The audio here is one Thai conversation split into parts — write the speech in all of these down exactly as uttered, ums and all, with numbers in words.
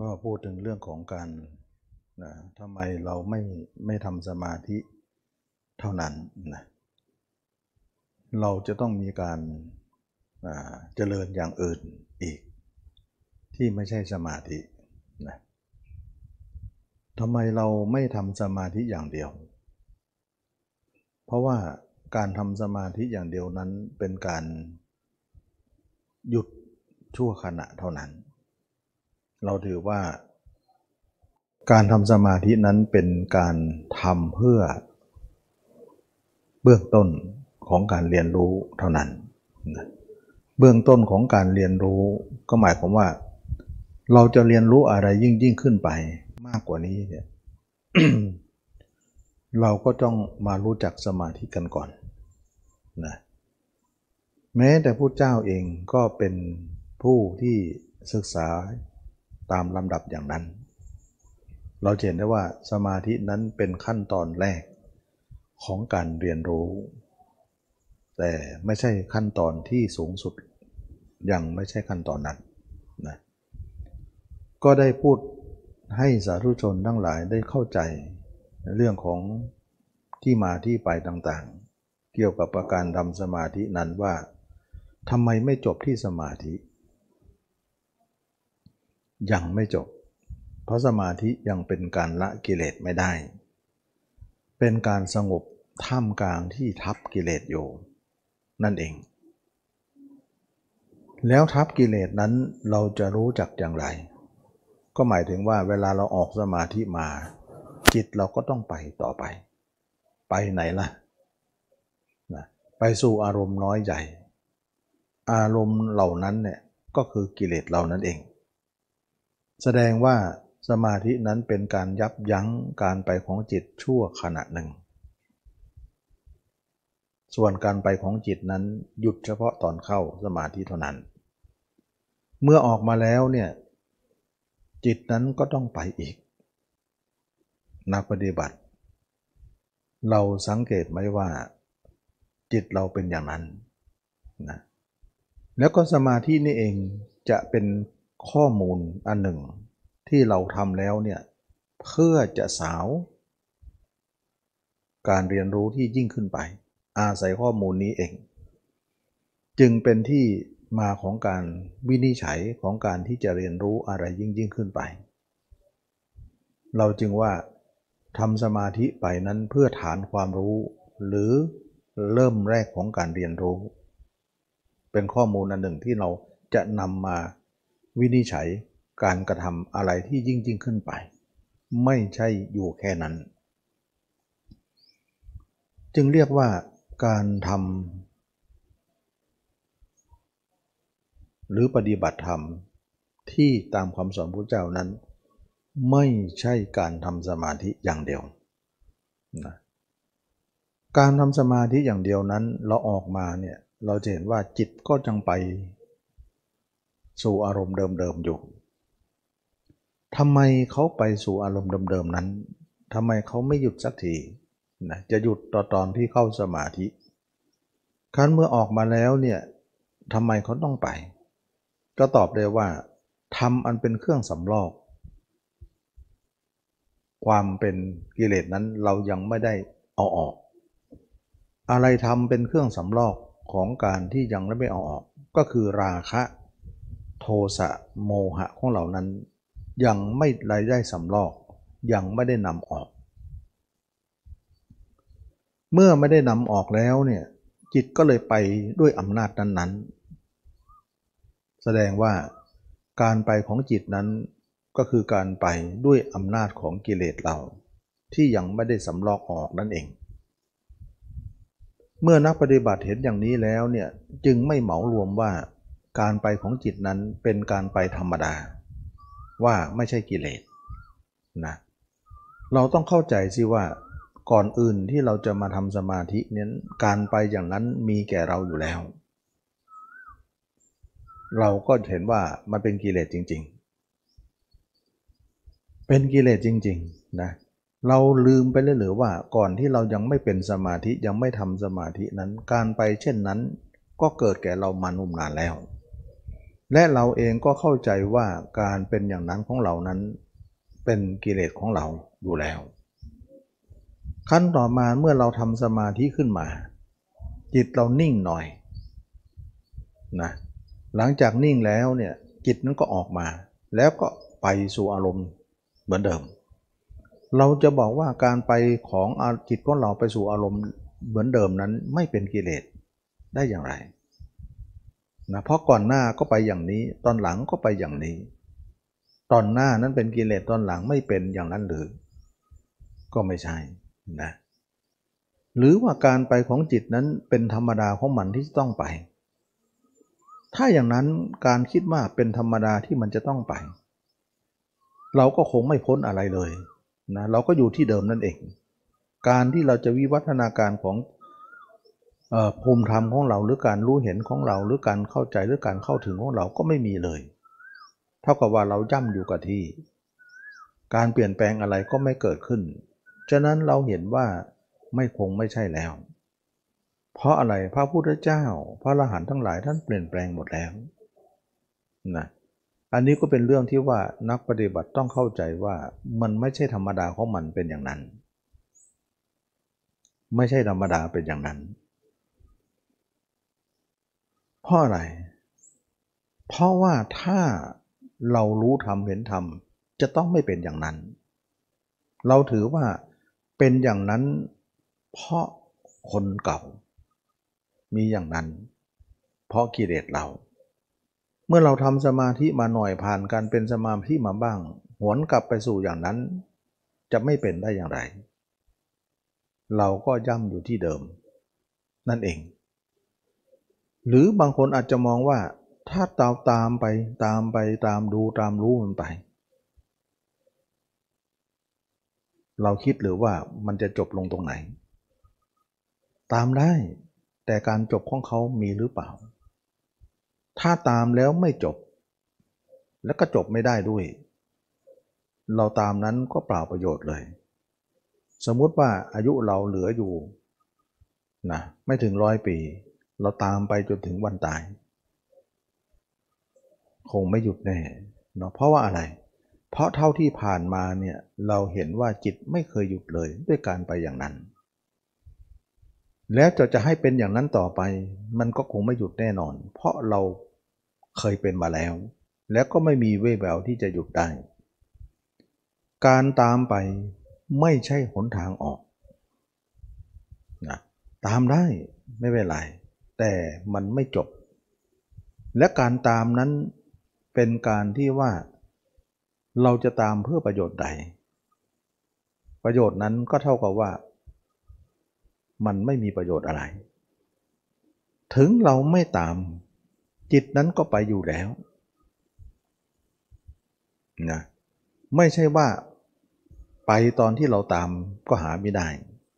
ก็พูดถึงเรื่องของการนะทำไมเราไม่ไม่ทำสมาธิเท่านั้นนะเราจะต้องมีการเจริญอย่างอื่นอีกที่ไม่ใช่สมาธินะทำไมเราไม่ทำสมาธิอย่างเดียวเพราะว่าการทำสมาธิอย่างเดียวนั้นเป็นการหยุดชั่วขณะเท่านั้นเราถือว่าการทำสมาธินั้นเป็นการทำเพื่อเบื้องต้นของการเรียนรู้เท่านั้นเบื้องต้นของการเรียนรู้ก็หมายความว่าเราจะเรียนรู้อะไรยิ่งยิ่งขึ้นไปมากกว่านี้เนี่ย เราก็ต้องมารู้จักสมาธิกันก่อนนะแม้แต่พุทธเจ้าเองก็เป็นผู้ที่ศึกษาตามลำดับอย่างนั้นเราเห็นได้ว่าสมาธินั้นเป็นขั้นตอนแรกของการเรียนรู้แต่ไม่ใช่ขั้นตอนที่สูงสุดยังไม่ใช่ขั้นตอนนั้นนะก็ได้พูดให้สาธุชนทั้งหลายได้เข้าใจเรื่องของที่มาที่ไปต่างๆเกี่ยวกับการทำสมาธินั้นว่าทำไมไม่จบที่สมาธิยังไม่จบเพราะสมาธิยังเป็นการละกิเลสไม่ได้เป็นการสงบท่ามกลางที่ทับกิเลสอยู่นั่นเองแล้วทับกิเลสนั้นเราจะรู้จักอย่างไรก็หมายถึงว่าเวลาเราออกสมาธิมาจิตเราก็ต้องไปต่อไปไปไหนล่ะนะไปสู่อารมณ์น้อยใหญ่อารมณ์เหล่านั้นเนี่ยก็คือกิเลสเรานั่นเองแสดงว่าสมาธินั้นเป็นการยับยั้งการไปของจิตชั่วขณะหนึ่งส่วนการไปของจิตนั้นหยุดเฉพาะตอนเข้าสมาธิเท่านั้นเมื่อออกมาแล้วเนี่ยจิตนั้นก็ต้องไปอีกนักปฏิบัติเราสังเกตไหมว่าจิตเราเป็นอย่างนั้นนะแล้วก็สมาธินี่เองจะเป็นข้อมูลอันหนึ่งที่เราทำแล้วเนี่ยเพื่อจะสาวการเรียนรู้ที่ยิ่งขึ้นไปอาศัยข้อมูลนี้เองจึงเป็นที่มาของการวินิจฉัยของการที่จะเรียนรู้อะไรยิ่งยิ่งขึ้นไปเราจึงว่าทำสมาธิไปนั้นเพื่อฐานความรู้หรือเริ่มแรกของการเรียนรู้เป็นข้อมูลอันหนึ่งที่เราจะนำมาวินิจฉัยการกระทำอะไรที่ยิ่งยิ่งขึ้นไปไม่ใช่อยู่แค่นั้นจึงเรียกว่าการทำหรือปฏิบัติธรรมที่ตามคำสอนพระเจ้านั้นไม่ใช่การทำสมาธิอย่างเดียวนะการทำสมาธิอย่างเดียวนั้นเราออกมาเนี่ยเราจะเห็นว่าจิตก็ยังไปสู่อารมณ์เดิมๆอยู่ทำไมเขาไปสู่อารมณ์เดิมๆนั้นทำไมเขาไม่หยุดสักทีนะจะหยุดตอนตอนที่เข้าสมาธิครั้นเมื่อออกมาแล้วเนี่ยทำไมเขาต้องไปก็ตอบเลยว่าทำอันเป็นเครื่องสำรอกความเป็นกิเลสนั้นเรายังไม่ได้เอาออกอะไรทำเป็นเครื่องสำรอกของการที่ยังไม่เอาออกก็คือราคะโทสะโมหะของเหล่านั้นยังไม่ได้สำรอกยังไม่ได้นำออกเมื่อไม่ได้นำออกแล้วเนี่ยจิตก็เลยไปด้วยอำนาจนั้นๆแสดงว่าการไปของจิตนั้นก็คือการไปด้วยอำนาจของกิเลสเราที่ยังไม่ได้สำรอกออกนั่นเองเมื่อนักปฏิบัติเห็นอย่างนี้แล้วเนี่ยจึงไม่เหมารวมว่าการไปของจิตนั้นเป็นการไปธรรมดาว่าไม่ใช่กิเลสนะเราต้องเข้าใจสิว่าก่อนอื่นที่เราจะมาทำสมาธินี้การไปอย่างนั้นมีแก่เราอยู่แล้วเราก็เห็นว่ามันเป็นกิเลสจริงๆเป็นกิเลสจริงๆนะเราลืมไปเลยหรือว่าก่อนที่เรายังไม่เป็นสมาธิยังไม่ทำสมาธินั้นการไปเช่นนั้นก็เกิดแก่เรามานุ่มนานแล้วและเราเองก็เข้าใจว่าการเป็นอย่างนั้นของเรานั้นเป็นกิเลสของเราอยู่แล้วขั้นต่อมาเมื่อเราทำสมาธิขึ้นมาจิตเรานิ่งหน่อยนะหลังจากนิ่งแล้วเนี่ยจิตนั้นก็ออกมาแล้วก็ไปสู่อารมณ์เหมือนเดิมเราจะบอกว่าการไปของจิตของเราไปสู่อารมณ์เหมือนเดิมนั้นไม่เป็นกิเลสได้อย่างไรนะเพราะก่อนหน้าก็ไปอย่างนี้ตอนหลังก็ไปอย่างนี้ตอนหน้านั้นเป็นกิเลสตอนหลังไม่เป็นอย่างนั้นหรือก็ไม่ใช่นะหรือว่าการไปของจิตนั้นเป็นธรรมดาของมันที่ต้องไปถ้าอย่างนั้นการคิดว่าเป็นธรรมดาที่มันจะต้องไปเราก็คงไม่พ้นอะไรเลยนะเราก็อยู่ที่เดิมนั่นเองการที่เราจะวิวัฒนาการของภูมิธรรมของเราหรือการรู้เห็นของเราหรือการเข้าใจหรือการเข้าถึงของเราก็ไม่มีเลยเท่ากับว่าเราย่ำอยู่กับที่การเปลี่ยนแปลงอะไรก็ไม่เกิดขึ้นฉะนั้นเราเห็นว่าไม่คงไม่ใช่แล้วเพราะอะไรพระพุทธเจ้าพระอรหันต์ทั้งหลายท่านเปลี่ยนแปลงหมดแล้วนะอันนี้ก็เป็นเรื่องที่ว่านักปฏิบัติต้องเข้าใจว่ามันไม่ใช่ธรรมดาของมันเป็นอย่างนั้นไม่ใช่ธรรมดาเป็นอย่างนั้นเพราะอะไรเพราะว่าถ้าเรารู้ธรรมเห็นธรรมจะต้องไม่เป็นอย่างนั้นเราถือว่าเป็นอย่างนั้นเพราะคนเก่ามีอย่างนั้นเพราะกิเลสเราเมื่อเราทำสมาธิมาหน่อยผ่านการเป็นสมาธิมาบ้างหวนกลับไปสู่อย่างนั้นจะไม่เป็นได้อย่างไรเราก็ย่ำอยู่ที่เดิมนั่นเองหรือบางคนอาจจะมองว่าถ้าตามตามไปตามไปตามดูตามรู้มันไปเราคิดหรือว่ามันจะจบลงตรงไหนตามได้แต่การจบของเขามีหรือเปล่าถ้าตามแล้วไม่จบแล้วก็จบไม่ได้ด้วยเราตามนั้นก็เปล่าประโยชน์เลยสมมุติว่าอายุเราเหลืออยู่นะไม่ถึงร้อยปีเราตามไปจนถึงวันตายคงไม่หยุดแน่เนาะเพราะว่าอะไรเพราะเท่าที่ผ่านมาเนี่ยเราเห็นว่าจิตไม่เคยหยุดเลยด้วยการไปอย่างนั้นแล้วจะจะให้เป็นอย่างนั้นต่อไปมันก็คงไม่หยุดแน่นอนเพราะเราเคยเป็นมาแล้วแล้วก็ไม่มีเว่แววที่จะหยุดได้การตามไปไม่ใช่หนทางออกนะตามได้ไม่เป็นไรแต่มันไม่จบและการตามนั้นเป็นการที่ว่าเราจะตามเพื่อประโยชน์ใดประโยชน์นั้นก็เท่ากับว่ามันไม่มีประโยชน์อะไรถึงเราไม่ตามจิตนั้นก็ไปอยู่แล้วนะไม่ใช่ว่าไปตอนที่เราตามก็หาไม่ได้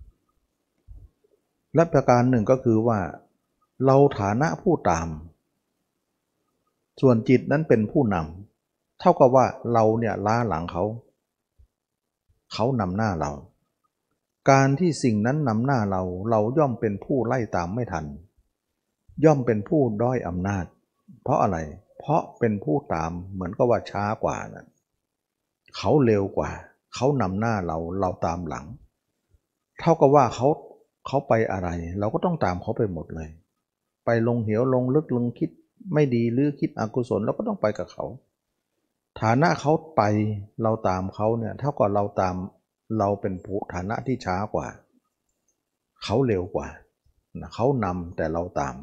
และประการหนึ่งก็คือว่าเราฐานะผู้ตามส่วนจิตนั้นเป็นผู้นำเท่ากับว่าเราเนี่ยล้าหลังเขาเขานำหน้าเราการที่สิ่งนั้นนำหน้าเราเราย่อมเป็นผู้ไล่ตามไม่ทันย่อมเป็นผู้ด้อยอำนาจเพราะอะไรเพราะเป็นผู้ตามเหมือนกับว่าช้ากว่านะเขาเร็วกว่าเขานำหน้าเราเราตามหลังเท่ากับว่าเขาเขาไปอะไรเราก็ต้องตามเขาไปหมดเลยไปลงเหวลงลึกลงคิดไม่ดีหรือคิดอกุศลเราก็ต้องไปกับเขาฐานะเขาไปเราตามเขาเนี่ยเท่ากับเราตามเราเป็นผู้ฐานะที่ช้ากว่าเขาเร็วกว่าเขานำแต่เราตาม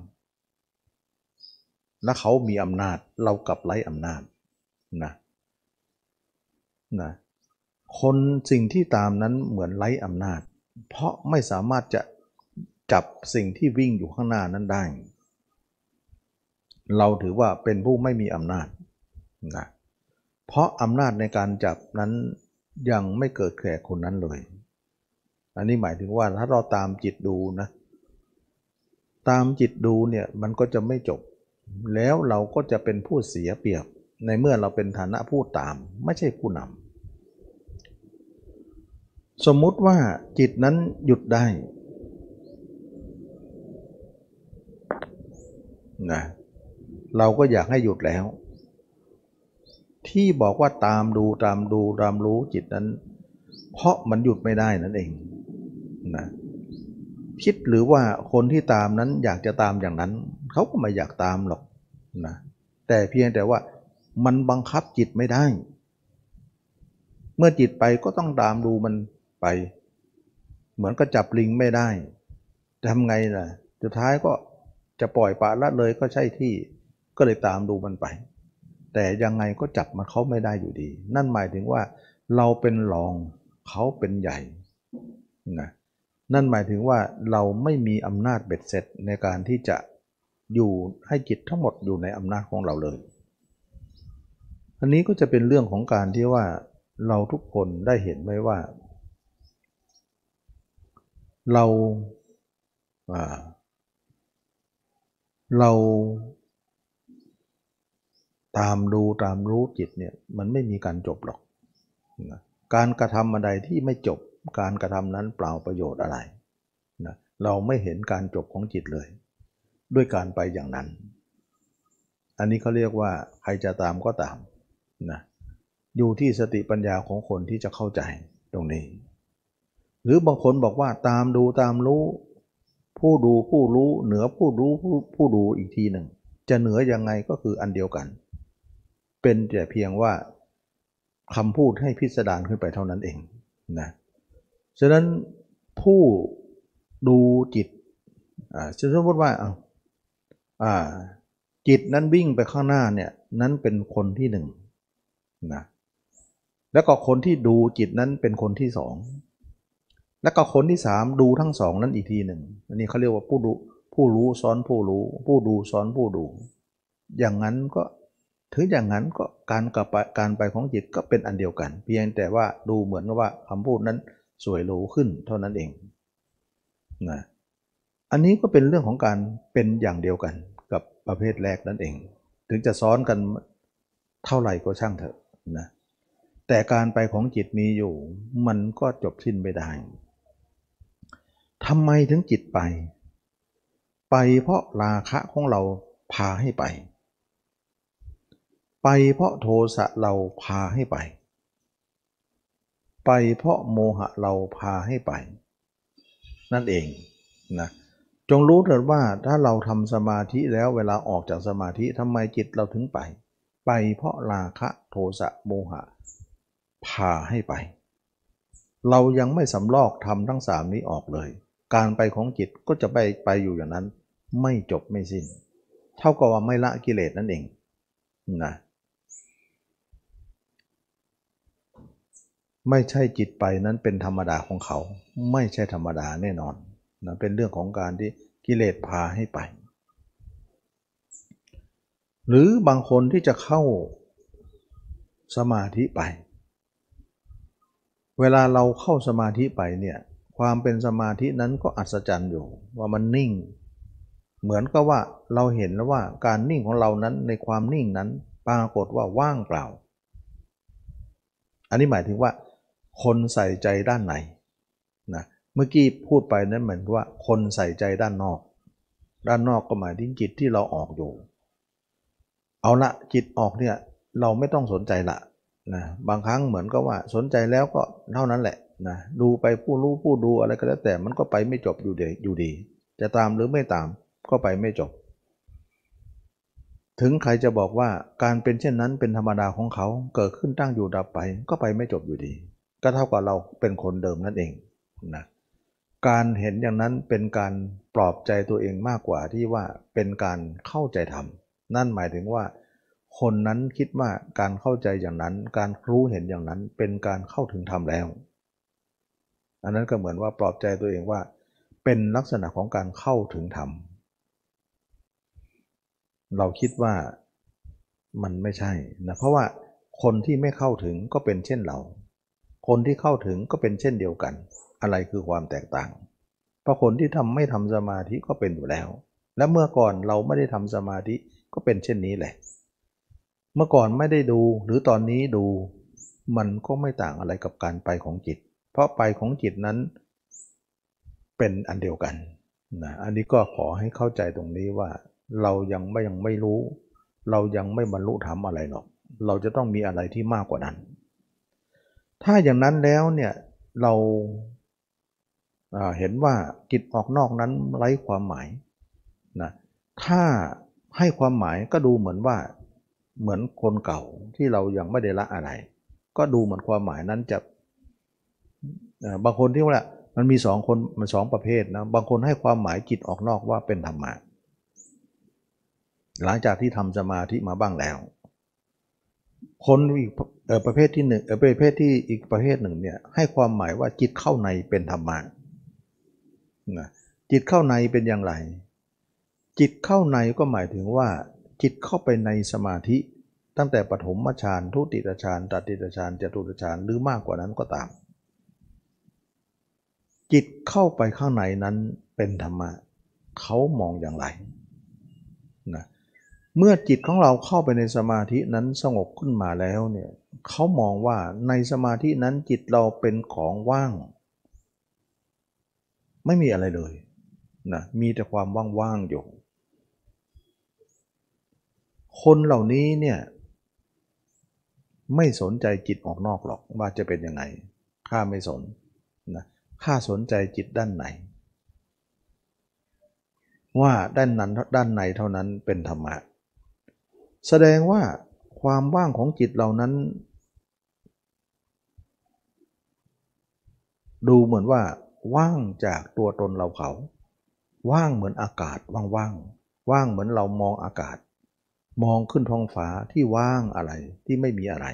และเขามีอำนาจเรากลับไร้อำนาจนะนะคนสิ่งที่ตามนั้นเหมือนไร้อำนาจเพราะไม่สามารถจะจับสิ่งที่วิ่งอยู่ข้างหน้านั้นได้เราถือว่าเป็นผู้ไม่มีอำนาจนะเพราะอำนาจในการจับนั้นยังไม่เกิดแก่คนนั้นเลยอันนี้หมายถึงว่าถ้าเราตามจิตดูนะตามจิตดูเนี่ยมันก็จะไม่จบแล้วเราก็จะเป็นผู้เสียเปรียบในเมื่อเราเป็นฐานะผู้ตามไม่ใช่ผู้นำสมมุติว่าจิตนั้นหยุดได้นะเราก็อยากให้หยุดแล้วที่บอกว่าตามดูตามดูตามรู้จิตนั้นเพราะมันหยุดไม่ได้นั่นเองนะคิดหรือว่าคนที่ตามนั้นอยากจะตามอย่างนั้นเขาก็ไม่อยากตามหรอกนะแต่เพียงแต่ว่ามันบังคับจิตไม่ได้เมื่อจิตไปก็ต้องตามดูมันไปเหมือนกับจับลิงไม่ได้จะทำไงล่ะสุดท้ายก็จะปล่อยปละละเลยก็ใช่ที่ก็เลยตามดูมันไปแต่ยังไงก็จับมันเขาไม่ได้อยู่ดีนั่นหมายถึงว่าเราเป็นรองเขาเป็นใหญ่นะนั่นหมายถึงว่าเราไม่มีอำนาจเบ็ดเสร็จในการที่จะอยู่ให้จิตทั้งหมดอยู่ในอำนาจของเราเลยอันนี้ก็จะเป็นเรื่องของการที่ว่าเราทุกคนได้เห็นไว้ว่าเราเราตามดูตามรู้จิตเนี่ยมันไม่มีการจบหรอกนะการกระทำอะไรที่ไม่จบการกระทำนั้นเปล่าประโยชน์อะไรนะเราไม่เห็นการจบของจิตเลยด้วยการไปอย่างนั้นอันนี้เขาเรียกว่าใครจะตามก็ตามนะอยู่ที่สติปัญญาของคนที่จะเข้าใจตรงนี้หรือบางคนบอกว่าตามดูตามรู้ผู้ดูผู้รู้เหนือผู้รู้ผู้ผู้ดูอีกทีหนึ่งจะเหนือยังไงก็คืออันเดียวกันเป็นแต่เพียงว่าคำพูดให้พิสดารขึ้นไปเท่านั้นเองนะฉะนั้นผู้ดูจิตอ่าสมมติว่าอ่าจิตนั้นวิ่งไปข้างหน้าเนี่ยนั้นเป็นคนที่หนึ่งนะแล้วก็คนที่ดูจิตนั้นเป็นคนที่สองแล้วก็คนที่สามดูทั้งสองนั้นอีกทีหนึ่งอันนี้เขาเรียกว่าผู้ดูผู้รู้ซ้อนผู้รู้ผู้ดูซ้อนผู้ดูอย่างนั้นก็ถึงอย่างนั้นก็การกลับไปการไปของจิตก็เป็นอันเดียวกันเพียงแต่ว่าดูเหมือนกับว่าคำพูดนั้นสวยหรูขึ้นเท่านั้นเองนะอันนี้ก็เป็นเรื่องของการเป็นอย่างเดียวกันกับประเภทแรกนั่นเองถึงจะซ้อนกันเท่าไหร่ก็ช่างเถอะนะแต่การไปของจิตมีอยู่มันก็จบสิ้นไม่ได้ทำไมถึงจิตไปไปเพราะราคะของเราพาให้ไปไปเพราะโทสะเราพาให้ไปไปเพราะโมหะเราพาให้ไปนั่นเองนะจงรู้เถิดว่าถ้าเราทำสมาธิแล้วเวลาออกจากสมาธิทำไมจิตเราถึงไปไปเพราะราคะโทสะโมหะพาให้ไปเรายังไม่สำลอกทำทั้งสามนี้ออกเลยการไปของจิตก็จะไปไปอยู่อย่างนั้นไม่จบไม่สิ้นเท่ากับว่าไม่ละกิเลสนั่นเองนะไม่ใช่จิตไปนั้นเป็นธรรมดาของเขาไม่ใช่ธรรมดาแน่นอนนะเป็นเรื่องของการที่กิเลสพาให้ไปหรือบางคนที่จะเข้าสมาธิไปเวลาเราเข้าสมาธิไปเนี่ยความเป็นสมาธินั้นก็อัศจรรย์อยู่ว่ามันนิ่งเหมือนกับว่าเราเห็นแล้วว่าการนิ่งของเรานั้นในความนิ่งนั้นปรากฏว่าว่างเปล่าอันนี้หมายถึงว่าคนใส่ใจด้านไหนนะเมื่อกี้พูดไปนั้นเหมือนว่าคนใส่ใจด้านนอกด้านนอกก็หมายถึงจิตที่เราออกอยู่เอาละจิตออกเนี่ยเราไม่ต้องสนใจละนะบางครั้งเหมือนกับว่าสนใจแล้วก็เท่านั้นแหละนะดูไปผู้รู้ผู้ดูอะไรก็แล้วแต่มันก็ไปไม่จบอยู่ดีอยู่ดีจะตามหรือไม่ตามก็ไปไม่จบถึงใครจะบอกว่าการเป็นเช่นนั้นเป็นธรรมดาของเขาเกิดขึ้นตั้งอยู่ดับไปก็ไปไม่จบอยู่ดีก็เท่ากับเราเป็นคนเดิมนั่นเองนะการเห็นอย่างนั้นเป็นการปลอบใจตัวเองมากกว่าที่ว่าเป็นการเข้าใจธรรมนั่นหมายถึงว่าคนนั้นคิดว่าการเข้าใจอย่างนั้นการรู้เห็นอย่างนั้นเป็นการเข้าถึงธรรมแล้วอันนั้นก็เหมือนว่าปลอบใจตัวเองว่าเป็นลักษณะของการเข้าถึงธรรมเราคิดว่ามันไม่ใช่นะเพราะว่าคนที่ไม่เข้าถึงก็เป็นเช่นเราคนที่เข้าถึงก็เป็นเช่นเดียวกันอะไรคือความแตกต่างเพราะคนที่ทำไม่ทำสมาธิก็เป็นอยู่แล้วและเมื่อก่อนเราไม่ได้ทำสมาธิก็เป็นเช่นนี้แหละเมื่อก่อนไม่ได้ดูหรือตอนนี้ดูมันก็ไม่ต่างอะไรกับการไปของจิตเพราะไปของจิตนั้นเป็นอันเดียวกันนะอันนี้ก็ขอให้เข้าใจตรงนี้ว่าเรายังไม่ยังไม่รู้เรายังไม่บรรลุธรรมอะไรหรอกเราจะต้องมีอะไรที่มากกว่านั้นถ้าอย่างนั้นแล้วเนี่ยเราเห็นว่าจิตออกนอกนั้นไร้ความหมายนะถ้าให้ความหมายก็ดูเหมือนว่าเหมือนคนเก่าที่เรายังไม่ได้ละอะไรก็ดูเหมือนความหมายนั้นจะบางคนที่ว่ามันมีสองคนมันสองประเภทนะบางคนให้ความหมายจิตออกนอกว่าเป็นธรรมะหลังจากที่ทำสมาธิมาบ้างแล้วคนอีกประเภทที่หนึ่งประเภทที่อีกประเภทหนึ่งเนี่ยให้ความหมายว่าจิตเข้าในเป็นธรรมะนะจิตเข้าในเป็นอย่างไรจิตเข้าในก็หมายถึงว่าจิตเข้าไปในสมาธิตั้งแต่ปฐมฌานทุติยฌานตติยฌานจตุตฌานหรือมากกว่านั้นก็ตามจิตเข้าไปข้างในนั้นเป็นธรรมะเขามองอย่างไรนะเมื่อจิตของเราเข้าไปในสมาธินั้นสงบขึ้นมาแล้วเนี่ยเขามองว่าในสมาธินั้นจิตเราเป็นของว่างไม่มีอะไรเลยนะมีแต่ความว่างๆอยู่คนเหล่านี้เนี่ยไม่สนใจจิตออกนอกหรอกว่าจะเป็นยังไงข้าไม่สนนะข้าสนใจจิตด้านไหนว่าด้านนั้นด้านในเท่านั้นเป็นธรรมะแสดงว่าความว่างของจิตเหล่านั้นดูเหมือนว่าว่างจากตัวตนเราเขาว่างเหมือนอากาศว่างๆว่างเหมือนเรามองอากาศมองขึ้นท้องฟ้าที่ว่างอะไรที่ไม่มีอะไร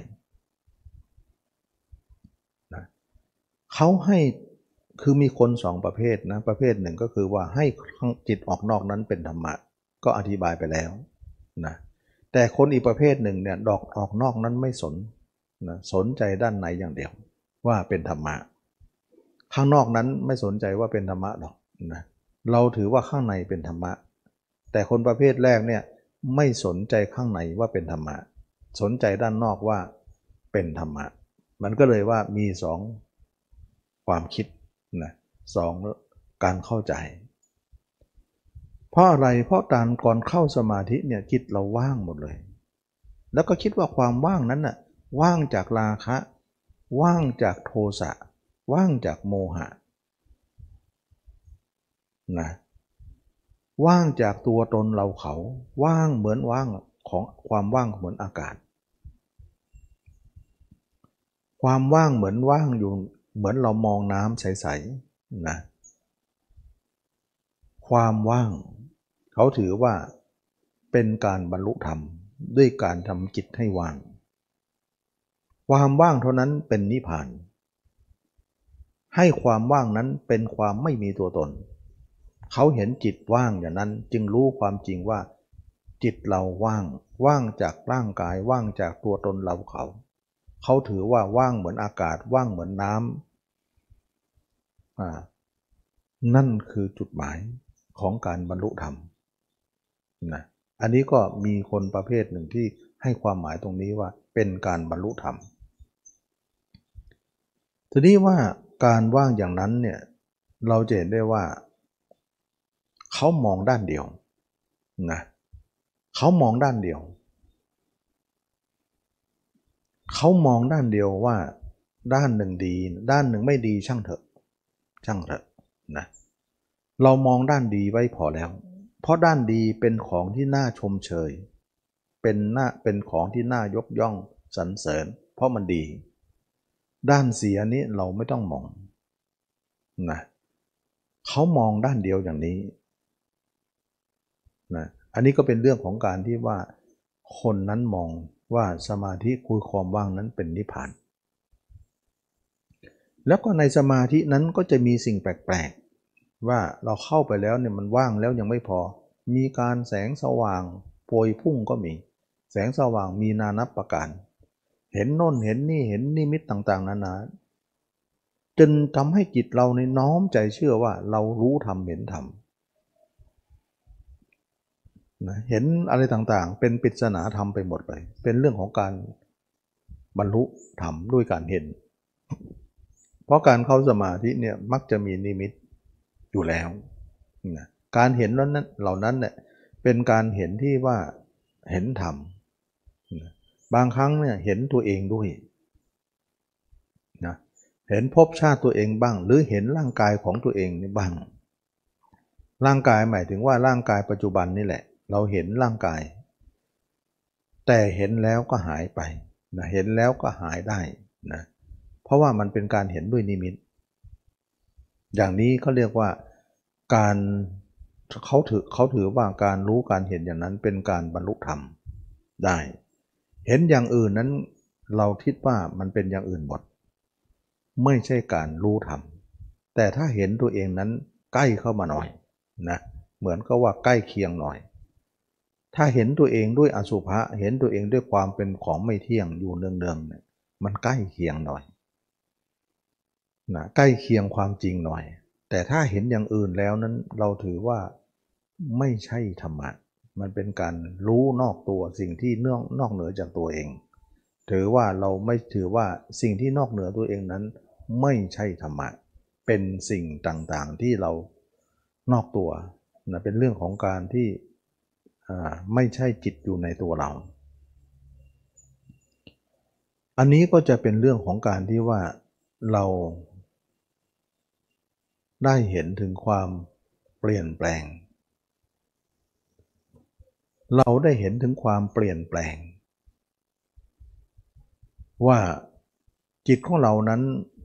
นะเขาให้คือมีคนสองประเภทนะประเภทหนึ่งก็คือว่าให้จิตออกนอกนั้นเป็นธรรมะก็อธิบายไปแล้วนะแต่คนอีกประเภทหนึ่งเนี่ยดอกออกนอกนั้นไม่สนนะสนใจด้านในอย่างเดียวว่าเป็นธรรมะข้างนอกนั้นไม่สนใจว่าเป็นธรรมะหรอกนะเราถือว่าข้างในเป็นธรรมะแต่คนประเภทแรกเนี่ยไม่สนใจข้างในว่าเป็นธรรมะสนใจด้านนอกว่าเป็นธรรมะมันก็เลยว่ามีสองความคิดนะสองการเข้าใจเพราะอะไรเพราะตอนก่อนเข้าสมาธิเนี่ยจิตเราว่างหมดเลยแล้วก็คิดว่าความว่างนั้นน่ะว่างจากราคะว่างจากโทสะว่างจากโมหะนะว่างจากตัวตนเราเขาว่างเหมือนว่างของความว่างเหมือนอากาศความว่างเหมือนว่างอยู่เหมือนเรามองน้ำใสๆนะความว่างเขาถือว่าเป็นการบรรลุธรรมด้วยการทำจิตให้ว่างความว่างเท่านั้นเป็นนิพพานให้ความว่างนั้นเป็นความไม่มีตัวตนเขาเห็นจิตว่างอย่างนั้นจึงรู้ความจริงว่าจิตเราว่างว่างจากร่างกายว่างจากตัวตนเราเขาเขาถือว่าว่างเหมือนอากาศว่างเหมือนน้ำอ่านั่นคือจุดหมายของการบรรลุธรรมนะอันนี้ก็มีคนประเภทหนึ่งที่ให้ความหมายตรงนี้ว่าเป็นการบรรลุธรรมทีนี้ว่าการว่างอย่างนั้นเนี่ยเราจะเห็นได้ว่าเขามองด้านเดียวนะเขามองด้านเดียวเขามองด้านเดียวว่าด้านหนึ่งดีด้านหนึ่งไม่ดีช่างเถอะช่างเถอะนะเรามองด้านดีไว้พอแล้วเพราะด้านดีเป็นของที่น่าชมเชยเป็นหน้าเป็นของที่น่ายกย่องสรรเสริญเพราะมันดีด้านเสียนี้เราไม่ต้องมองนะเขามองด้านเดียวอย่างนี้นะอันนี้ก็เป็นเรื่องของการที่ว่าคนนั้นมองว่าสมาธิคือความว่างนั้นเป็นนิพพานแล้วก็ในสมาธินั้นก็จะมีสิ่งแปลกๆว่าเราเข้าไปแล้วเนี่ยมันว่างแล้วยังไม่พอมีการแสงสว่างโพยพุ่งก็มีแสงสว่างมีนานับประการเห็นโน่นเห็นนี่เห็นนิมิตต่างๆนานาจนทำให้จิตเราในน้อมใจเชื่อว่าเรารู้ธรรมเห็นธรรมนะเห็นอะไรต่างๆเป็นปริศนาธรรมไปหมดเลยเป็นเรื่องของการบรรลุธรรมด้วยการเห็นเพราะการเข้าสมาธิเนี่ยมักจะมีนิมิตอยู่แล้วนะการเห็นนั้นเหล่านั้นเนี่ยเป็นการเห็นที่ว่าเห็นธรรมบางครั้งเนี่ยเห็นตัวเองด้วยนะเห็นภพชาติตัวเองบ้างหรือเห็นร่างกายของตัวเองนี่บ้างร่างกายหมายถึงว่าร่างกายปัจจุบันนี่แหละเราเห็นร่างกายแต่เห็นแล้วก็หายไปนะเห็นแล้วก็หายได้นะเพราะว่ามันเป็นการเห็นด้วยนิมิตอย่างนี้เขาเรียกว่าการเขาถือเขาถือว่าการรู้การเห็นอย่างนั้นเป็นการบรรลุธรรมได้เห็นอย่างอื่นนั้นเราคิดว่ามันเป็นอย่างอื่นหมดไม่ใช่การรู้ธรรมแต่ถ้าเห็นตัวเองนั้นใกล้เข้ามาหน่อยนะเหมือนกับว่าใกล้เคียงหน่อยถ้าเห็นตัวเองด้วยอสุภะเห็นตัวเองด้วยความเป็นของไม่เที่ยงอยู่เนืองๆเนี่ยมันใกล้เคียงหน่อยนะใกล้เคียงความจริงหน่อยแต่ถ้าเห็นอย่างอื่นแล้วนั้นเราถือว่าไม่ใช่ธรรมะมันเป็นการรู้นอกตัวสิ่งที่นอกนอกเหนือจากตัวเองถือว่าเราไม่ถือว่าสิ่งที่นอกเหนือตัวเองนั้นไม่ใช่ธรรมะเป็นสิ่งต่างๆที่เรานอกตัวนะเป็นเรื่องของการที่ไม่ใช่จิตอยู่ในตัวเราอันนี้ก็จะเป็นเรื่องของการที่ว่าเราได้เห็นถึงความเปลี่ยนแปลงเราได้เห็นถึงความเปลี่ยนแปลงว่าจิตของเรานั้น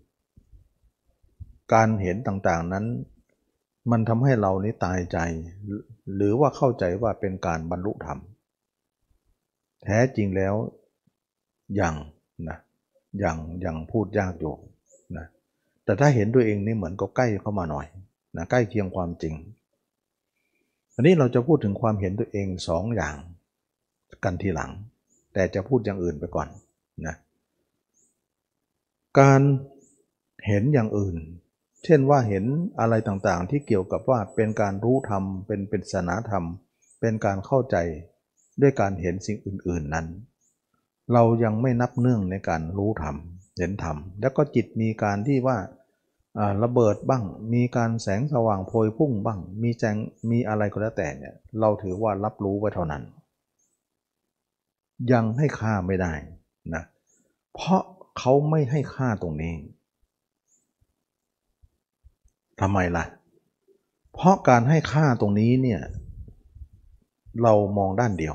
การเห็นต่างๆนั้นมันทำให้เรานี้ตายใจหรือว่าเข้าใจว่าเป็นการบรรลุธรรมแท้จริงแล้วอย่างนะอย่างอย่างพูดยากอยู่นะแต่ถ้าเห็นตัวเองนี่เหมือนก็ใกล้เข้ามาหน่อยนะใกล้เคียงความจริงอันนี้เราจะพูดถึงความเห็นตัวเองสองอย่างกันทีหลังแต่จะพูดอย่างอื่นไปก่อนนะการเห็นอย่างอื่นเช่นว่าเห็นอะไรต่างๆที่เกี่ยวกับว่าเป็นการรู้ธรรมเป็นเป็นศาสนาธรรมเป็นการเข้าใจด้วยการเห็นสิ่งอื่นๆนั้นเรายังไม่นับเนื่องในการรู้ธรรมเห็นธรรมแล้วก็จิตมีการที่ว่าระเบิดบ้างมีการแสงสว่างโพยพุ่งบ้างมีแสงมีอะไรก็แล้วแต่เนี่ยเราถือว่ารับรู้ไว้เท่านั้นยังให้ค่าไม่ได้นะเพราะเขาไม่ให้ค่าตรงนี้ทำไมล่ะเพราะการให้ค่าตรงนี้เนี่ยเรามองด้านเดียว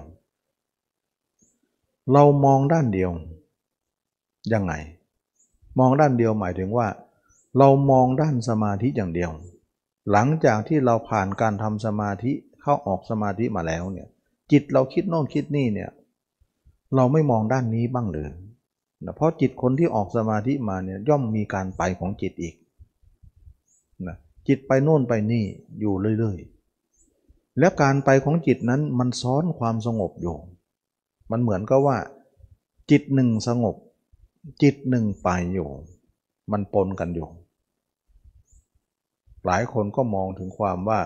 เรามองด้านเดียวยังไงมองด้านเดียวหมายถึงว่าเรามองด้านสมาธิอย่างเดียวหลังจากที่เราผ่านการทำสมาธิเข้าออกสมาธิมาแล้วเนี่ยจิตเราคิดโน่นคิดนี่เนี่ยเราไม่มองด้านนี้บ้างเลยนะเพราะจิตคนที่ออกสมาธิมาเนี่ยย่อมมีการไปของจิตอีกนะจิตไปโน่นไปนี่อยู่เรื่อยๆแล้วการไปของจิตนั้นมันซ้อนความสงบอยู่มันเหมือนกับว่าจิตหนึ่งสงบจิตหนึ่งไปอยู่มันปนกันอยู่หลายคนก็มองถึงความว่า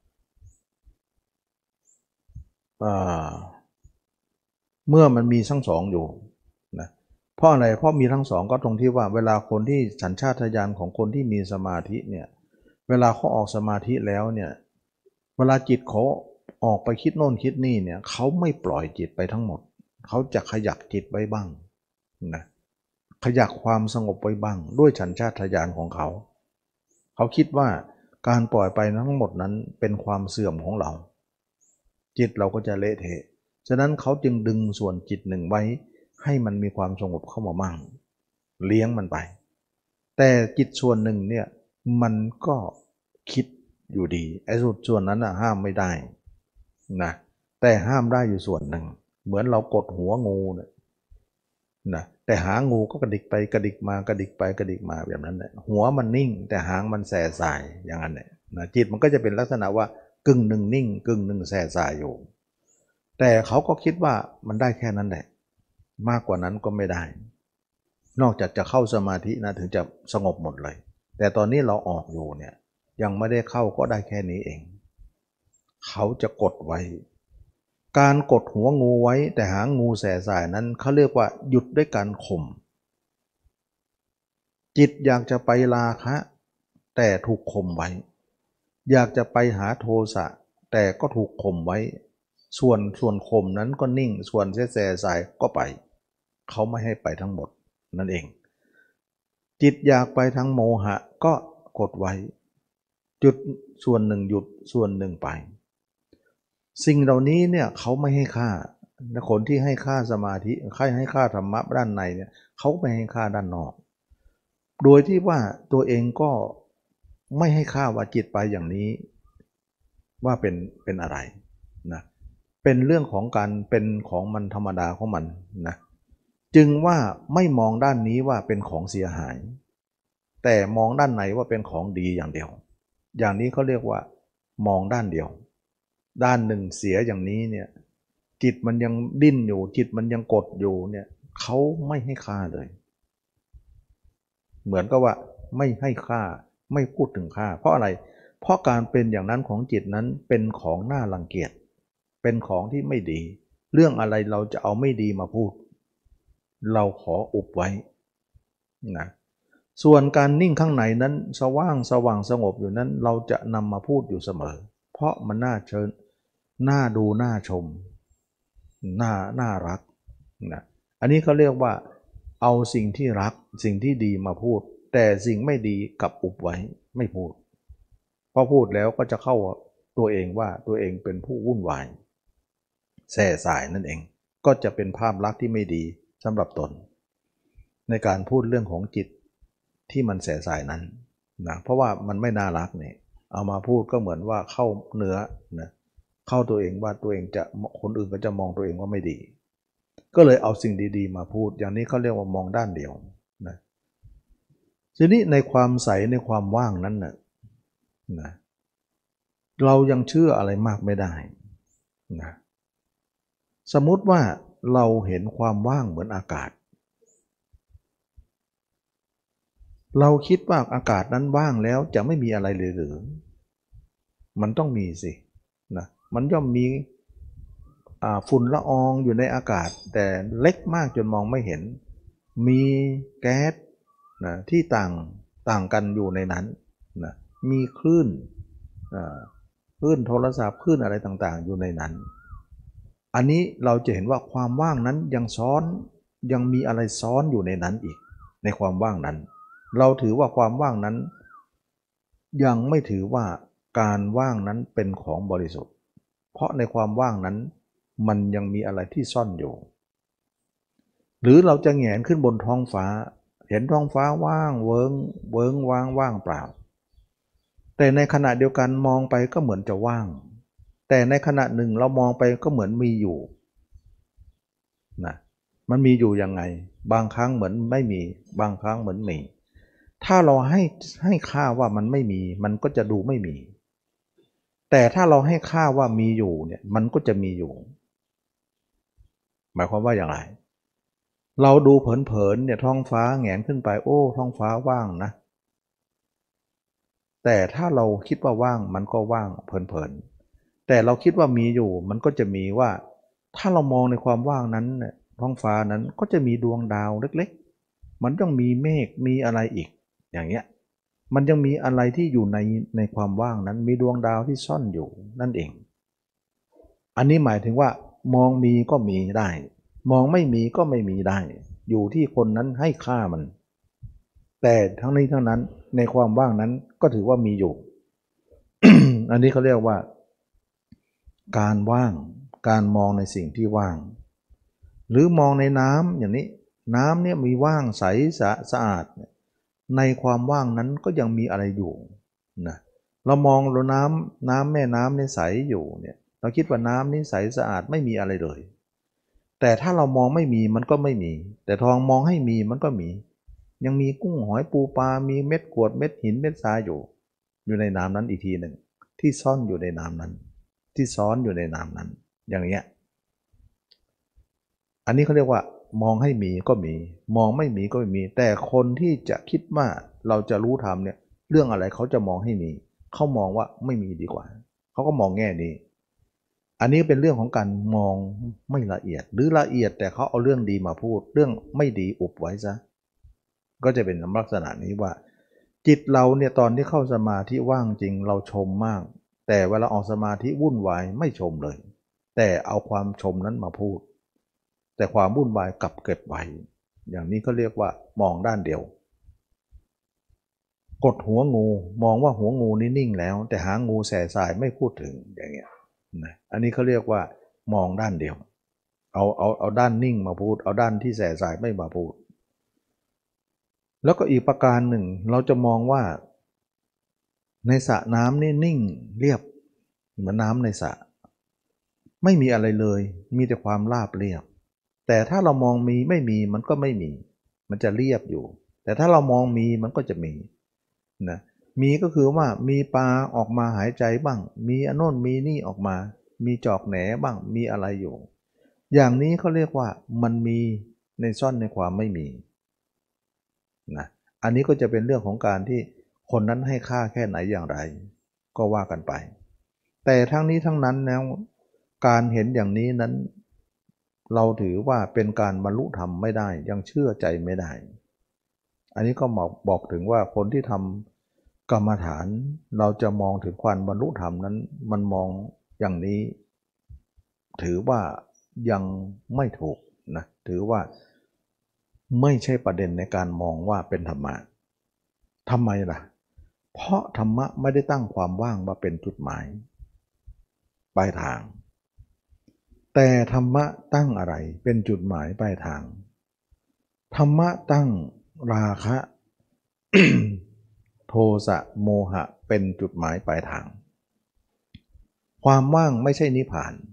เมื่อมันมีทั้งสองอยู่นะเพราะอะไรเพราะมีทั้งสองก็ตรงที่ว่าเวลาคนที่สัญชาตญาณของคนที่มีสมาธิเนี่ยเวลาเขาออกสมาธิแล้วเนี่ยเวลาจิตเขาออกไปคิดโน่นคิดนี่เนี่ยเขาไม่ปล่อยจิตไปทั้งหมดเขาจะขยักจิตไว้บ้างนะขยักความสงบไว้บ้างด้วยสัญชาตญาณของเขาเขาคิดว่าการปล่อยไปทั้งหมดนั้นเป็นความเสื่อมของเราจิตเราก็จะเละเทะฉะนั้นเขาจึงดึงส่วนจิตหนึ่งไว้ให้มันมีความสงบเข้ามามั่งเลี้ยงมันไปแต่จิตส่วนหนึ่งเนี่ยมันก็คิดอยู่ดีไอ้ส่วนนั้นน่ะห้ามไม่ได้นะแต่ห้ามได้อยู่ส่วนหนึ่งเหมือนเรากดหัวงูเนี่ยนะแต่หางงูก็กระดิกไปกระดิกมากระดิกไปกระดิกมาแบบนั้นแหละหัวมันนิ่งแต่หางมันแส่สายอย่างนั้นแหละนะจิตมันก็จะเป็นลักษณะว่ากึ่งหนึ่งนิ่งกึ่งหนึ่งแส่สายอยู่แต่เขาก็คิดว่ามันได้แค่นั้นแหละมากกว่านั้นก็ไม่ได้นอกจากจะเข้าสมาธินะถึงจะสงบหมดเลยแต่ตอนนี้เราออกอยู่เนี่ยยังไม่ได้เข้าก็ได้แค่นี้เองเขาจะกดไว้การกดหัวงูไว้แต่หางงูแส่สายนั้นเขาเรียกว่าหยุดด้วยการข่มจิตอยากจะไปราคะแต่ถูกข่มไว้อยากจะไปหาโทสะแต่ก็ถูกข่มไว้ส่วนส่วนข่มนั้นก็นิ่งส่วนแส่แส่สายก็ไปเขาไม่ให้ไปทั้งหมดนั่นเองจิตอยากไปทางโมหะก็กดไว้จุดส่วนหนึ่งหยุดส่วนหนึ่งไปสิ่งเหล่านี้เนี่ยเขาไม่ให้ค่าคนที่ให้ค่าสมาธิใครให้ค่าธรรมะด้านในเนี่ยเขาไม่ให้ค่าด้านนอกโดยที่ว่าตัวเองก็ไม่ให้ค่าว่าจิตไปอย่างนี้ว่าเป็นเป็นอะไรนะเป็นเรื่องของการเป็นของมันธรรมดาของมันนะจึงว่าไม่มองด้านนี้ว่าเป็นของเสียหายแต่มองด้านไหนว่าเป็นของดีอย่างเดียวอย่างนี้เขาเรียกว่ามองด้านเดียวด้านหนึ่งเสียอย่างนี้เนี่ยจิตมันยังดิ้นอยู่จิตมันยังกดอยู่เนี่ยเขาไม่ให้ค่าเลยเหมือนกับว่าไม่ให้ค่าไม่พูดถึงค่าเพราะอะไรเพราะการเป็นอย่างนั้นของจิตนั้นเป็นของน่ารังเกียจเป็นของที่ไม่ดีเรื่องอะไรเราจะเอาไม่ดีมาพูดเราขออุบไว้นะส่วนการนิ่งข้างในนั้นสว่างสว่างสงบอยู่นั้นเราจะนำมาพูดอยู่เสมอเพราะมันน่าเชิญน่าดูน่าชมน่าน่ารักนะอันนี้เขาเรียกว่าเอาสิ่งที่รักสิ่งที่ดีมาพูดแต่สิ่งไม่ดีกับอุบไว้ไม่พูดเพราะพูดแล้วก็จะเข้าตัวเองว่าตัวเองเป็นผู้วุ่นวายแส่สายนั่นเองก็จะเป็นภาพลักษณ์ที่ไม่ดีสำหรับตนในการพูดเรื่องของจิตที่มันแส่สายนั้นนะเพราะว่ามันไม่น่ารักเนี่ยเอามาพูดก็เหมือนว่าเข้าเนื้อนะเข้าตัวเองว่าตัวเองจะคนอื่นก็จะมองตัวเองว่าไม่ดีก็เลยเอาสิ่งดีๆมาพูดอย่างนี้เขาเรียกว่ามองด้านเดียวนะทีนี้ในความใสในความว่างนั้นนะนะเรายังเชื่ออะไรมากไม่ได้นะสมมุติว่าเราเห็นความว่างเหมือนอากาศเราคิดว่าอากาศนั้นว่างแล้วจะไม่มีอะไรเลยหรือมันต้องมีสินะมันย่อมมีฝุ่นละอองอยู่ในอากาศแต่เล็กมากจนมองไม่เห็นมีแก๊สนะที่ต่างต่างกันอยู่ในนั้นนะมีคลื่นคลื่นโทรศัพท์คลื่นอะไรต่างๆอยู่ในนั้นอันนี้เราจะเห็นว่าความว่างนั้นยังซ้อนยังมีอะไรซ้อนอยู่ในนั้นอีกในความว่างนั้นเราถือว่าความว่างนั้นยังไม่ถือว่าการว่างนั้นเป็นของบริสุทธิ์เพราะในความว่างนั้นมันยังมีอะไรที่ซ่อนอยู่หรือเราจะแหงนขึ้นบนท้องฟ้าเห็นท้องฟ้าว่างเวิงเวิงว่างว่างเปล่าแต่ในขณะเดียวกันมองไปก็เหมือนจะว่างแต่ในขณะหนึ่งเรามองไปก็เหมือนมีอยู่นะมันมีอยู่ยังไงบางครั้งเหมือนไม่มีบางครั้งเหมือนมีถ้าเราให้ให้ค่าว่ามันไม่มีมันก็จะดูไม่มีแต่ถ้าเราให้ค่าว่ามีอยู่เนี่ยมันก็จะมีอยู่หมายความว่าอย่างไรเราดูเผินๆเนี่ยท้องฟ้าแหงนขึ้นไปโอ้ท้องฟ้าว่างนะแต่ถ้าเราคิดว่าว่างมันก็ว่างเผินๆแต่เราคิดว่ามีอยู่มันก็จะมีว่าถ้าเรามองในความว่างนั้นเนี่ยท้องฟ้านั้นก็จะมีดวงดาวเล็กๆมันต้องมีเมฆมีอะไรอีกอย่างเงี้ยมันยังมีอะไรที่อยู่ในในความว่างนั้นมีดวงดาวที่ซ่อนอยู่นั่นเองอันนี้หมายถึงว่ามองมีก็มีได้มองไม่มีก็ไม่มีได้อยู่ที่คนนั้นให้ค่ามันแต่ทั้งนี้ทั้งนั้นในความว่างนั้นก็ถือว่ามีอยู่ อันนี้เขาเรียกว่าการว่างการมองในสิ่งที่ว่างหรือมองในน้ำอย่างนี้น้ำเนี่ยมีว่างใสสะสะอาดในความว่างนั้นก็ยังมีอะไรอยู่นะเรามองเราน้ำน้ำแม่น้ำเนี่ยใสอยู่เนี่ยเราคิดว่าน้ำนี้ใสสะอาดไม่มีอะไรเลยแต่ถ้าเรามองไม่มีมันก็ไม่มีแต่ทองมองให้มีมันก็มียังมีกุ้งหอยปูปลามีเม็ดกรวดเม็ดหินเม็ดทรายอยู่อยู่ในน้ำนั้นอีกทีหนึ่งที่ซ่อนอยู่ในน้ำนั้นที่ซ้อนอยู่ในน้ำนั้นอย่างเงี้ยอันนี้เขาเรียกว่ามองให้มีก็มีมองไม่มีก็ไม่มีแต่คนที่จะคิดว่าเราจะรู้ธรรมเนี่ยเรื่องอะไรเขาจะมองให้มีเขามองว่าไม่มีดีกว่าเขาก็มองแง่นี้อันนี้เป็นเรื่องของการมองไม่ละเอียดหรือละเอียดแต่เขาเอาเรื่องดีมาพูดเรื่องไม่ดีอุบไว้ซะก็จะเป็นลักษณะนี้ว่าจิตเราเนี่ยตอนที่เข้าสมาธิว่างจริงเราชมมากแต่เวลาออกสมาธิวุ่นวายไม่ชมเลยแต่เอาความชมนั้นมาพูดแต่ความวุ่นวายกลับเก็บไว้อย่างนี้ก็เรียกว่ามองด้านเดียวกดหัวงูมองว่าหัวงูนี่นิ่งแล้วแต่หางูแส่สายไม่พูดถึงอย่างเงี้ยนะอันนี้เขาเรียกว่ามองด้านเดียวเอาเอาเอาด้านนิ่งมาพูดเอาด้านที่แส่สายไม่มาพูดแล้วก็อีกประการหนึ่งเราจะมองว่าในสระน้ำนี่นิ่งเรียบเหมือนน้ำในสระไม่มีอะไรเลยมีแต่ความราบเรียบแต่ถ้าเรามองมีไม่มีมันก็ไม่มีมันจะเรียบอยู่แต่ถ้าเรามองมีมันก็จะมีนะมีก็คือว่ามีปลาออกมาหายใจบ้างมีอันโน้นมีนี่ออกมามีจอกแหนบ้างมีอะไรอยู่อย่างนี้เขาเรียกว่ามันมีในซ่อนในความไม่มีนะอันนี้ก็จะเป็นเรื่องของการที่คนนั้นให้ค่าแค่ไหนอย่างไรก็ว่ากันไปแต่ทั้งนี้ทั้งนั้นแล้วการเห็นอย่างนี้นั้นเราถือว่าเป็นการบรรลุธรรมไม่ได้ยังเชื่อใจไม่ได้อันนี้ก็บอกบอกถึงว่าคนที่ทำกรรมฐานเราจะมองถึงความบรรลุธรรมนั้นมันมองอย่างนี้ถือว่ายังไม่ถูกนะถือว่าไม่ใช่ประเด็นในการมองว่าเป็นธรรมะทำไมล่ะเพราะธรรมะไม่ได้ตั้งความว่างมาเป็นจุดหมายปลายทางแต่ธรรมะตั้งอะไรเป็นจุดหมายปลายทางธรรมะตั้งราคะ โทสะโมหะเป็นจุดหมายปลายทางความว่างไม่ใช่นิพพาน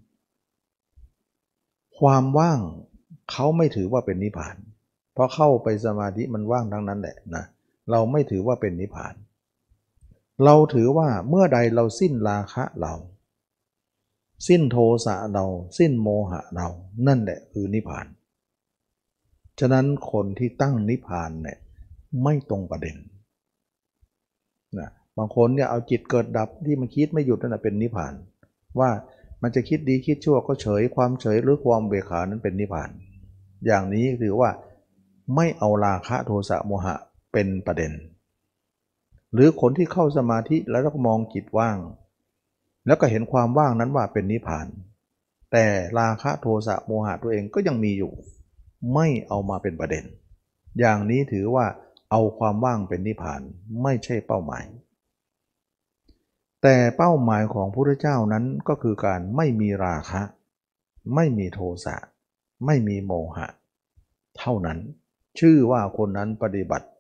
ความว่างเขาไม่ถือว่าเป็นนิพพานเพราะเข้าไปสมาธิมันว่างทั้งนั้นแหละนะเราไม่ถือว่าเป็นนิพพานเราถือว่าเมื่อใดเราสิ้นราคะเราสิ้นโทสะเราสิ้นโมหะเรานั่นแหละคือนิพพานฉะนั้นคนที่ตั้งนิพพานเนี่ยไม่ตรงประเด็นนะบางคนเนี่ยเอาจิตเกิดดับที่มันคิดไม่หยุดนั่นแหะเป็นนิพพานว่ามันจะคิดดีคิดชั่วก็เฉยความเฉยหรือความเบขานั้นเป็นนิพพานอย่างนี้ถือว่าไม่เอาราคะโทสะโมหะเป็นประเด็นหรือคนที่เข้าสมาธิแล้วก็มองจิตว่างแล้วก็เห็นความว่างนั้นว่าเป็นนิพพานแต่ราคะโทสะโมหะตัวเองก็ยังมีอยู่ไม่เอามาเป็นประเด็นอย่างนี้ถือว่าเอาความว่างเป็นนิพพานไม่ใช่เป้าหมายแต่เป้าหมายของพระพุทธเจ้านั้นก็คือการไม่มีราคะไม่มีโทสะไม่มีโมหะเท่านั้นชื่อว่าคนนั้นปฏิบัติ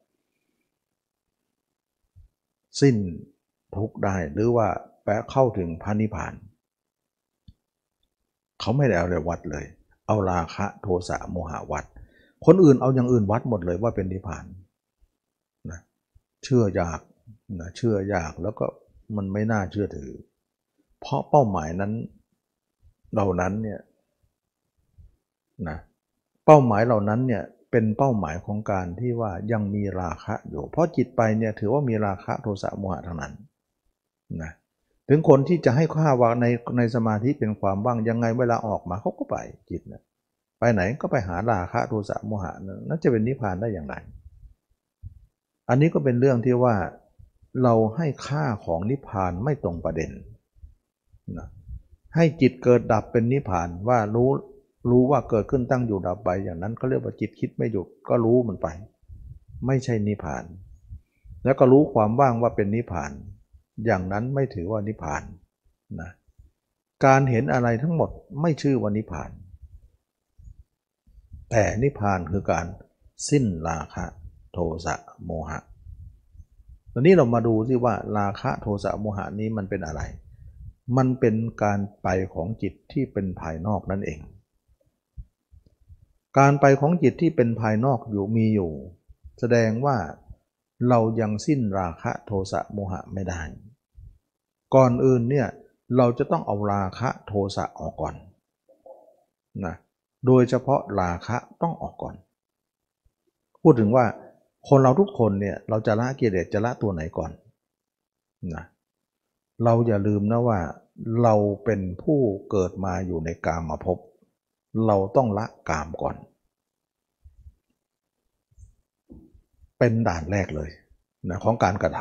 สิ้นทุกข์ได้หรือว่าแปะเข้าถึงพระนิพพานเขาไม่ได้เอาอะไรวัดเลยเอาราคะโทสะโมหะวัดคนอื่นเอาอย่างอื่นวัดหมดเลยว่าเป็นนิพพานนะเชื่อยากนะเชื่อยากแล้วก็มันไม่น่าเชื่อถือเพราะเป้าหมายนั้นเหล่านั้นเนี่ยนะเป้าหมายเหล่านั้นเนี่ยเป็นเป้าหมายของการที่ว่ายังมีราคะอยู่เพราะจิตไปเนี่ยถือว่ามีราคะโทสะโมหะทั้งนั้นนะถึงคนที่จะให้ค่าว่าในในสมาธิเป็นความว่างยังไงเวลาออกมาเขาก็ไปจิตนะไปไหนก็ไปหาราคะโทสะโมหะนั่นจะเป็นนิพพานได้อย่างไรอันนี้ก็เป็นเรื่องที่ว่าเราให้ค่าของนิพพานไม่ตรงประเด็นนะให้จิตเกิดดับเป็นนิพพานว่ารู้รู้ว่าเกิดขึ้นตั้งอยู่ดับไปอย่างนั้นเขาเรียกว่าจิตคิดไม่หยุดก็รู้มันไปไม่ใช่นิพพานแล้วก็รู้ความว่างว่าเป็นนิพพานอย่างนั้นไม่ถือว่านิพพานนะการเห็นอะไรทั้งหมดไม่ชื่อว่านิพพานแต่นิพพานคือการสิ้นราคะโทสะโมหะตอนนี้เรามาดูสิว่าราคะโทสะโมหะนี้มันเป็นอะไรมันเป็นการไปของจิตที่เป็นภายนอกนั่นเองการไปของจิตที่เป็นภายนอกอยู่มีอยู่แสดงว่าเรายังสิ้นราคะโทสะโมหะไม่ได้ก่อนอื่นเนี่ยเราจะต้องเอาราคะโทสะออกก่อนนะโดยเฉพาะราคะต้องออกก่อนพูดถึงว่าคนเราทุกคนเนี่ยเราจะละกิเลสจะละตัวไหนก่อนนะเราอย่าลืมนะว่าเราเป็นผู้เกิดมาอยู่ในกามภพเราต้องละกามก่อนเป็นด่านแรกเลยนะของการกระ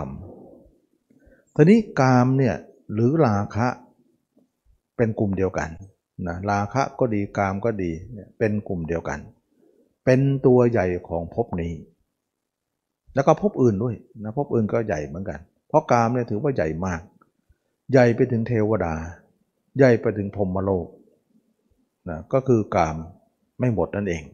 ทำทีนี้กามเนี่ยหรือราคะเป็นกลุ่มเดียวกันนะราคะก็ดีกามก็ดีเป็นกลุ่มเดียวกันเป็นตัวใหญ่ของภพนี้แล้วก็ภพอื่นด้วยนะภพอื่นก็ใหญ่เหมือนกันเพราะกามเนี่ยถือว่าใหญ่มากใหญ่ไปถึงเทวดาใหญ่ไปถึงพรหมโลกนะก็คือกามไม่หมดนั่นเอง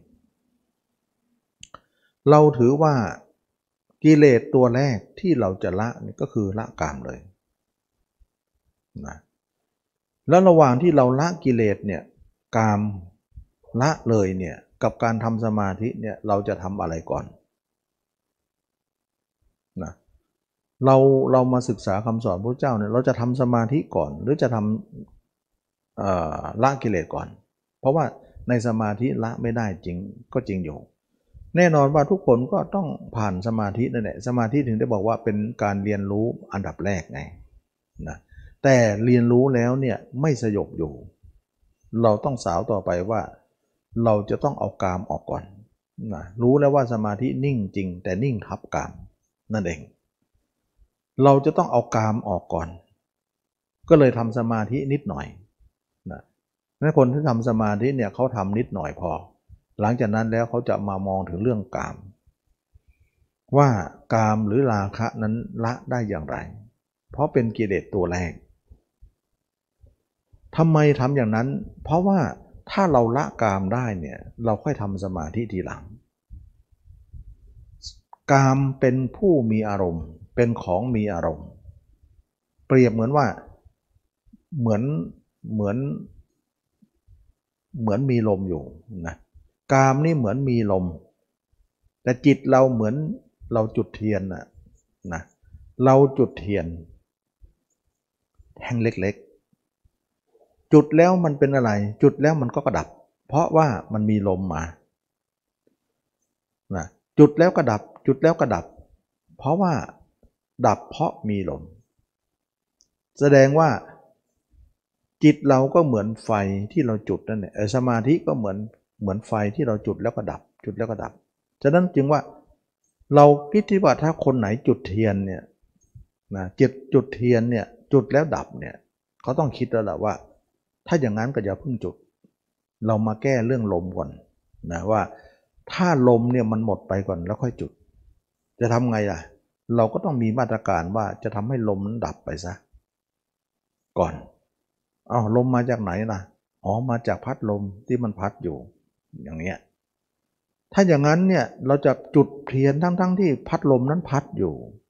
เราถือว่ากิเลสตัวแรกที่เราจะละนี่ก็คือละกามเลยนะแล้วระหว่างที่เราละกิเลสเนี่ยกามละเลยเนี่ยกับการทำสมาธิเนี่ยเราจะทำอะไรก่อนนะเราเรามาศึกษาคำสอนพระเจ้าเนี่ยเราจะทำสมาธิก่อนหรือจะทำละกิเลสก่อนเพราะว่าในสมาธิละไม่ได้จริงก็จริงอยู่แน่นอนว่าทุกคนก็ต้องผ่านสมาธินั่นแหละสมาธิถึงได้บอกว่าเป็นการเรียนรู้อันดับแรกไงนะแต่เรียนรู้แล้วเนี่ยไม่สยบอยู่เราต้องสาวต่อไปว่าเราจะต้องเอากามออกก่อนนะรู้แล้วว่าสมาธินิ่งจริงแต่นิ่งทับกามนั่นเองเราจะต้องเอากามออกก่อนก็เลยทำสมาธินิดหน่อยนะนั่นคนที่ทำสมาธิเนี่ยเขาทำนิดหน่อยพอหลังจากนั้นแล้วเขาจะมามองถึงเรื่องกามว่ากามหรือราคะนั้นละได้อย่างไรเพราะเป็นกิเลสตัวแรกทำไมทำอย่างนั้นเพราะว่าถ้าเราละกามได้เนี่ยเราค่อยทำสมาธิทีหลังกามเป็นผู้มีอารมณ์เป็นของมีอารมณ์เปรียบเหมือนว่าเหมือนเหมือนเหมือนมีลมอยู่นะกามนี่เหมือนมีลมแต่จิตเราเหมือนเราจุดเทียนนะนะเราจุดเทียนแท่งเล็กๆจุดแล้วมันเป็นอะไรจุดแล้วมันก็กระดับเพราะว่ามันมีลมมานะจุดแล้วก็ดับจุดแล้วก็ดับเพราะว่าดับเพราะมีลมแสดงว่าจิตเราก็เหมือนไฟที่เราจุดนั่นแหละสมาธิก็เหมือนเหมือนไฟที่เราจุดแล้วก็ดับจุดแล้วก็ดับฉะนั้นจึงว่าเราคิดที่ว่าถ้าคนไหนจุดเทียนเนี่ยนะจิตจุดเทียนเนี่ยจุดแล้วดับเนี่ยเขาต้องคิดแล้วแหละว่าถ้าอย่างนั้นก็อย่าเพิ่งจุดเรามาแก้เรื่องลมก่อนนะว่าถ้าลมเนี่ยมันหมดไปก่อนแล้วค่อยจุดจะทำไงล่ะเราก็ต้องมีมาตรการว่าจะทำให้ลมนั้นดับไปซะก่อนอ้าวลมมาจากไหนล่ะอ๋อมาจากพัดลมที่มันพัดอยู่อย่างเนี้ยถ้าอย่างนั้นเนี่ยเราจะจุดเทียนทั้งๆ ท, ที่พัดลมนั้นพัดอยู่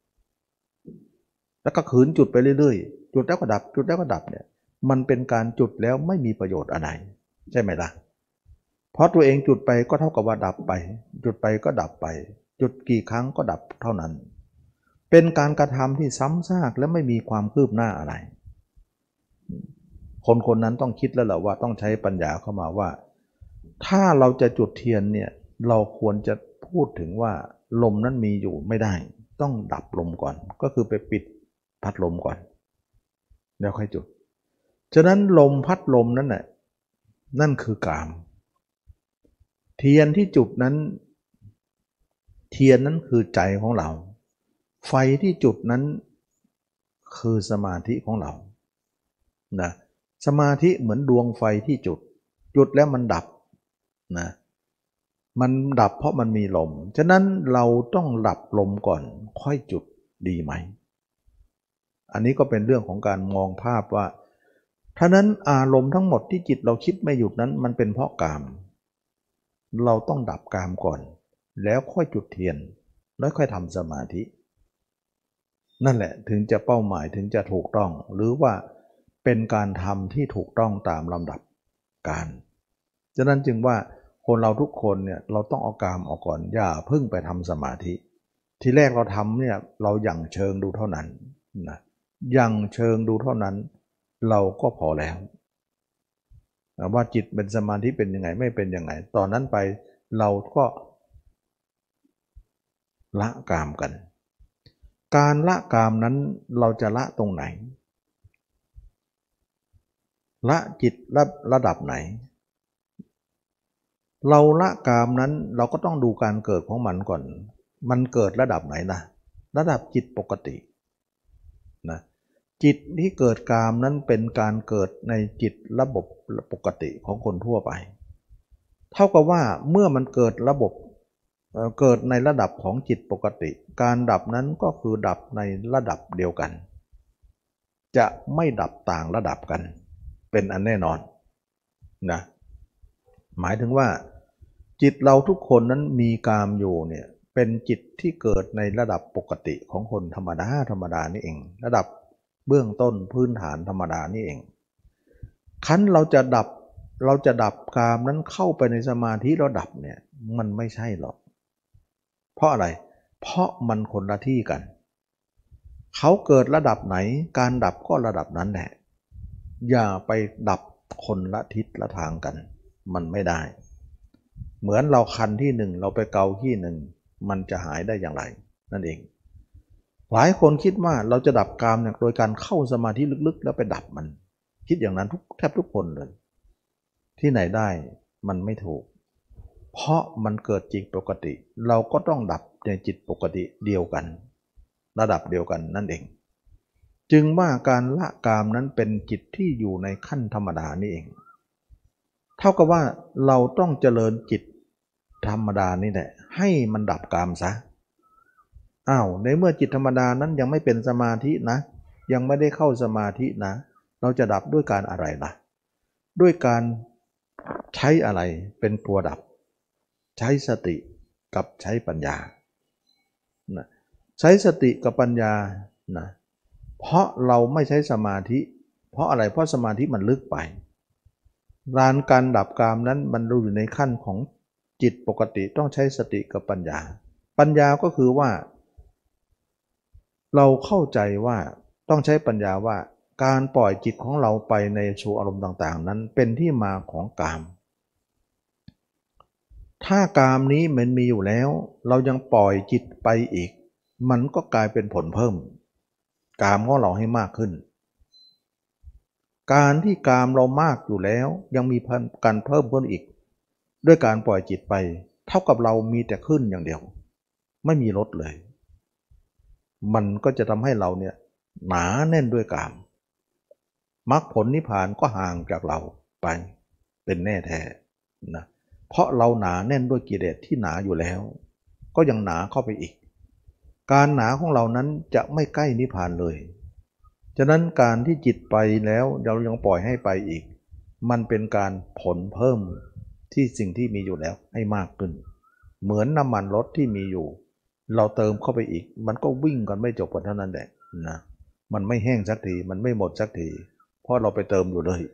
แล้วก็ขืนจุดไปเรื่อยๆจุดแล้วก็ดับจุดแล้วก็ดับเนี่ยมันเป็นการจุดแล้วไม่มีประโยชน์อะไรใช่ไหมล่ะเพราะตัวเองจุดไปก็เท่ากับว่าดับไปจุดไปก็ดับไปจุดกี่ครั้งก็ดับเท่านั้นเป็นการกระทำที่ซ้ำซากและไม่มีความคืบหน้าอะไรคนคนนั้นต้องคิดแล้วแหละว่าต้องใช้ปัญญาเข้ามาว่าถ้าเราจะจุดเทียนเนี่ยเราควรจะพูดถึงว่าลมนั้นมีอยู่ไม่ได้ต้องดับลมก่อนก็คือไปปิดพัดลมก่อนแล้วค่อยจุดฉะนั้นลมพัดลมนั้นน่ะนั่นคือกามเทียนที่จุดนั้นเทียนนั้นคือใจของเราไฟที่จุดนั้นคือสมาธิของเรานะสมาธิเหมือนดวงไฟที่จุดจุดแล้วมันดับนะมันดับเพราะมันมีลมฉะนั้นเราต้องดับลมก่อนค่อยจุดดีไหมอันนี้ก็เป็นเรื่องของการมองภาพว่าถ้านั้นอารมณ์ทั้งหมดที่จิตเราคิดไม่หยุดนั้นมันเป็นเพราะกามเราต้องดับกามก่อนแล้วค่อยจุดเทียนแล้วค่อยทำสมาธินั่นแหละถึงจะเป้าหมายถึงจะถูกต้องหรือว่าเป็นการทำที่ถูกต้องตามลำดับการฉะนั้นจึงว่าคนเราทุกคนเนี่ยเราต้องเอากามออกก่อนอย่าเพิ่งไปทำสมาธิทีแรกเราทำเนี่ยเราหยั่งเชิงดูเท่านั้นนะหยั่งเชิงดูเท่านั้นเราก็พอแล้วว่าจิตเป็นสมาธิเป็นยังไงไม่เป็นยังไงตอนนั้นไปเราก็ละกามกันการละกามนั้นเราจะละตรงไหนละจิตระระดับไหนเราละกามนั้นเราก็ต้องดูการเกิดของมันก่อนมันเกิดระดับไหนนะระดับจิตปกตินะจิตที่เกิดกามนั้นเป็นการเกิดในจิตระบบปกติของคนทั่วไปเท่ากับว่าเมื่อมันเกิดระบบเกิดในระดับของจิตปกติการดับนั้นก็คือดับในระดับเดียวกันจะไม่ดับต่างระดับกันเป็นอันแน่นอนนะหมายถึงว่าจิตเราทุกคนนั้นมีกามอยู่เนี่ยเป็นจิตที่เกิดในระดับปกติของคนธรรมดาธรรมดานี่เองระดับเบื้องต้นพื้นฐานธรรมดานี่เองคันเราจะดับเราจะดับกามนั้นเข้าไปในสมาธิเราดับเนี่ยมันไม่ใช่หรอกเพราะอะไรเพราะมันคนละที่กันเขาเกิดระดับไหนการดับก็ระดับนั้นแหละอย่าไปดับคนละทิศละทางกันมันไม่ได้เหมือนเราคันที่หนึ่งเราไปเกาที่หนึ่งมันจะหายได้อย่างไรนั่นเองหลายคนคิดว่าเราจะดับกามเนี่ยโดยการเข้าสมาธิลึกๆแล้วไปดับมันคิดอย่างนั้นทุกแทบทุกคนเลยที่ไหนได้มันไม่ถูกเพราะมันเกิดจิตปกติเราก็ต้องดับในจิตปกติเดียวกันระดับเดียวกันนั่นเองจึงว่าการละกามนั้นเป็นจิตที่อยู่ในขั้นธรรมดานี่เองเท่ากับว่าเราต้องเจริญจิตธรรมดานี่แหละให้มันดับกามซะอ้าวในเมื่อจิตธรรมดานั้นยังไม่เป็นสมาธินะยังไม่ได้เข้าสมาธินะเราจะดับด้วยการอะไรล่ะด้วยการใช้อะไรเป็นตัวดับใช้สติกับใช้ปัญญานะใช้สติกับปัญญานะเพราะเราไม่ใช้สมาธิเพราะอะไรเพราะสมาธิมันลึกไปการการดับกามนั้นมันอยู่ในขั้นของจิตปกติต้องใช้สติกับปัญญาปัญญาก็คือว่าเราเข้าใจว่าต้องใช้ปัญญาว่าการปล่อยจิตของเราไปในสู่อารมณ์ต่างๆนั้นเป็นที่มาของกามถ้ากามนี้มันมีอยู่แล้วเรายังปล่อยจิตไปอีกมันก็กลายเป็นผลเพิ่มกามของเราให้มากขึ้นการที่กามเรามากอยู่แล้วยังมีการเพิ่มขึ้นอีกด้วยการปล่อยจิตไปเท่ากับเรามีแต่ขึ้นอย่างเดียวไม่มีลดเลยมันก็จะทำให้เราเนี่ยหนาแน่นด้วยกามมรรคผลนิพพานก็ห่างจากเราไปเป็นแน่แท้นะเพราะเราหนาแน่นด้วยกิเลสที่หนาอยู่แล้วก็ยังหนาเข้าไปอีกการหนาของเรานั้นจะไม่ใกล้นิพพานเลยฉะนั้นการที่จิตไปแล้วเรายังปล่อยให้ไปอีกมันเป็นการผลเพิ่มที่สิ่งที่มีอยู่แล้วให้มากขึ้นเหมือนน้ำมันรถที่มีอยู่เราเติมเข้าไปอีกมันก็วิ่งกันไม่จบกันเท่านั้นแหละนะมันไม่แห้งสักทีมันไม่หมดสักทีเพราะเราไปเติมอยู่เลย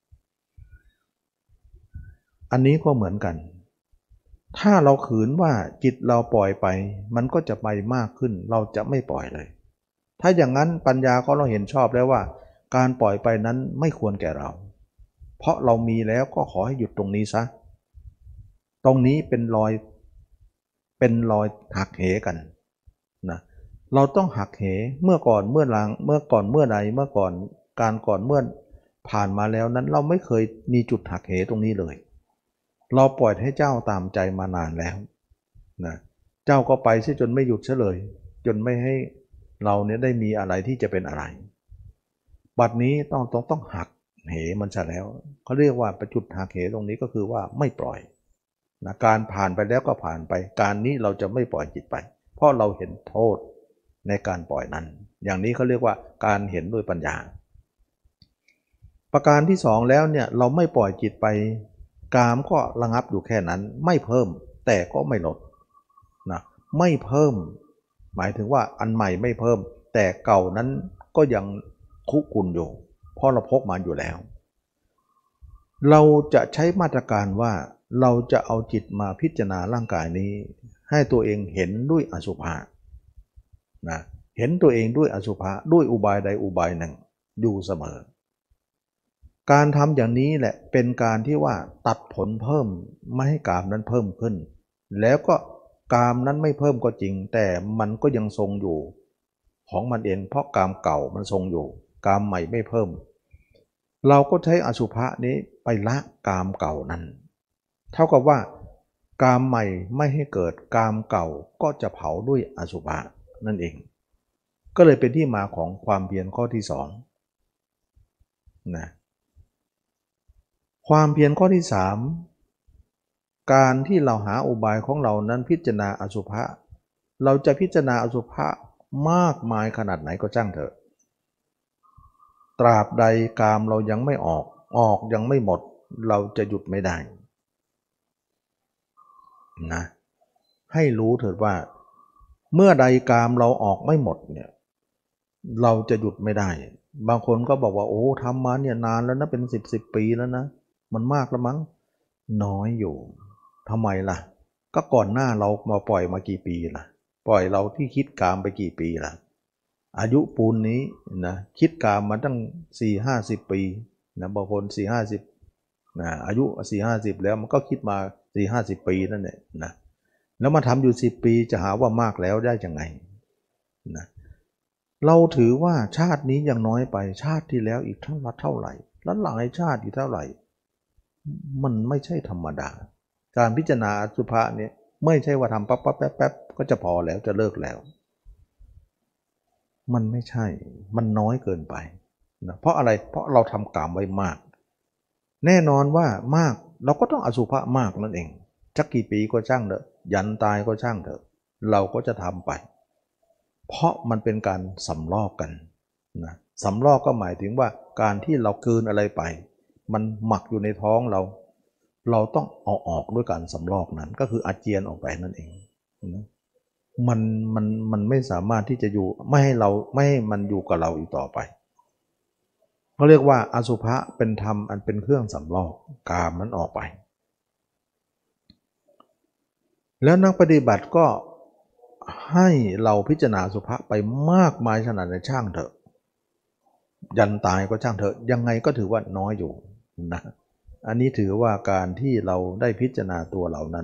อันนี้ก็เหมือนกันถ้าเราขืนว่าจิตเราปล่อยไปมันก็จะไปมากขึ้นเราจะไม่ปล่อยเลยถ้าอย่างนั้นปัญญาก็เราเห็นชอบแล้วว่าการปล่อยไปนั้นไม่ควรแก่เราเพราะเรามีแล้วก็ขอให้หยุดตรงนี้ซะตรงนี้เป็นรอยเป็นรอยหักเหกันนะเราต้องหักเหเมื่อก่อนเมื่อหลังเมื่อก่อนเมื่อใดเมื่อก่อนการก่อนเมื่อผ่านมาแล้วนั้นเราไม่เคยมีจุดหักเหตรงนี้เลยเราปล่อยให้เจ้าตามใจมานานแล้วนะเจ้าก็ไปซะจนไม่หยุดซะเลยจนไม่ให้เราเนี่ยได้มีอะไรที่จะเป็นอะไรบัดนี้ต้องต้องต้องหักเหมันซะแล้วเขาเรียกว่าประจุดหักเหตรงนี้ก็คือว่าไม่ปล่อยนะการผ่านไปแล้วก็ผ่านไปการนี้เราจะไม่ปล่อยจิตไปเพราะเราเห็นโทษในการปล่อยนั้นอย่างนี้เขาเรียกว่าการเห็นด้วยปัญญาประการที่สองแล้วเนี่ยเราไม่ปล่อยจิตไปกามก็ระงับอยู่แค่นั้นไม่เพิ่มแต่ก็ไม่ลดนะไม่เพิ่มหมายถึงว่าอันใหม่ไม่เพิ่มแต่เก่านั้นก็ยังคุกุ่นอยู่เพราะเราพกมาอยู่แล้วเราจะใช้มาตรการว่าเราจะเอาจิตมาพิจารณาร่างกายนี้ให้ตัวเองเห็นด้วยอสุภะนะเห็นตัวเองด้วยอสุภะด้วยอุบายใดอุบายหนึ่งอยู่เสมอการทำอย่างนี้แหละเป็นการที่ว่าตัดผลเพิ่มไม่ให้กามนั้นเพิ่มขึ้นแล้วก็กามนั้นไม่เพิ่มก็จริงแต่มันก็ยังทรงอยู่ของมันเองเพราะกามเก่ามันทรงอยู่กามใหม่ไม่เพิ่มเราก็ใช้อสุภะนี้ไปละกามเก่านั้นเท่ากับว่ากามใหม่ไม่ให้เกิดกามเก่าก็จะเผาด้วยอสุภะนั่นเองก็เลยเป็นที่มาของความเพียรข้อที่สองนะความเพียรข้อที่สามการที่เราหาอุบายของเรานั้นพิจารณาอสุภะเราจะพิจารณาอสุภะมากมายขนาดไหนก็ช่างเถอะตราบใดกามเรายังไม่ออกออกยังไม่หมดเราจะหยุดไม่ได้นะให้รู้เถิดว่าเมื่อใดกามเราออกไม่หมดเนี่ยเราจะหยุดไม่ได้บางคนก็บอกว่าโอ้ทำมาเนี่ยนานแล้วนะเป็นสิบสิบปีแล้วนะมันมากแล้วมั้งน้อยอยู่ทำไมล่ะก็ก่อนหน้าเรามาปล่อยมากี่ปีล่ะปล่อยเราที่คิดกามไปกี่ปีล่ะอายุปูนนี้นะคิดกามมาตั้งสี่ห้าสิบปีนะบางคนสี่ห้าสิบนะอายุสี่ห้าสิบแล้วมันก็คิดมาสี่ห้าสิบปีนั่นแหละนะแล้วมาทำอยู่สิบปีจะหาว่ามากแล้วได้ยังไงนะเราถือว่าชาตินี้ยังน้อยไปชาติที่แล้วอีกเท่าเท่าไหร่แล้วหลายชาติอีกเท่าไหร่มันไม่ใช่ธรรมดาการพิจารณาอสุภะเนี่ยไม่ใช่ว่าทำปั๊บปั๊บแป๊บแป๊บก็จะพอแล้วจะเลิกแล้วมันไม่ใช่มันน้อยเกินไปนะเพราะอะไรเพราะเราทำกรรมไว้มากแน่นอนว่ามากเราก็ต้องอสุภะมากนั่นเองจักกี่ปีก็ช่างเถอะยันตายก็ช่างเถอะเราก็จะทำไปเพราะมันเป็นการสำลอกกันนะสำลอกก็หมายถึงว่าการที่เรากลืนอะไรไปมันหมักอยู่ในท้องเราเราต้องเอาออกด้วยการสำลอกนั้นก็คืออาเจียนออกไปนั่นเองนะมันมันมันไม่สามารถที่จะอยู่ไม่ให้เราไม่ให้มันอยู่กับเราอีกต่อไปเขาเรียกว่าอสุภะเป็นธรรมอันเป็นเครื่องสำลอกกามนั้นออกไปแล้วนักปฏิบัติก็ให้เราพิจารณาอสุภะไปมากมายขนาดในช่างเถอะยันตายก็ช่างเถอะยังไงก็ถือว่าน้อยอยู่นะอันนี้ถือว่าการที่เราได้พิจารณาตัวเรานั้น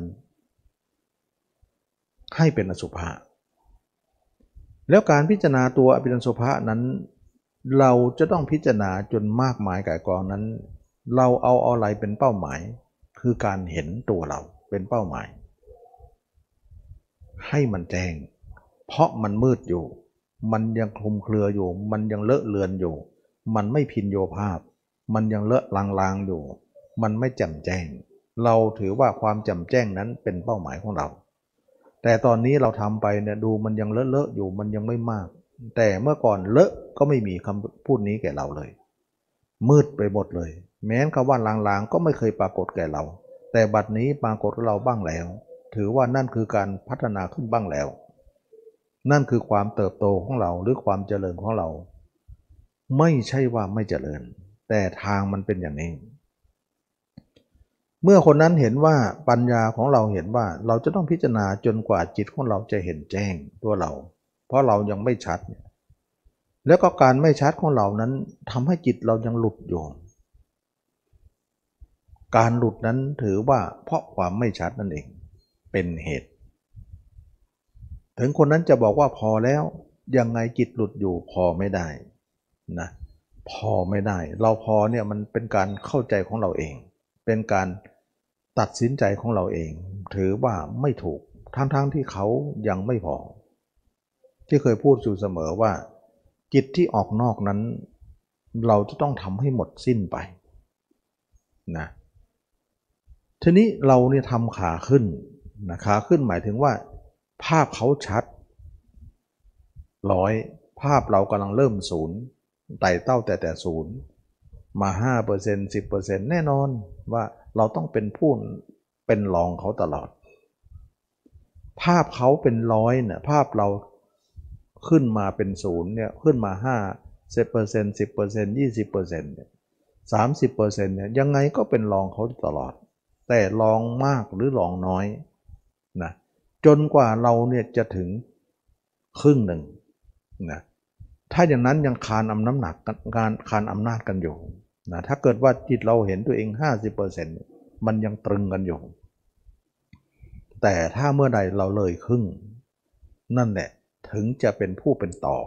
ให้เป็นอสุภะแล้วการพิจารณาตัวเป็นอสุภะนั้นเราจะต้องพิจารณาจนมากมายก่ายกองนั้นเราเอาอะไรเป็นเป้าหมายคือการเห็นตัวเราเป็นเป้าหมายให้มันแจ้งเพราะมันมืดอยู่มันยังคลุมเครืออยู่มันยังเลอะเลือนอยู่มันไม่พินโยภาพมันยังเลอะลางๆอยู่มันไม่แจ่มแจ้งเราถือว่าความแจ่มแจ้งนั้นเป็นเป้าหมายของเราแต่ตอนนี้เราทำไปเนี่ยดูมันยังเลอะๆอยู่มันยังไม่มากแต่เมื่อก่อนเลอะก็ไม่มีคำพูดนี้แก่เราเลยมืดไปหมดเลยแม้นคำว่าลางๆก็ไม่เคยปรากฏแก่เราแต่บัดนี้ปรากฏกับเราบ้างแล้วถือว่านั่นคือการพัฒนาขึ้นบ้างแล้วนั่นคือความเติบโตของเราหรือความเจริญของเราไม่ใช่ว่าไม่เจริญแต่ทางมันเป็นอย่างนี้เมื่อคนนั้นเห็นว่าปัญญาของเราเห็นว่าเราจะต้องพิจารณาจนกว่าจิตของเราจะเห็นแจ้งตัวเราเพราะเรายังไม่ชัดแล้วก็การไม่ชัดของเรานั้นทำให้จิตเรายังหลุดอยู่การหลุดนั้นถือว่าเพราะความไม่ชัดนั่นเองเป็นเหตุถึงคนนั้นจะบอกว่าพอแล้วยังไงจิตหลุดอยู่พอไม่ได้นะพอไม่ได้เราพอเนี่ยมันเป็นการเข้าใจของเราเองเป็นการตัดสินใจของเราเองถือว่าไม่ถูกทั้งๆ ท, ที่เขายังไม่พอที่เคยพูดอยู่เสมอว่าจิตที่ออกนอกนั้นเราจะต้องทำให้หมดสิ้นไปนะทีนี้เราเนี่ยทำขาขึ้นนะขาขึ้นหมายถึงว่าภาพเขาชัดร้อยภาพเรากำลังเริ่มศูนย์ไต่เต้าแต่แต่ศูนย์มา ห้าเปอร์เซ็นต์ สิบเปอร์เซ็นต์ แน่นอนว่าเราต้องเป็นผู้เป็นรองเขาตลอดภาพเขาเป็นร้อยเนี่ยภาพเราขึ้นมาเป็นศูนย์เนี่ยขึ้นมาห้า สิบเปอร์เซ็นต์ สิบเปอร์เซ็นต์ ยี่สิบเปอร์เซ็นต์เนี่ยสามสิบเปอร์เซ็นต์เนี่ยยังไงก็เป็นรองเขาตลอดแต่รองมากหรือรองน้อยนะจนกว่าเราเนี่ยจะถึงครึ่งหนึ่งนะถ้าอย่างนั้นยังคานอำน้ำหนักการคานอำนาจกันอยู่นะถ้าเกิดว่าจิตเราเห็นตัวเอง ห้าสิบเปอร์เซ็นต์ มันยังตรึงกันอยู่แต่ถ้าเมื่อใดเราเลยครึ่งนั่นแหละถึงจะเป็นผู้เป็นต่อ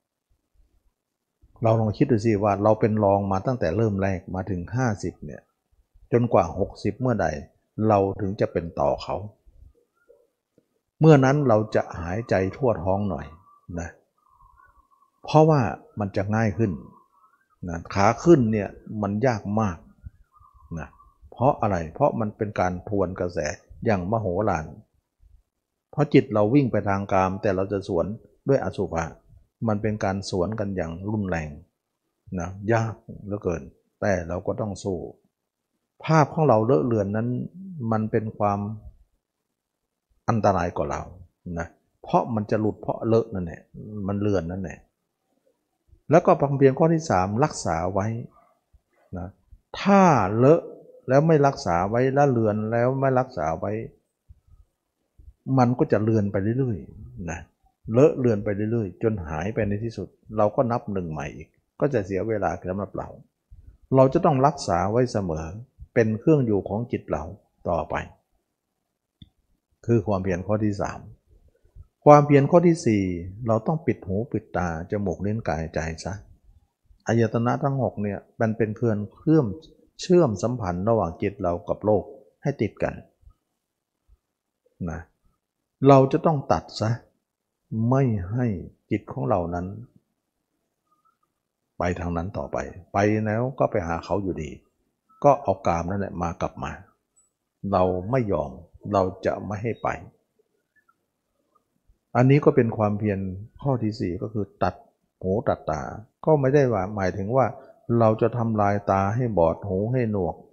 เราลองคิดดูสิว่าเราเป็นรองมาตั้งแต่เริ่มแรกมาถึงห้าสิบเนี่ยจนกว่าหกสิบเมื่อใดเราถึงจะเป็นต่อเขาเมื่อนั้นเราจะหายใจทั่วท้องหน่อยนะเพราะว่ามันจะง่ายขึ้นนะขาขึ้นเนี่ยมันยากมากนะเพราะอะไรเพราะมันเป็นการทวนกระแสอย่างมโหฬารเพราะจิตเราวิ่งไปทางกามแต่เราจะสวนด้วยอสุภะมันเป็นการสวนกันอย่างรุนแรงนะยากเหลือเกินแต่เราก็ต้องสู้ภาพของเราเลอะเลือนนั้นมันเป็นความอันตรายกว่าเรานะเพราะมันจะหลุดเพราะเลอะนั่นแหละมันเลือนนั่นแหละแล้วก็ความเพียรข้อที่สามรักษาไว้นะถ้าเลอะแล้วไม่รักษาไว้ละเลือนแล้วไม่รักษาไว้มันก็จะเลือนไปเรื่อยๆนะเลอะเลือนไปเรื่อยๆจนหายไปในที่สุดเราก็นับหนึ่งใหม่อีกก็จะเสียเวลาสำหรับเราเราจะต้องรักษาไว้เสมอเป็นเครื่องอยู่ของจิตเราต่อไปคือความเพียรข้อที่สามความเพียรข้อที่สี่เราต้องปิดหูปิดตาจมูกลิ้นกายใจซะอายตนะทั้งหกเนี่ยมันเป็นเครื่องเชื่อมเชื่อมสัมพันธ์ระหว่างจิตเรากับโลกให้ติดกันนะเราจะต้องตัดซะไม่ให้จิตของเรานั้นไปทางนั้นต่อไปไปแล้วก็ไปหาเขาอยู่ดีก็เอากามนั่นแหละมากลับมาเราไม่ยอมเราจะไม่ให้ไปอันนี้ก็เป็นความเพียรข้อที่สี่ก็คือตัดหูตัดตาก็ไม่ได้ว่าหมายถึงว่าเราจะทำลายตาให้บอดหูให้หนวก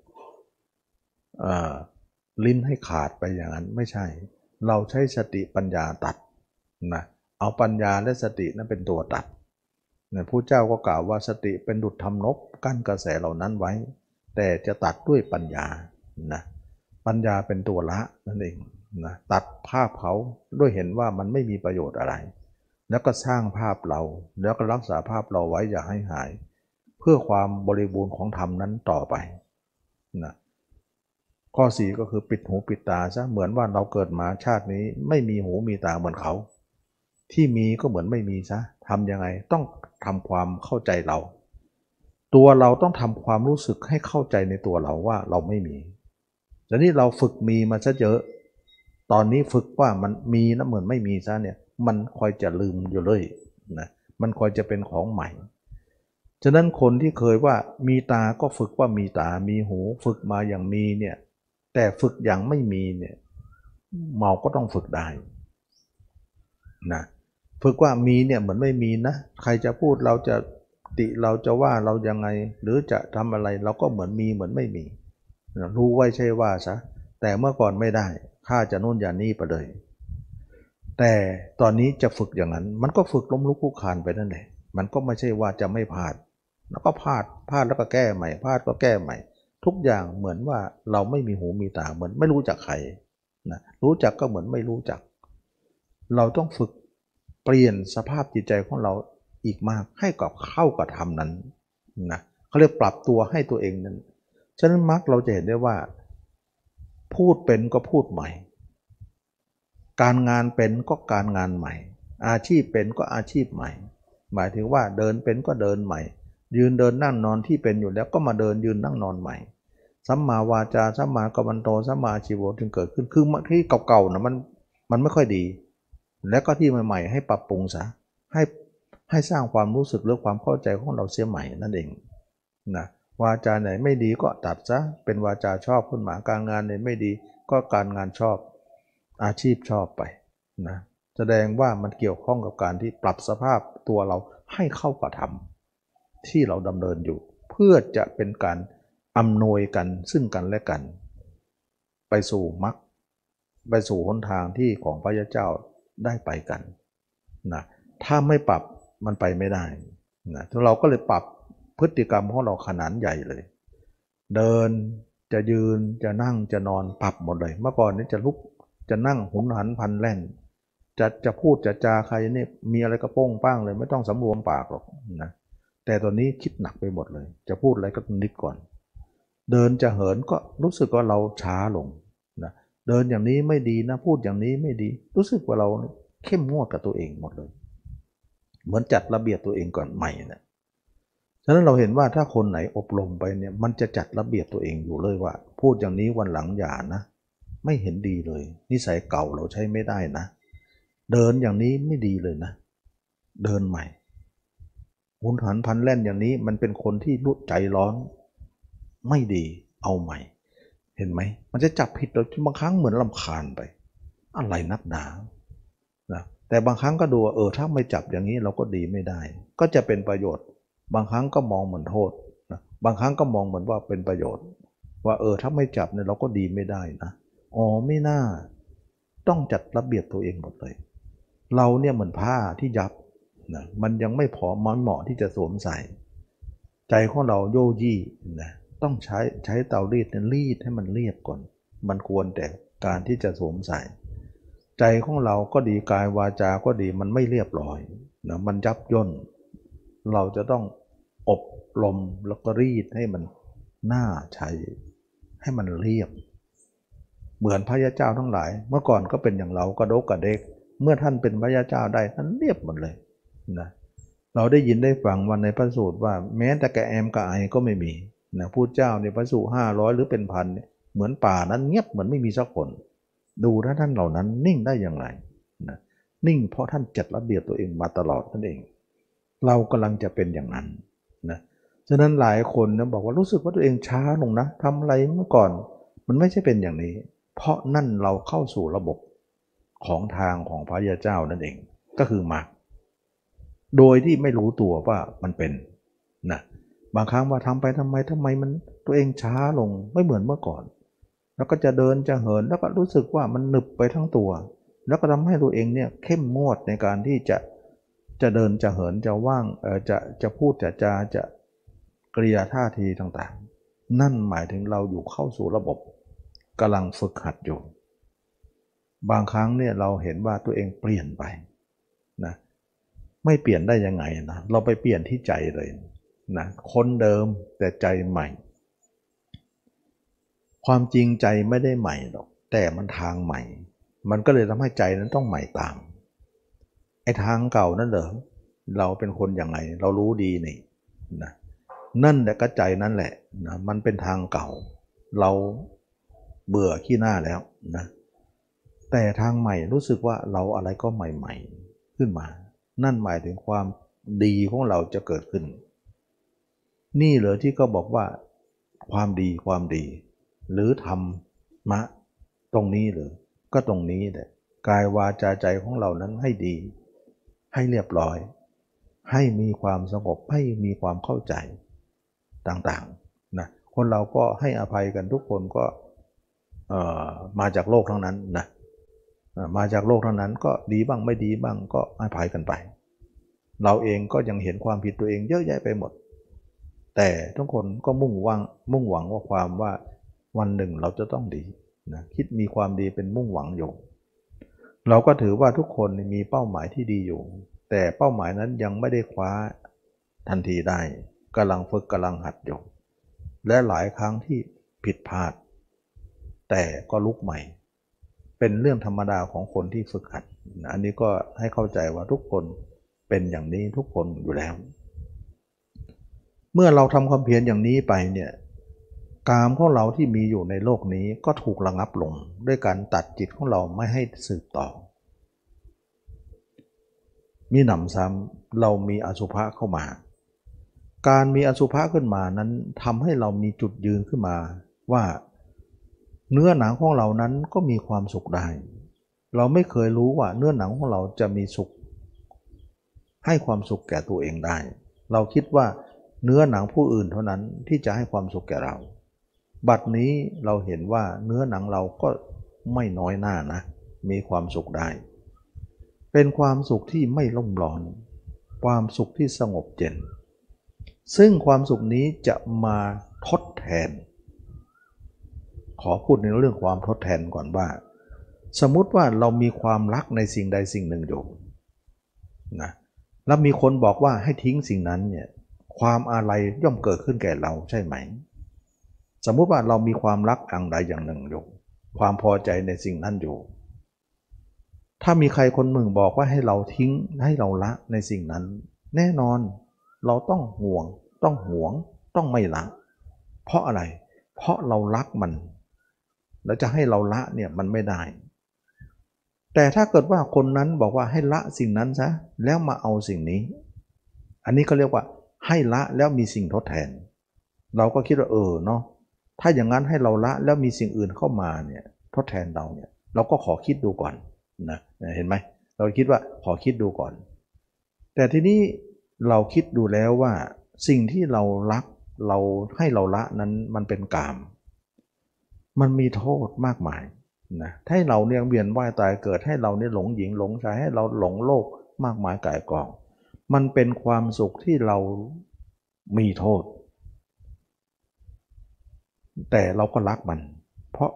ลิ้นให้ขาดไปอย่างนั้นไม่ใช่เราใช้สติปัญญาตัดนะเอาปัญญาและสตินั้นเป็นตัวตัดนะพระเจ้าก็กล่าวว่าสติเป็นดุจทำนบกั้นกระแสเหล่านั้นไว้แต่จะตัดด้วยปัญญานะปัญญาเป็นตัวละนั่นเองนะตัดภาพเขาด้วยเห็นว่ามันไม่มีประโยชน์อะไร แล้วก็สร้างภาพเราแล้วก็รักษาภาพเราไว้อย่าให้หายเพื่อความบริบูรณ์ของธรรมนั้นต่อไปนะข้อสี่ก็คือปิดหูปิดตาซะเหมือนว่าเราเกิดมาชาตินี้ไม่มีหูมีตาเหมือนเขาที่มีก็เหมือนไม่มีซะทำยังไงต้องทำความเข้าใจเราตัวเราต้องทำความรู้สึกให้เข้าใจในตัวเราว่าเราไม่มีแต่นี่เราฝึกมีมาซะเยอะตอนนี้ฝึกว่ามันมีนะเหมือนไม่มีซะเนี่ยมันคอยจะลืมอยู่เลยนะมันคอยจะเป็นของใหม่ฉะนั้นคนที่เคยว่ามีตาก็ฝึกว่ามีตามีหูฝึกมาอย่างมีเนี่ยแต่ฝึกอย่างไม่มีเนี่ยเมาก็ต้องฝึกได้นะฝึกว่ามีเนี่ยเหมือนไม่มีนะใครจะพูดเราจะติเราจะว่าเรายังไงหรือจะทำอะไรเราก็เหมือนมีเหมือนไม่มีรู้ไว้ใช่ว่าซะแต่เมื่อก่อนไม่ได้ข้าจะนู่นอย่างนี้ไปเลยแต่ตอนนี้จะฝึกอย่างนั้นมันก็ฝึกล้มลุกคลุกคลานไปนั่นแหละมันก็ไม่ใช่ว่าจะไม่พลาดแล้วก็พลาดพลาดแล้วก็แก้ใหม่พลาดก็แก้ใหม่ทุกอย่างเหมือนว่าเราไม่มีหูมีตาเหมือนไม่รู้จักใครนะรู้จักก็เหมือนไม่รู้จักเราต้องฝึกเปลี่ยนสภาพจิตใจของเราอีกมากให้กับเข้ากับธรรมนั้นนะเขาเรียกปรับตัวให้ตัวเองนั้นฉะนั้นมักเราจะเห็นได้ว่าพูดเป็นก็พูดใหม่การงานเป็นก็การงานใหม่อาชีพเป็นก็อาชีพใหม่หมายถึงว่าเดินเป็นก็เดินใหม่ยืนเดินนั่งนอนที่เป็นอยู่แล้วก็มาเดินยืนนั่งนอนใหม่สัมมาวาจาสัมมากัมมันโตสัมมาอาชีวะถึงเกิดขึ้นคือที่เก่าๆนะมันมันไม่ค่อยดีแล้วก็ที่ใหม่ๆให้ปรับปรุงซะให้ให้สร้างความรู้สึกหรือความเข้าใจของเราเสียใหม่นั่นเองนะวาจาไหนไม่ดีก็ตัดซะเป็นวาจาชอบขึ้นมาการงานไหนไม่ดีก็การงานชอบอาชีพชอบไปนะแสดงว่ามันเกี่ยวข้องกับการที่ปรับสภาพตัวเราให้เข้ากับธรรมที่เราดำเนินอยู่เพื่อจะเป็นการอำนวยกันซึ่งกันและกันไปสู่มรรคไปสู่หนทางที่ของพระเจ้าได้ไปกันนะถ้าไม่ปรับมันไปไม่ได้นะเราก็เลยปรับพฤติกรรมของเราขนาดใหญ่เลยเดินจะยืนจะนั่งจะนอนปรับหมดเลยเมื่อก่อนนี้จะลุกจะนั่งหุนหันพันแล่นจะจะพูดจะจาใครเนี่ยมีอะไรก็โป้งป้างเลยไม่ต้องสำรวมปากหรอกนะแต่ตอนนี้คิดหนักไปหมดเลยจะพูดอะไรก็นึกก่อนเดินจะเหินก็รู้สึกว่าเราช้าลงนะเดินอย่างนี้ไม่ดีนะพูดอย่างนี้ไม่ดีรู้สึกว่าเราเข้มงวดกับตัวเองหมดเลยเหมือนจัดระเบียบตัวเองก่อนใหม่นะฉะนั้นเราเห็นว่าถ้าคนไหนอบรมไปเนี่ยมันจะจัดระเบียบตัวเองอยู่เลยว่าพูดอย่างนี้วันหลังอย่านะไม่เห็นดีเลยนิสัยเก่าเราใช้ไม่ได้นะเดินอย่างนี้ไม่ดีเลยนะเดินใหม่หุนหันพลันแล่นอย่างนี้มันเป็นคนที่รู้ใจร้อนไม่ดีเอาใหม่เห็นไหมมันจะจับผิดเราบางครั้งเหมือนรำคาญไปอะไรนักหนานะแต่บางครั้งก็ดูว่าเออถ้าไม่จับอย่างนี้เราก็ดีไม่ได้ก็จะเป็นประโยชน์บางครั้งก็มองเหมือนโทษนะบางครั้งก็มองเหมือนว่าเป็นประโยชน์ว่าเออถ้าไม่จับเนี่ยเราก็ดีไม่ได้นะอ๋อไม่น่าต้องจัดระเบียบตัวเองหมดเลยเราเนี่ยเหมือนผ้าที่ยับนะมันยังไม่พอมันเหมาะที่จะสวมใส่ใจของเราโยยี่นะต้องใช้ใช้เตารีดเนี่ยรีดให้มันเรียบก่อนมันควรแต่การที่จะสวมใส่ใจของเราก็ดีกายวาจาก็ดีมันไม่เรียบร้อยนะมันยับย่นเราจะต้องอบรมแล้วก็รีดให้มันน่าใช้ให้มันเรียบเหมือนพระยาเจ้าทั้งหลายเมื่อก่อนก็เป็นอย่างเรากระดกกระเดกเมื่อท่านเป็นพระยาเจ้าได้ท่านเรียบหมดเลยนะเราได้ยินได้ฟังวันในพระสูตรว่าแม้แต่กระแอมกระไอก็ไม่มีนะพูดเจ้าในพระสูตรห้าร้อยหรือเป็นพันเนี่ยเหมือนป่านั้นเงียบเหมือนไม่มีสักคนดูถ้าท่านเหล่านั้นนิ่งได้อย่างไรนะนิ่งเพราะท่านจัดระเบียบตัวเองมาตลอดนั่นเองเรากำลังจะเป็นอย่างนั้นนะฉะนั้นหลายคนนะบอกว่ารู้สึกว่าตัวเองช้าลงนะทำอะไรเมื่อก่อนมันไม่ใช่เป็นอย่างนี้เพราะนั่นเราเข้าสู่ระบบของทางของพระยาเจ้านั่นเองก็คือมรรคโดยที่ไม่รู้ตัวว่ามันเป็นนะบางครั้งว่าทำไปทำไมทำไมมันตัวเองช้าลงไม่เหมือนเมื่อก่อนแล้วก็จะเดินจะเหินแล้วก็รู้สึกว่ามันหนึบไปทั้งตัวแล้วก็ทำให้ตัวเองเนี่ยเข้มงวดในการที่จะจะเดินจะเหินจะว่างเออจะจะพูดจะจาจะกริยาท่าทีต่างๆนั่นหมายถึงเราอยู่เข้าสู่ระบบกำลังฝึกหัดอยู่บางครั้งเนี่ยเราเห็นว่าตัวเองเปลี่ยนไปนะไม่เปลี่ยนได้ยังไงนะเราไปเปลี่ยนที่ใจเลยนะคนเดิมแต่ใจใหม่ความจริงใจไม่ได้ใหม่หรอกแต่มันทางใหม่มันก็เลยทำให้ใจนั้นต้องใหม่ตามไอ้ทางเก่านั่นเหรอเราเป็นคนอย่างไรเรารู้ดีนี่นะนั่นแหละก็ใจนั่นแหละนะมันเป็นทางเก่าเราเบื่อขี้หน้าแล้วนะแต่ทางใหม่รู้สึกว่าเราอะไรก็ใหม่ๆขึ้นมานั่นหมายถึงความดีของเราจะเกิดขึ้นนี่เหรอที่ก็บอกว่าความดีความดีหรือธรรมะตรงนี้หรือก็ตรงนี้แหละกายวาจาใจของเรานั้นให้ดีให้เรียบร้อยให้มีความสงบให้มีความเข้าใจต่างๆนะคนเราก็ให้อภัยกันทุกคนก็มาจากโลกทั้งนั้นนะมาจากโลกทั้งนั้นก็ดีบ้างไม่ดีบ้างก็อภัยกันไปเราเองก็ยังเห็นความผิดตัวเองเยอะแยะไปหมดแต่ทุกคนก็มุ่งหวังมุ่งหวังว่าความว่าวันหนึ่งเราจะต้องดีนะคิดมีความดีเป็นมุ่งหวังอยู่เราก็ถือว่าทุกคนมีเป้าหมายที่ดีอยู่แต่เป้าหมายนั้นยังไม่ได้คว้าทันทีได้กำลังฝึกกำลังหัดอยู่และหลายครั้งที่ผิดพลาดแต่ก็ลุกใหม่เป็นเรื่องธรรมดาของคนที่ฝึกหัดอันนี้ก็ให้เข้าใจว่าทุกคนเป็นอย่างนี้ทุกคนอยู่แล้วเมื่อเราทำความเพียรอย่างนี้ไปเนี่ยกามของเราที่มีอยู่ในโลกนี้ก็ถูกระงับลงด้วยการตัดจิตของเราไม่ให้สืบต่อมีหนำซ้ำเรามีอสุภะเข้ามาการมีอสุภะขึ้นมานั้นทำให้เรามีจุดยืนขึ้นมาว่าเนื้อหนังของเรานั้นก็มีความสุขได้เราไม่เคยรู้ว่าเนื้อหนังของเราจะมีสุขให้ความสุขแก่ตัวเองได้เราคิดว่าเนื้อหนังผู้อื่นเท่านั้นที่จะให้ความสุขแก่เราบัดนี้เราเห็นว่าเนื้อหนังเราก็ไม่น้อยหน้านะมีความสุขได้เป็นความสุขที่ไม่ร่มร้อนความสุขที่สงบเย็นซึ่งความสุขนี้จะมาทดแทนขอพูดในเรื่องความทดแทนก่อนว่าสมมุติว่าเรามีความรักในสิ่งใดสิ่งหนึ่งอยู่นะแล้วมีคนบอกว่าให้ทิ้งสิ่งนั้นเนี่ยความอาลัยย่อมเกิดขึ้นแก่เราใช่ไหมสมมุติว่าเรามีความรักอย่างใดอย่างหนึ่งอยู่ความพอใจในสิ่งนั้นอยู่ถ้ามีใครคนหนึ่งบอกว่าให้เราทิ้งให้เราละในสิ่งนั้นแน่นอนเราต้องห่วงต้องหวงต้องไม่ละเพราะอะไรเพราะเรารักมันแล้วจะให้เราละเนี่ยมันไม่ได้แต่ถ้าเกิดว่าคนนั้นบอกว่าให้ละสิ่งนั้นซะแล้วมาเอาสิ่งนี้อันนี้ก็เรียกว่าให้ละแล้วมีสิ่งทดแทนเราก็คิดว่าเออเนาะถ้าอย่างนั้นให้เราละแล้วมีสิ่งอื่นเข้ามาเนี่ยทดแทนเราเนี่ยเราก็ขอคิดดูก่อนนะเห็นไหมเราคิดว่าขอคิดดูก่อนแต่ทีนี้เราคิดดูแล้วว่าสิ่งที่เรารักเราให้เราละนั้นมันเป็นกามมันมีโทษมากมายนะให้เราเนี่ยเวียนว่ายตายเกิดให้เราเนี่ยหลงหญิงหลงชายให้เราหลงโลกมากมายก่ายกองมันเป็นความสุขที่เรามีโทษแต่เราก็รักมันเพราะ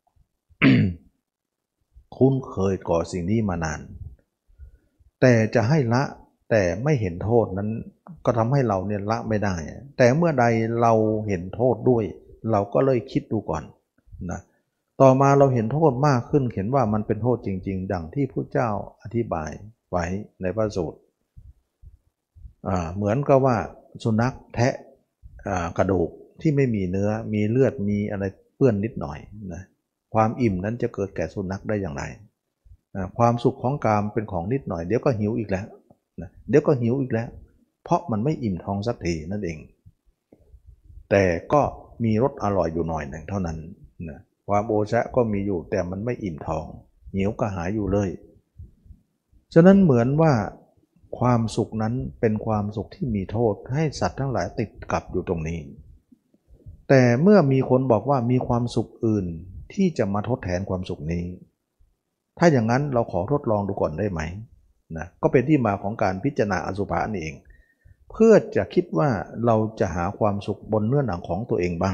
คุ้นเคยก่อสิ่งนี้มานานแต่จะให้ละแต่ไม่เห็นโทษนั้นก็ทำให้เราเนี่ยละไม่ได้แต่เมื่อใดเราเห็นโทษด้วยเราก็เลยคิดดูก่อนนะต่อมาเราเห็นโทษมากขึ้นเห็นว่ามันเป็นโทษจริงๆดังที่พระเจ้าอธิบายไว้ในพระสูตรเหมือนกับว่าสุนัขแทะกระดูกที่ไม่มีเนื้อมีเลือดมีอะไรเปื้อนนิดหน่อยนะความอิ่มนั้นจะเกิดแก่สุนัขได้อย่างไรความสุขของกามเป็นของนิดหน่อยเดี๋ยวก็หิวอีกแล้วนะเดี๋ยวก็หิวอีกแล้วเพราะมันไม่อิ่มท้องสักทีนั่นเองแต่ก็มีรสอร่อยอยู่หน่อยหนึ่งเท่านั้นนะความโอชะก็มีอยู่แต่มันไม่อิ่มท้องหิวก็หายอยู่เลยฉะนั้นเหมือนว่าความสุขนั้นเป็นความสุขที่มีโทษให้สัตว์ทั้งหลายติดกับอยู่ตรงนี้แต่เมื่อมีคนบอกว่ามีความสุขอื่นที่จะมาทดแทนความสุขนี้ถ้าอย่างนั้นเราขอทดลองดูก่อนได้ไหมนะก็เป็นที่มาของการพิจารณาอสุภะนี่เองเพื่อจะคิดว่าเราจะหาความสุขบนเนื้อหนังของตัวเองบ้าง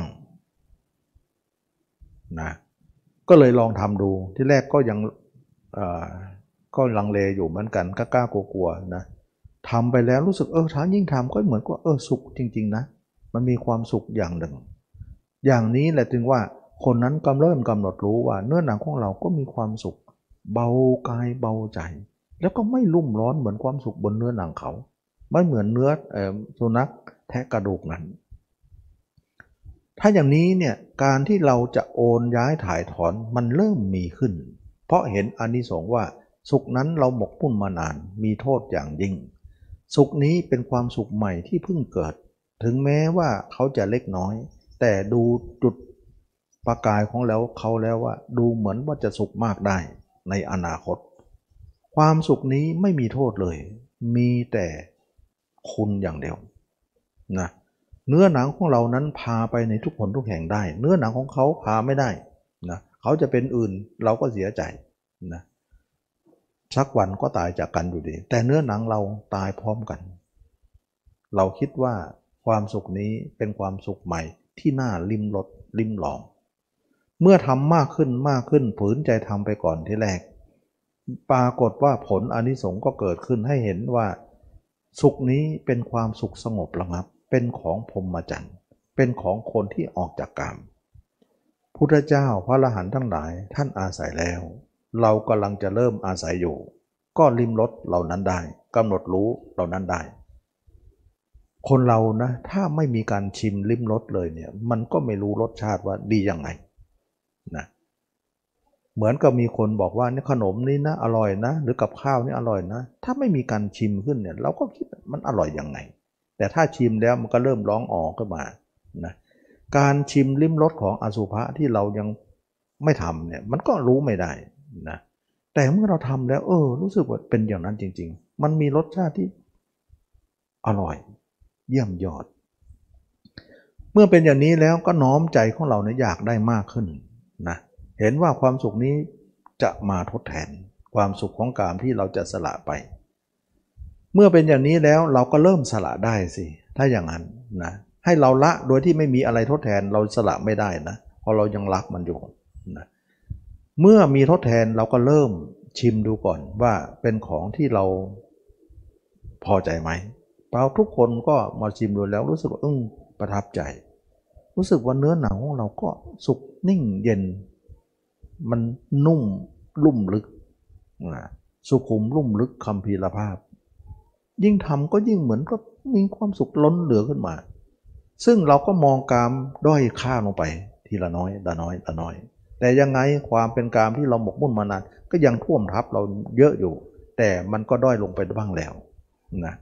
นะก็เลยลองทำดูที่แรกก็ยังก็ลังเลอยู่เหมือนกันกล้ากลัวๆนะทำไปแล้วรู้สึกเออถ้ายิ่งทำก็เหมือนกับเออสุขจริงๆนะมันมีความสุขอย่างหนึ่งอย่างนี้แหละถึงว่าคนนั้นกำเริ่มกำหนดรู้ว่าเนื้อหนังของเราก็มีความสุขเบากายเบาใจแล้วก็ไม่รุ่มร้อนเหมือนความสุขบนเนื้อหนังเขาไม่เหมือนเนื้อสุนัขแทะกระดูกนั้นถ้าอย่างนี้เนี่ยการที่เราจะโอนย้ายถ่ายถอนมันเริ่มมีขึ้นเพราะเห็นอานิสงส์ว่าสุขนั้นเราหมกมุ่นมานานมีโทษอย่างยิ่งสุขนี้เป็นความสุขใหม่ที่เพิ่งเกิดถึงแม้ว่าเขาจะเล็กน้อยแต่ดูจุดประกายของแล้วเขาแล้วว่าดูเหมือนว่าจะสุขมากได้ในอนาคตความสุขนี้ไม่มีโทษเลยมีแต่คุณอย่างเดียวนะเนื้อหนังของเรานั้นพาไปในทุกผลทุกแห่งได้เนื้อหนังของเขาพาไม่ได้นะเขาจะเป็นอื่นเราก็เสียใจนะสักวันก็ตายจากกันอยู่ดีแต่เนื้อหนังเราตายพร้อมกันเราคิดว่าความสุขนี้เป็นความสุขใหม่ที่น่าลิ้มรสลิ้มลองเมื่อทำมากขึ้นมากขึ้นฝืนใจทำไปก่อนที่แรกปรากฏว่าผลอานิสงส์ก็เกิดขึ้นให้เห็นว่าสุขนี้เป็นความสุขสงบระงับเป็นของพรหมจรรย์เป็นของคนที่ออกจากกามพุทธเจ้าพระอรหันต์ทั้งหลายท่านอาศัยแล้วเรากำลังจะเริ่มอาศัยอยู่ก็ลิ้มรสเหล่านั้นได้กำหนดรู้เหล่านั้นได้คนเรานะถ้าไม่มีการชิมลิ้มรสเลยเนี่ยมันก็ไม่รู้รสชาติว่าดียังไงนะเหมือนกับมีคนบอกว่าเนี่ยขนมนี่นะอร่อยนะหรือกับข้าวนี่อร่อยนะถ้าไม่มีการชิมขึ้นเนี่ยเราก็คิดมันอร่อยยังไงแต่ถ้าชิมแล้วมันก็เริ่มร้องอ๋อขึ้นมานะการชิมลิ้มรสของอสุภะที่เรายังไม่ทำเนี่ยมันก็รู้ไม่ได้นะแต่เมื่อเราทำแล้วเออรู้สึกว่าเป็นอย่างนั้นจริงๆมันมีรสชาติที่อร่อยเยี่ยมยอดเมื่อเป็นอย่างนี้แล้วก็น้อมใจของเราเนี่ยอยากได้มากขึ้นนะเห็นว่าความสุขนี้จะมาทดแทนความสุขของกามที่เราจะสละไปเมื่อเป็นอย่างนี้แล้วเราก็เริ่มสละได้สิถ้าอย่างนั้นนะให้เราละโดยที่ไม่มีอะไรทดแทนเราสละไม่ได้นะเพราะเรายังรักมันอยู่นะเมื่อมีทดแทนเราก็เริ่มชิมดูก่อนว่าเป็นของที่เราพอใจไหมเราทุกคนก็มาชิมดูแล้วรู้สึกว่าอึ้งประทับใจรู้สึกว่าเนื้อหนังของเราก็สุกนิ่งเย็นมันนุ่มลุ่มลึกสุขุมลุ่มลึกคัมภีรภาพยิ่งทำก็ยิ่งเหมือนก็มีความสุขล้นเหลือขึ้นมาซึ่งเราก็มองกามด้อยค่าลงไปทีละน้อยละน้อยละน้อยแต่ยังไงความเป็นกามที่เราหมกมุ่นมานานก็ยังท่วมทับเราเยอะอยู่แต่มันก็ด้อยลงไปบ้างแล้วนะ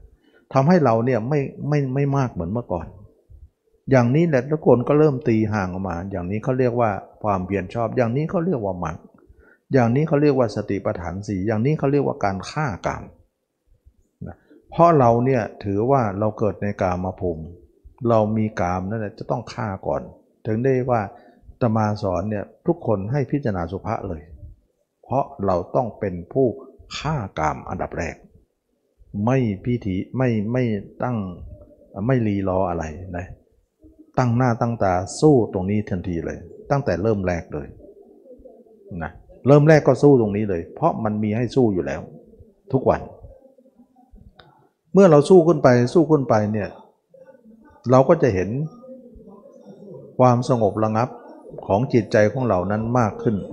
ทำให้เราเนี่ยไม่ไม่ไม่มากเหมือนเมื่อก่อนอย่างนี้แหละทุกคนก็เริ่มตีห่างออกมาอย่างนี้เขาเรียกว่าความเพียรชอบอย่างนี้เขาเรียกว่ามรรคอย่างนี้เขาเรียกว่าสติปัฏฐานสี่อย่างนี้เขาเรียกว่าการฆ่ากามนะเพราะเราเนี่ยถือว่าเราเกิดในกามภูมิเรามีกามนั่นแหละจะต้องฆ่าก่อนถึงได้ว่าอาตมาสอนเนี่ยทุกคนให้พิจารณาสุภะเลยเพราะเราต้องเป็นผู้ฆ่ากามอันดับแรกไม่พิธีไม่ไม่ตั้งไม่รีรออะไรนะตั้งหน้าตั้งตาสู้ตรงนี้ทันทีเลยตั้งแต่เริ่มแรกเลยนะเริ่มแรกก็สู้ตรงนี้เลยเพราะมันมีให้สู้อยู่แล้วทุกวันเมื่อเราสู้ขึ้นไปสู้ขึ้นไปเนี่ยเราก็จะเห็นความสงบระงับของจิตใจของเรานั้นมากขึ้น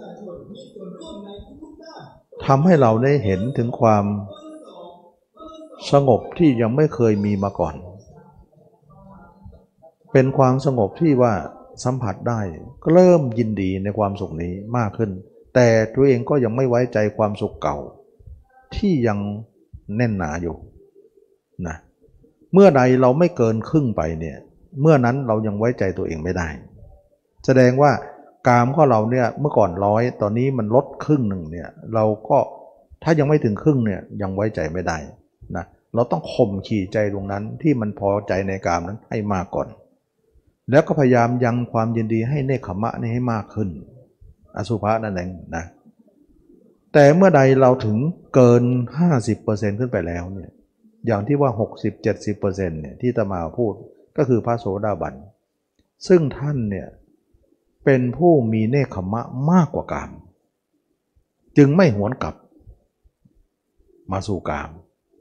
ทำให้เราได้เห็นถึงความสงบที่ยังไม่เคยมีมาก่อนเป็นความสงบที่ว่าสัมผัสได้ก็เริ่มยินดีในความสุขนี้มากขึ้นแต่ตัวเองก็ยังไม่ไว้ใจความสุขเก่าที่ยังแน่นหนาอยู่นะเมื่อใดเราไม่เกินครึ่งไปเนี่ยเมื่อนั้นเรายังไว้ใจตัวเองไม่ได้แสดงว่ากามของเราเนี่ยเมื่อก่อนร้อยตอนนี้มันลดครึ่งหนึ่งเนี่ยเราก็ถ้ายังไม่ถึงครึ่งเนี่ยยังไว้ใจไม่ได้นะเราต้องข่มขีใจตรงนั้นที่มันพอใจในกามนั้นให้มากก่อนแล้วก็พยายามยังความยินดีให้เนกขมะนี่ให้มากขึ้นอสุภะนั่นเองนะแต่เมื่อใดเราถึงเกิน ห้าสิบเปอร์เซ็นต์ ขึ้นไปแล้วเนี่ยอย่างที่ว่า หกสิบ เจ็ดสิบเปอร์เซ็นต์ เนี่ยที่อาตมาพูดก็คือพระโสดาบันซึ่งท่านเนี่ยเป็นผู้มีเนกขมะมากกว่ากามจึงไม่หวนกลับมาสู่กาม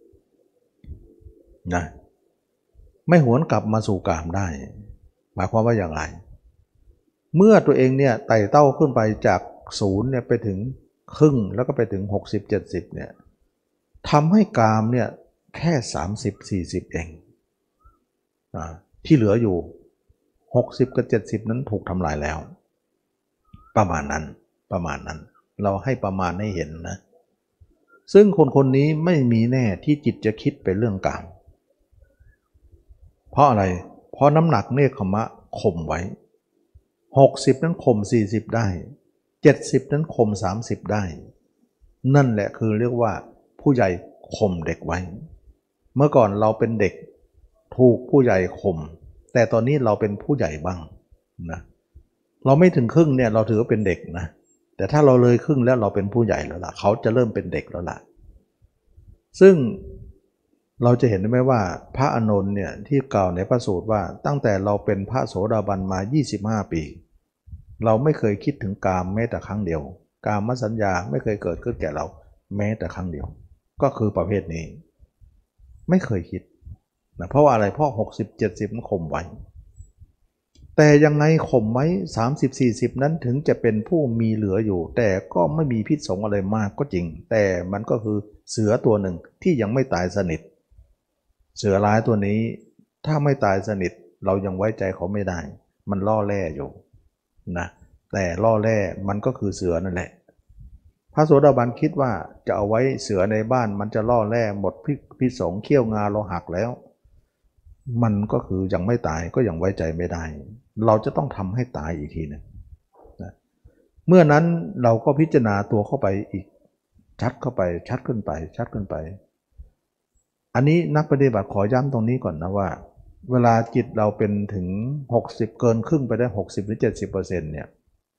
นะไม่หวนกลับมาสู่กามได้หมายความว่าอย่างไรเมื่อตัวเองเนี่ยไต่เต้าขึ้นไปจากศูนย์เนี่ยไปถึงครึ่งแล้วก็ไปถึงหกสิบ เจ็ดสิบเนี่ยทำให้กามเนี่ยแค่สามสิบ สี่สิบเองอ่าที่เหลืออยู่หกสิบกับเจ็ดสิบนั้นถูกทำลายแล้วประมาณนั้นประมาณนั้นเราให้ประมาณให้เห็นนะซึ่งคนคนนี้ไม่มีแน่ที่จิตจะคิดไปเรื่องกามเพราะอะไรเพราะน้ำหนักเนกขมะข่มไว้หกสิบนั้นข่มสี่สิบได้เจ็ดสิบนั้นข่มสามสิบได้นั่นแหละคือเรียกว่าผู้ใหญ่ข่มเด็กไว้เมื่อก่อนเราเป็นเด็กถูกผู้ใหญ่ข่มแต่ตอนนี้เราเป็นผู้ใหญ่บ้างนะเราไม่ถึงครึ่งเนี่ยเราถือว่าเป็นเด็กนะแต่ถ้าเราเลยครึ่งแล้วเราเป็นผู้ใหญ่แล้วล่ะเขาจะเริ่มเป็นเด็กแล้วล่ะซึ่งเราจะเห็นได้ไหมว่าพระอานนท์เนี่ยที่กล่าวในพระสูตรว่าตั้งแต่เราเป็นพระโสดาบันมายี่สิบห้าปีเราไม่เคยคิดถึงกามแม้แต่ครั้งเดียวกามสัญญาไม่เคยเกิดขึ้นแก่เราแม้แต่ครั้งเดียวก็คือประเภทนี้ไม่เคยคิดนะเพราะว่าอะไรเพราะหกสิบ เจ็ดสิบมันข่มไว้แต่ยังไงข่มไว้สามสิบ สี่สิบนั้นถึงจะเป็นผู้มีเหลืออยู่แต่ก็ไม่มีพิษสงอะไรมากก็จริงแต่มันก็คือเสือตัวหนึ่งที่ยังไม่ตายสนิทเสือร้ายตัวนี้ถ้าไม่ตายสนิทเรายังไว้ใจเขาไม่ได้มันล่อแร่อยู่นะแต่ล่อแร่มันก็คือเสือนั่นแหละพระโสดาบันคิดว่าจะเอาไว้เสือในบ้านมันจะล่อแร่หมดพิษสงเขี้ยวงาเราหักแล้วมันก็คือยังไม่ตายก็ยังไว้ใจไม่ได้เราจะต้องทำให้ตายอีกทีนึงนะเมื่อนั้นเราก็พิจารณาตัวเข้าไปอีกชัดเข้าไปชัดขึ้นไปชัดขึ้นไปอันนี้นักปฏิบัติขอย้ำตรงนี้ก่อนนะว่าเวลาจิตเราเป็นถึงหกสิบเกินครึ่งไปได้หกสิบหรือ เจ็ดสิบเปอร์เซ็นต์ เนี่ย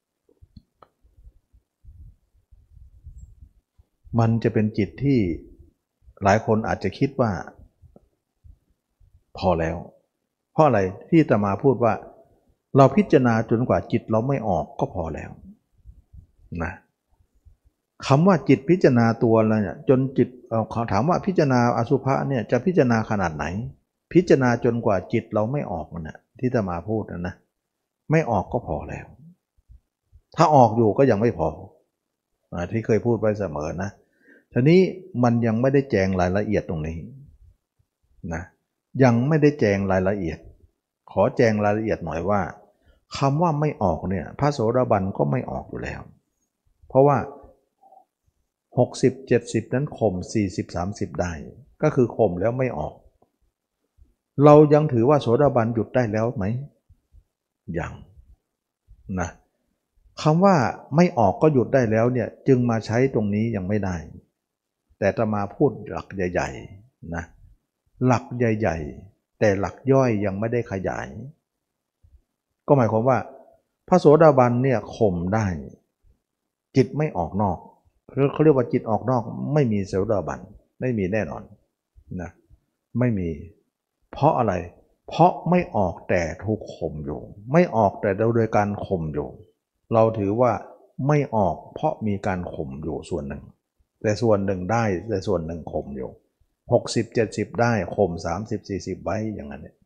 มันจะเป็นจิตที่หลายคนอาจจะคิดว่าพอแล้วเพราะอะไรที่อาตมาพูดว่าเราพิจารณาจนกว่าจิตเราไม่ออกก็พอแล้วนะคำว่าจิตพิจารณาตัวแล้วเนี่ยจนจิตเขาถามว่าพิจารณาอสุภะเนี่ยจะพิจารณาขนาดไหนพิจารณาจนกว่าจิตเราไม่ออกมันนะที่อาตมาพูดนะนะไม่ออกก็พอแล้วถ้าออกอยู่ก็ยังไม่พอที่เคยพูดไว้เสมอนะทีนี้มันยังไม่ได้แจงรายละเอียดตรงนี้นะยังไม่ได้แจงรายละเอียดขอแจงรายละเอียดหน่อยว่าคำว่าไม่ออกเนี่ยพระโสดาบันก็ไม่ออกอยู่แล้วเพราะว่าหกสิบ เจ็ดสิบนั้นข่มสี่สิบ สามสิบได้ก็คือข่มแล้วไม่ออกเรายังถือว่าโสดาบันหยุดได้แล้วไหมยังนะคำว่าไม่ออกก็หยุดได้แล้วเนี่ยจึงมาใช้ตรงนี้ยังไม่ได้แต่จะมาพูดหลักใหญ่ๆนะหลักใหญ่ๆแต่หลักย่อยยังไม่ได้ขยายก็หมายความว่าพระโสดาบันเนี่ยข่มได้จิตไม่ออกนอกเขาเรียกว่าจิตออกนอกไม่มีโสดาบันไม่มีแน่นอนนะไม่มีเพราะอะไรเพราะไม่ออกแต่ถูกข่มอยู่ไม่ออกแต่โดยการข่มอยู่เราถือว่าไม่ออกเพราะมีการข่มอยู่ส่วนหนึ่งแต่ส่วนหนึ่งได้แต่ส่วนหนึ่งข่มอยู่หกสิบ เจ็ดสิบได้ข่มสามสิบ สี่สิบไว้อย่างนั้นเนี่ย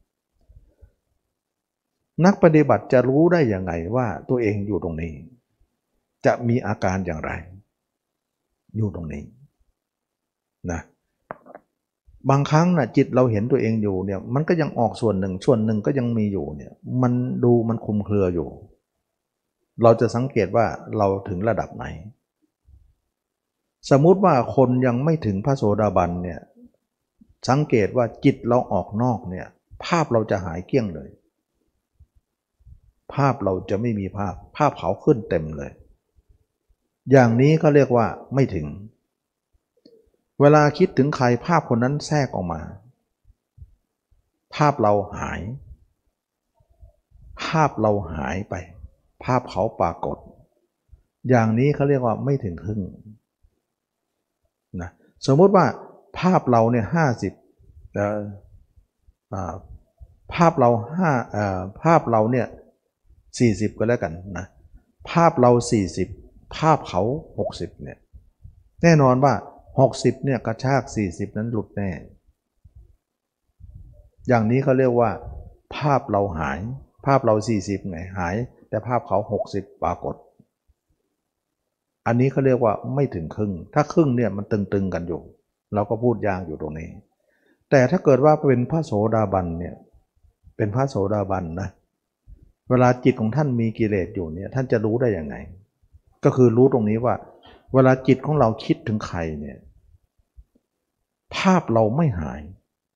นักปฏิบัติจะรู้ได้ยังไงว่าตัวเองอยู่ตรงนี้จะมีอาการอย่างไรอยู่ตรงนี้นะบางครั้งนะจิตเราเห็นตัวเองอยู่เนี่ยมันก็ยังออกส่วนหนึ่งส่วนหนึ่งก็ยังมีอยู่เนี่ยมันดูมันคลุมเครืออยู่เราจะสังเกตว่าเราถึงระดับไหนสมมุติว่าคนยังไม่ถึงพระโสดาบันเนี่ยสังเกตว่าจิตเราออกนอกเนี่ยภาพเราจะหายเกลี้ยงเลยภาพเราจะไม่มีภาพภาพเขาขึ้นเต็มเลยอย่างนี้เขาเรียกว่าไม่ถึงเวลาคิดถึงใครภาพคนนั้นแทรกออกมาภาพเราหายภาพเราหายไปภาพเขาปรากฏอย่างนี้เขาเรียกว่าไม่ถึงครึ่งนะสมมุติว่าภาพเราเนี่ยห้าสิบภาพเราห้าภาพเราเนี่ยสี่สิบก็แล้วกันนะภาพเราสี่สิบภาพเขาหกสิบเนี่ยแน่นอนว่าหกสิบเนี่ยกระชากสี่สิบนั้นหลุดแน่อย่างนี้เขาเรียกว่าภาพเราหายภาพเราสี่สิบไงหายแต่ภาพเขาหกสิบปรากฏอันนี้เขาเรียกว่าไม่ถึงครึ่งถ้าครึ่งเนี่ยมันตึงๆกันอยู่เราก็พูดยากอยู่ตรงนี้แต่ถ้าเกิดว่าเป็นพระโสดาบันเนี่ยเป็นพระโสดาบันนะเวลาจิตของท่านมีกิเลสอยู่เนี่ยท่านจะรู้ได้ยังไงก็คือรู้ตรงนี้ว่าเวลาจิตของเราคิดถึงใครเนี่ยภาพเราไม่หาย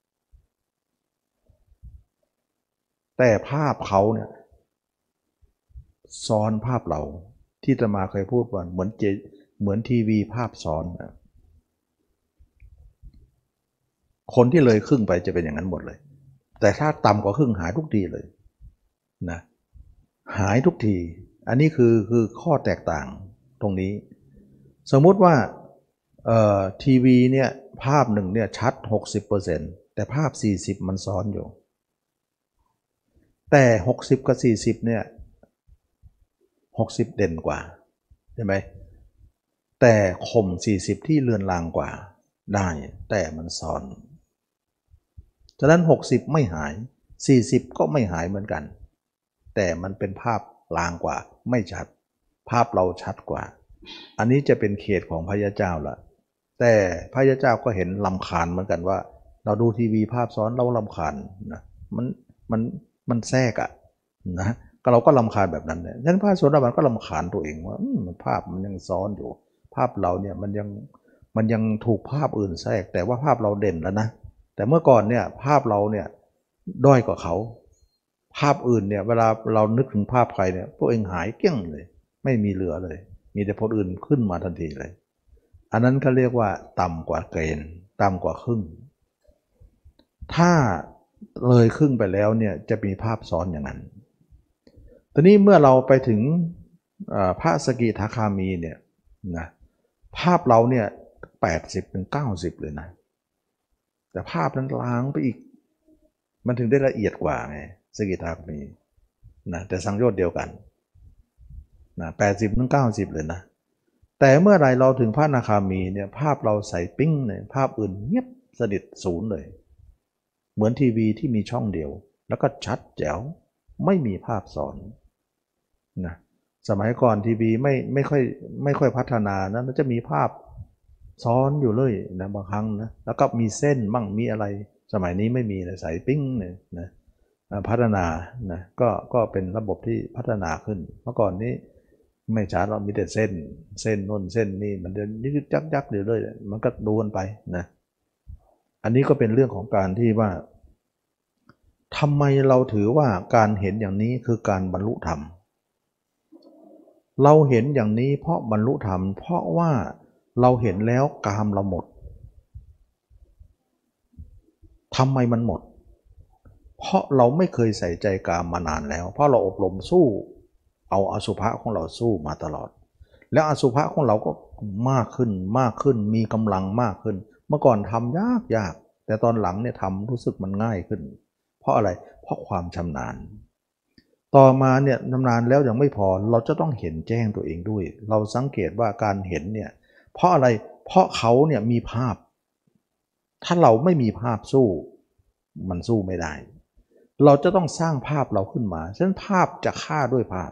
แต่ภาพเขาเนี่ยซ้อนภาพเราที่อาตมาเคยพูดว่าเหมือนเจเหมือนทีวีภาพซ้อนนะคนที่เลยครึ่งไปจะเป็นอย่างนั้นหมดเลยแต่ถ้าต่ำกว่าครึ่งหายทุกทีเลยนะหายทุกทีอันนี้คือคือข้อแตกต่างตรงนี้สมมุติว่าเอ่อทีวีเนี่ยภาพหนึ่งเนี่ยชัด หกสิบเปอร์เซ็นต์ แต่ภาพสี่สิบมันซ้อนอยู่แต่หกสิบกับสี่สิบเนี่ยหกสิบเด่นกว่าใช่ไหมแต่ข่มสี่สิบที่เลือนลางกว่าได้แต่มันซ้อนฉะนั้นหกสิบไม่หายสี่สิบก็ไม่หายเหมือนกันแต่มันเป็นภาพลางกว่าไม่ชัดภาพเราชัดกว่าอันนี้จะเป็นเขตของพระยาเจ้าละแต่พระยาเจ้าก็เห็นรำคาญเหมือนกันว่าเราดูทีวีภาพซ้อนเรารำคาญนะมันมันมันแทรกอะนะก็เราก็รำคาญแบบนั้นเนี่ยฉะนั้นพระโสดาบันก็รำคาญตัวเองว่ามันภาพมันยังซ้อนอยู่ภาพเราเนี่ยมันยังมันยังถูกภาพอื่นแทรกแต่ว่าภาพเราเด่นแล้วนะแต่เมื่อก่อนเนี่ยภาพเราเนี่ยด้อยกว่าเขาภาพอื่นเนี่ยเวลาเรานึกถึงภาพใครเนี่ยพวกเองหายเกลี้ยงเลยไม่มีเหลือเลยมีแต่คนอื่นขึ้นมาทันทีเลยอันนั้นก็เรียกว่าต่ำกว่าเกณฑ์ต่ำกว่าครึ่งถ้าเลยครึ่งไปแล้วเนี่ยจะมีภาพซ้อนอย่างนั้นตอนนี้เมื่อเราไปถึงพระสกิทาคามีเนี่ยนะภาพเราเนี่ยแปดสิบถึงเก้าสิบเลยนะแต่ภาพนั้นล้างไปอีกมันถึงได้ละเอียดกว่าไงสกิทาคามีนะแต่สังโยชน์เดียวกันนะแปดสิบถึงเก้าสิบเลยนะแต่เมื่อไรเราถึงพระอนาคามีเนี่ยภาพเราใสปิ้งเลยภาพอื่นเงียบสนิทศูนย์เลยเหมือนทีวีที่มีช่องเดียวแล้วก็ชัดแจ๋วไม่มีภาพซ้อนนะสมัยก่อนทีวีไม่ไม่ค่อยไม่ค่อยพัฒนานะมันจะมีภาพซ้อนอยู่เลยนะบางครั้งนะแล้วก็มีเส้นบ้างมีอะไรสมัยนี้ไม่มีเลยใสปิ้งเลยนะพัฒนานะก็ก็เป็นระบบที่พัฒนาขึ้นเมื่อก่อนนี้ไม่ชัดเรามีแต่เส้นเส้นโน่นเส้นนี่มันเดินยึกยักยักอยู่เลยมันก็ดูกันไปนะอันนี้ก็เป็นเรื่องของการที่ว่าทำไมเราถือว่าการเห็นอย่างนี้คือการบรรลุธรรมเราเห็นอย่างนี้เพราะบรรลุธรรมเพราะว่าเราเห็นแล้วกามเราหมดทำไมมันหมดเพราะเราไม่เคยใส่ใจกามมานานแล้วเพราะเราอบรมสู้เอาอสุภะของเราสู้มาตลอดแล้วอสุภะของเราก็มากขึ้นมากขึ้นมีกำลังมากขึ้นเมื่อก่อนทำยากยากแต่ตอนหลังเนี่ยทำรู้สึกมันง่ายขึ้นเพราะอะไรเพราะความชำนาญต่อมาเนี่ยชำนาญแล้วยังไม่พอเราจะต้องเห็นแจ้งตัวเองด้วยเราสังเกตว่าการเห็นเนี่ยเพราะอะไรเพราะเขาเนี่ยมีภาพถ้าเราไม่มีภาพสู้มันสู้ไม่ได้เราจะต้องสร้างภาพเราขึ้นมาฉะนั้นภาพจะฆ่าด้วยภาพ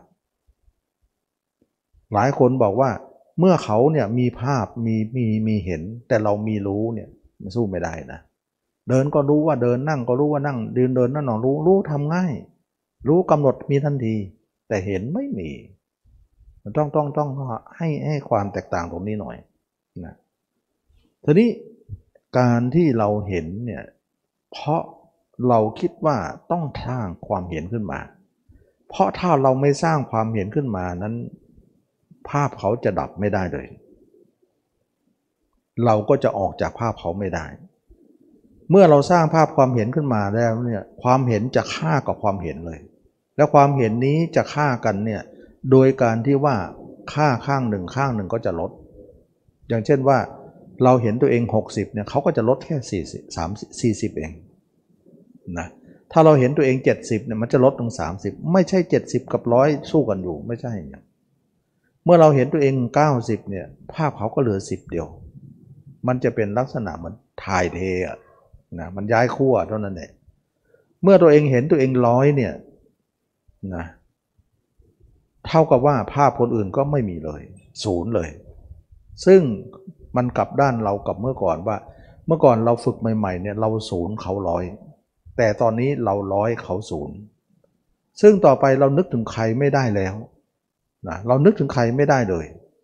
หลายคนบอกว่าเมื่อเขาเนี่ยมีภาพมีมีมีเห็นแต่เรามีรู้เนี่ยมันสู้ไม่ได้นะเดินก็รู้ว่าเดินนั่งก็รู้ว่านั่งเดินเดินนั่งนอนรู้รู้ทำง่ายรู้กำหนดมีทันทีแต่เห็นไม่มีมันต้องต้องต้องให้ให้ความแตกต่างตรงนี้หน่อยนะทีนี้การที่เราเห็นเนี่ยเพราะเราคิดว่าต้องสร้างความเห็นขึ้นมาเพราะถ้าเราไม่สร้างความเห็นขึ้นมานั้นภาพเขาจะดับไม่ได้เลยเราก็จะออกจากภาพเขาไม่ได้เมื่อเราสร้างภาพความเห็นขึ้นมาแล้วเนี่ยความเห็นจะฆ่ากับความเห็นเลยและความเห็นนี้จะฆ่ากันเนี่ยโดยการที่ว่าฆ่าข้างหนึ่งข้างหนึ่งก็จะลดอย่างเช่นว่าเราเห็นตัวเองหกสิบเนี่ยเขาก็จะลดแค่สี่สิบ สามสิบ สี่สิบเองนะถ้าเราเห็นตัวเองเจ็ดสิบเนี่ยมันจะลดลงสามสิบไม่ใช่เจ็ดสิบกับหนึ่งร้อยสู้กันอยู่ไม่ใช่อย่างเมื่อเราเห็นตัวเองเก้าสิบเนี่ยภาพเขาก็เหลือสิบเดียวมันจะเป็นลักษณะเหมือนถ่ายเทอะนะมันย้ายขั้วเท่านั้นเองเมื่อตัวเองเห็นตัวเองร้อยเนี่ยนะเท่ากับว่าภาพคนอื่นก็ไม่มีเลยศูนย์เลยซึ่งมันกลับด้านเรากับเมื่อก่อนว่าเมื่อก่อนเราฝึกใหม่ๆเนี่ยเราศูนย์เขาร้อยแต่ตอนนี้เราร้อยเขาศูนย์ซึ่งต่อไปเรานึกถึงใครไม่ได้แล้วนะเรานึกถึงใครไม่ได้เลย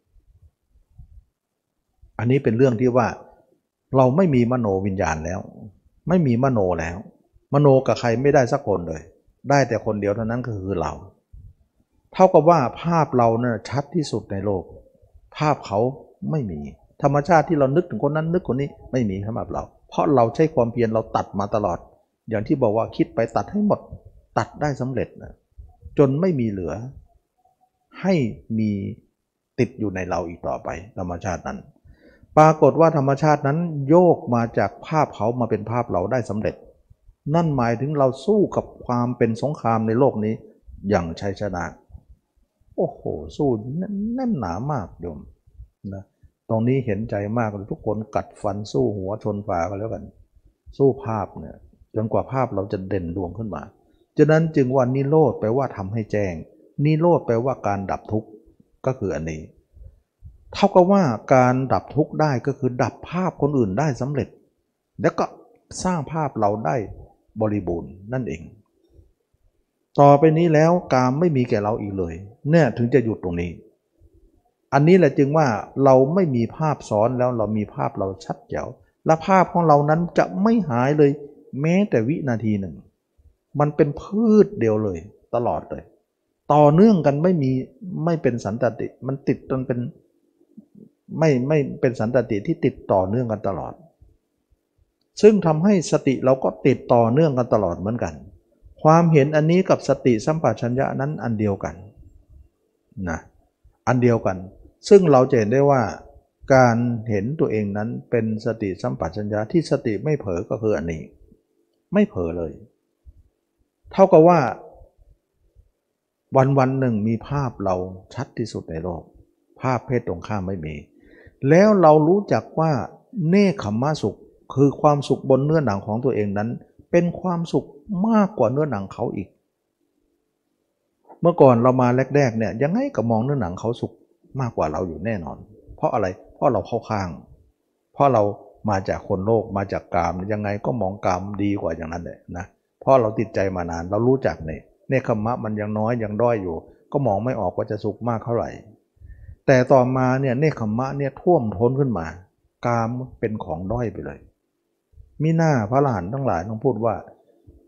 อันนี้เป็นเรื่องที่ว่าเราไม่มีมโนวิญญาณแล้วไม่มีมโนแล้วมโนกับใครไม่ได้สักคนเลยได้แต่คนเดียวเท่านั้นก็คือเราเท่ากับว่าภาพเราเนี่ยชัดที่สุดในโลกภาพเขาไม่มีธรรมชาติที่เรานึกถึงคนนั้นนึกคนนี้ไม่มีสำหรับเราเพราะเราใช้ความเพียรเราตัดมาตลอดอย่างที่บอกว่าคิดไปตัดให้หมดตัดได้สำเร็จนะจนไม่มีเหลือให้มีติดอยู่ในเราอีกต่อไปธรรมชาตินั้นปรากฏว่าธรรมชาตินั้นโยกมาจากภาพเขามาเป็นภาพเราได้สำเร็จนั่นหมายถึงเราสู้กับความเป็นสงครามในโลกนี้อย่างชัยชนะโอ้โหสู้แน่นหนามากโยมนะตรงนี้เห็นใจมากเลยทุกคนกัดฟันสู้หัวชนฝากันแล้วกันสู้ภาพเนี่ยจนกว่าภาพเราจะเด่นดวงขึ้นมาฉะนั้นจึงว่านิโรธแปลว่าทำให้แจ้งนิโรธแปลว่าการดับทุกข์ก็คืออันนี้เท่ากับว่าการดับทุกข์ได้ก็คือดับภาพคนอื่นได้สำเร็จแล้วก็สร้างภาพเราได้บริบูรณ์นั่นเองต่อไปนี้แล้วกามไม่มีแก่เราอีกเลยเนี่ยถึงจะหยุดตรงนี้อันนี้แหละจึงว่าเราไม่มีภาพซ้อนแล้วเรามีภาพเราชัดแจ๋วและภาพของเรานั้นจะไม่หายเลยแม้แต่วินาทีหนึ่งมันเป็นพืชเดียวเลยตลอดเลยต่อเนื่องกันไม่มีไม่เป็นสันตติมันติดจนเป็นไม่ไม่เป็นสันตติที่ติดต่อเนื่องกันตลอดซึ่งทำให้สติเราก็ติดต่อเนื่องกันตลอดเหมือนกันความเห็นอันนี้กับสติสัมปชัญญะนั้นอันเดียวกันนะอันเดียวกันซึ่งเราจะเห็นได้ว่าการเห็นตัวเองนั้นเป็นสติสัมปชัญญะที่สติไม่เผลอก็คืออันนี้ไม่เผลอเลยเท่ากับว่าวันวันหนึ่งมีภาพเราชัดที่สุดในโลกภาพเพศตรงข้ามไม่มีแล้วเรารู้จักว่าเนคขมมสุขคือความสุขบนเนื้อหนังของตัวเองนั้นเป็นความสุขมากกว่าเนื้อหนังเขาอีกเมื่อก่อนเรามาแรกๆเนี่ยยังไงก็มองเนื้อหนังเขาสุขมากกว่าเราอยู่แน่นอนเพราะอะไรเพราะเราเข้าข้างเพราะเรามาจากคนโลกมาจากกามยังไงก็มองกามดีกว่าอย่างนั้นแหละนะเพราะเราติดใจมานานเรารู้จักเนี่ยเนคขมมะมันยังน้อยยังด้อยอยู่ก็มองไม่ออกว่าจะสุขมากเท่าไหร่แต่ต่อมาเนี่ยเนคขมมะเนี่ยท่วมท้นขึ้นมากามเป็นของด้อยไปเลยมิหน้าพระอรหันต์ทั้งหลายต้องพูดว่าผ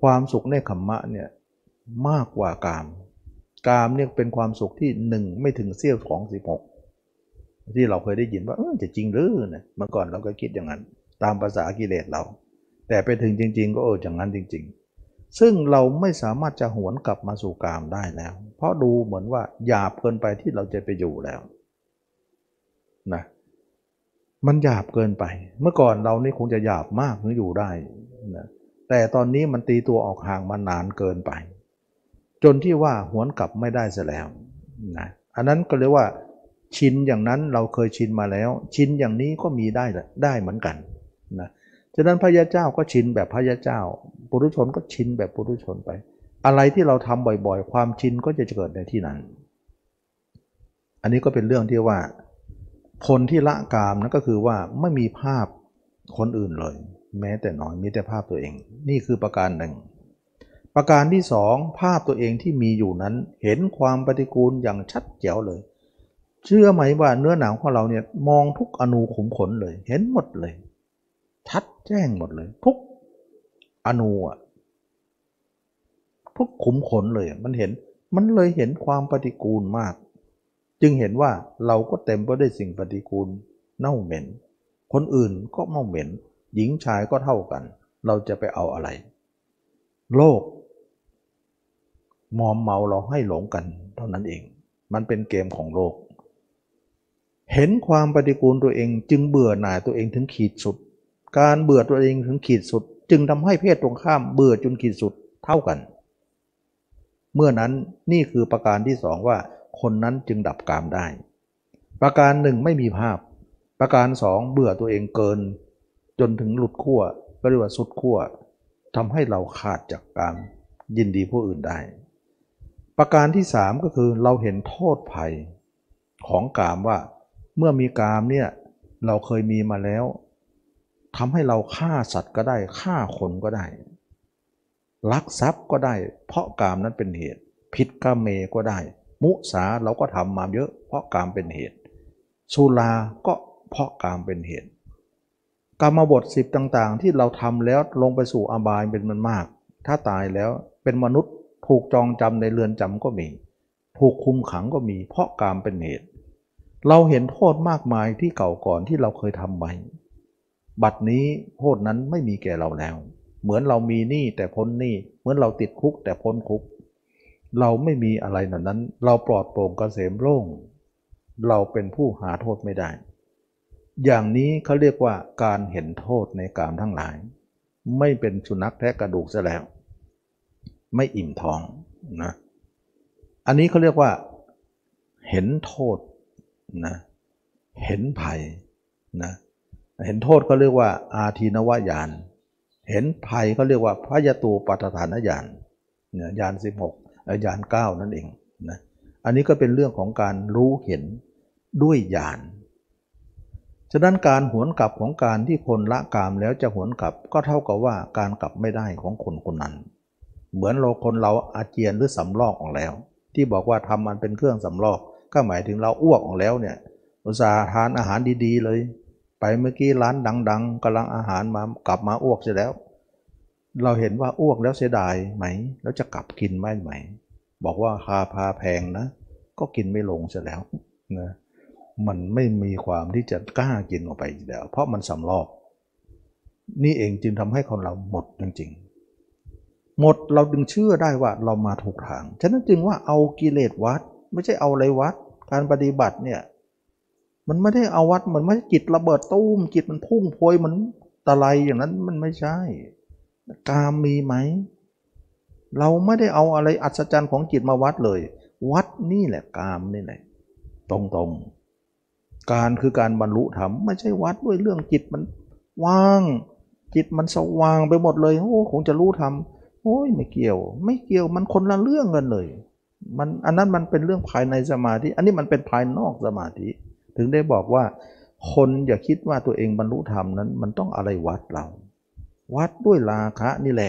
ความสุขเนคขมมะเนี่ยมากกว่ากามกามเนี่ยเป็นความสุขที่หนึ่งไม่ถึงเสี้ยวของสิบหกที่เราเคยได้ยินว่าเออจะจริงหรือเนี่ยเมื่อก่อนเราก็คิดอย่างนั้นตามภาษากิเลสเราแต่ไปถึงจริงๆก็เอออย่างนั้นจริงๆซึ่งเราไม่สามารถจะหวนกลับมาสู่กามได้แล้วเพราะดูเหมือนว่าหยาบเกินไปที่เราจะไปอยู่แล้วนะมันหยาบเกินไปเมื่อก่อนเรานี่คงจะหยาบมากถึงอยู่ได้นะแต่ตอนนี้มันตีตัวออกห่างมานานเกินไปจนที่ว่าหวนกลับไม่ได้ซะแล้วนะอันนั้นก็เรียกว่าชินอย่างนั้นเราเคยชินมาแล้วชินอย่างนี้ก็มีได้ได้เหมือนกันนะฉะนั้นพระยาเจ้าก็ชินแบบพระยาเจ้าปุถุชนก็ชินแบบปุถุชนไปอะไรที่เราทำบ่อยๆความชินก็จะเกิดในที่นั้นอันนี้ก็เป็นเรื่องที่ว่าคนที่ละกามนั่นก็คือว่าไม่มีภาพคนอื่นเลยแม้แต่น้อยมีแต่ภาพตัวเองนี่คือประการหนึ่งประการที่สองภาพตัวเองที่มีอยู่นั้นเห็นความปฏิกูลอย่างชัดแจ๋วเลยเชื่อไหมว่าเนื้อหนังของเราเนี่ยมองทุกอนูขุมขนเลยเห็นหมดเลยชัดแจ้งหมดเลยทุกอนูอะทุกขุมขนเลยมันเห็นมันเลยเห็นความปฏิกูลมากจึงเห็นว่าเราก็เต็มไปด้วยสิ่งปฏิกูลเน่าเหม็นคนอื่นก็เน่าเหม็นหญิงชายก็เท่ากันเราจะไปเอาอะไรโลกมอมเมาเราให้หลงกันเท่านั้นเองมันเป็นเกมของโลกเห็นความปฏิกูลตัวเองจึงเบื่อหน่ายตัวเองถึงขีดสุดการเบื่อตัวเองถึงขีดสุดจึงทำให้เพศตรงข้ามเบื่อจนขีดสุดเท่ากันเมื่อนั้นนี่คือประการที่สองว่าคนนั้นจึงดับกามได้ประการหนึ่งไม่มีภาพประการสองเบื่อตัวเองเกินจนถึงหลุดขั้วก็เรียกว่าสุดขั้วทำให้เราขาดจากการยินดีผู้อื่นได้ประการที่สามก็คือเราเห็นโทษภัยของกามว่าเมื่อมีกามเนี่ยเราเคยมีมาแล้วทำให้เราฆ่าสัตว์ก็ได้ฆ่าคนก็ได้ลักทรัพย์ก็ได้เพราะกามนั้นเป็นเหตุผิดกามเมก็ได้มุสาเราก็ทำมาเยอะเพราะกามเป็นเหตุสุราก็เพราะกามเป็นเหตุกามบทสิบต่างๆที่เราทำแล้วลงไปสู่อบายเป็นมันมากถ้าตายแล้วเป็นมนุษย์ถูกจองจำในเรือนจำก็มีถูกคุมขังก็มีเพราะกามเป็นเหตุเราเห็นโทษมากมายที่เก่าก่อนที่เราเคยทำไว้บัดนี้โทษนั้นไม่มีแก่เราแล้วเหมือนเรามีหนี้แต่พ้นหนี้เหมือนเราติดคุกแต่พ้นคุกเราไม่มีอะไรเหล่านั้นเราปลอดโปร่งเกษมโล่งเราเป็นผู้หาโทษไม่ได้อย่างนี้เขาเรียกว่าการเห็นโทษในกามทั้งหลายไม่เป็นสุนัขแทะกระดูกซะแล้วไม่อิ่มท้องนะอันนี้เขาเรียกว่าเห็นโทษนะเห็นภัยนะเห็นโทษเขาเรียกว่าอาทีนวญาณเห็นภัยเขาเรียกว่าพยตูปัฏฐานญาณเนี่ยญาณสิบหกญาณเก้านั่นเองนะอันนี้ก็เป็นเรื่องของการรู้เห็นด้วยญาณฉะนั้นการหวนกลับของการที่คนละกามแล้วจะหวนกลับก็เท่ากับว่าการกลับไม่ได้ของคนคนนั้นเหมือนเราคนเราอาเจียนหรือสำลอกออกแล้วที่บอกว่าทำมันเป็นเครื่องสำลอกก็หมายถึงเราอ้วกออกแล้วเนี่ยอุตส่าห์ทานอาหารดีๆเลยไปเมื่อกี้ร้านดังๆกำลังอาหารมากลับมาอ้วกเสร็จแล้วเราเห็นว่าอ้วกแล้วเสียดายไหมแล้วจะกลับกินไหมไหมบอกว่าราคาแพงนะก็กินไม่ลงเสียแล้วนะมันไม่มีความที่จะกล้ากินออกไปอีกแล้วเพราะมันสำลอกนี่เองจึงทำให้คนเราหมดจริงๆหมดเราจึงเชื่อได้ว่าเรามาถูกทางฉะนั้นจึงว่าเอากิเลสวัดไม่ใช่เอาอะไรวัดการปฏิบัติเนี่ยมันไม่ได้เอาวัดมันไม่จิตระเบิดตู้มจิตมันพุ่งโพยมันตะไลอย่างนั้นมันไม่ใช่กามมีไหมเราไม่ได้เอาอะไรอัศจรรย์ของจิตมาวัดเลยวัดนี่แหละกามนี่แหละตรงๆการคือการบรรลุธรรมไม่ใช่วัดด้วยเรื่องจิตมันว่างจิตมันสว่างไปหมดเลยโอ้คงจะรู้ธรรมโอ้ยไม่เกี่ยวไม่เกี่ยวมันคนละเรื่องกันเลยมันอันนั้นมันเป็นเรื่องภายในสมาธิอันนี้มันเป็นภายนอกสมาธิถึงได้บอกว่าคนอย่าคิดว่าตัวเองบรรลุธรรมนั้นมันต้องอะไรวัดเราวัดด้วยราคะนี่แหละ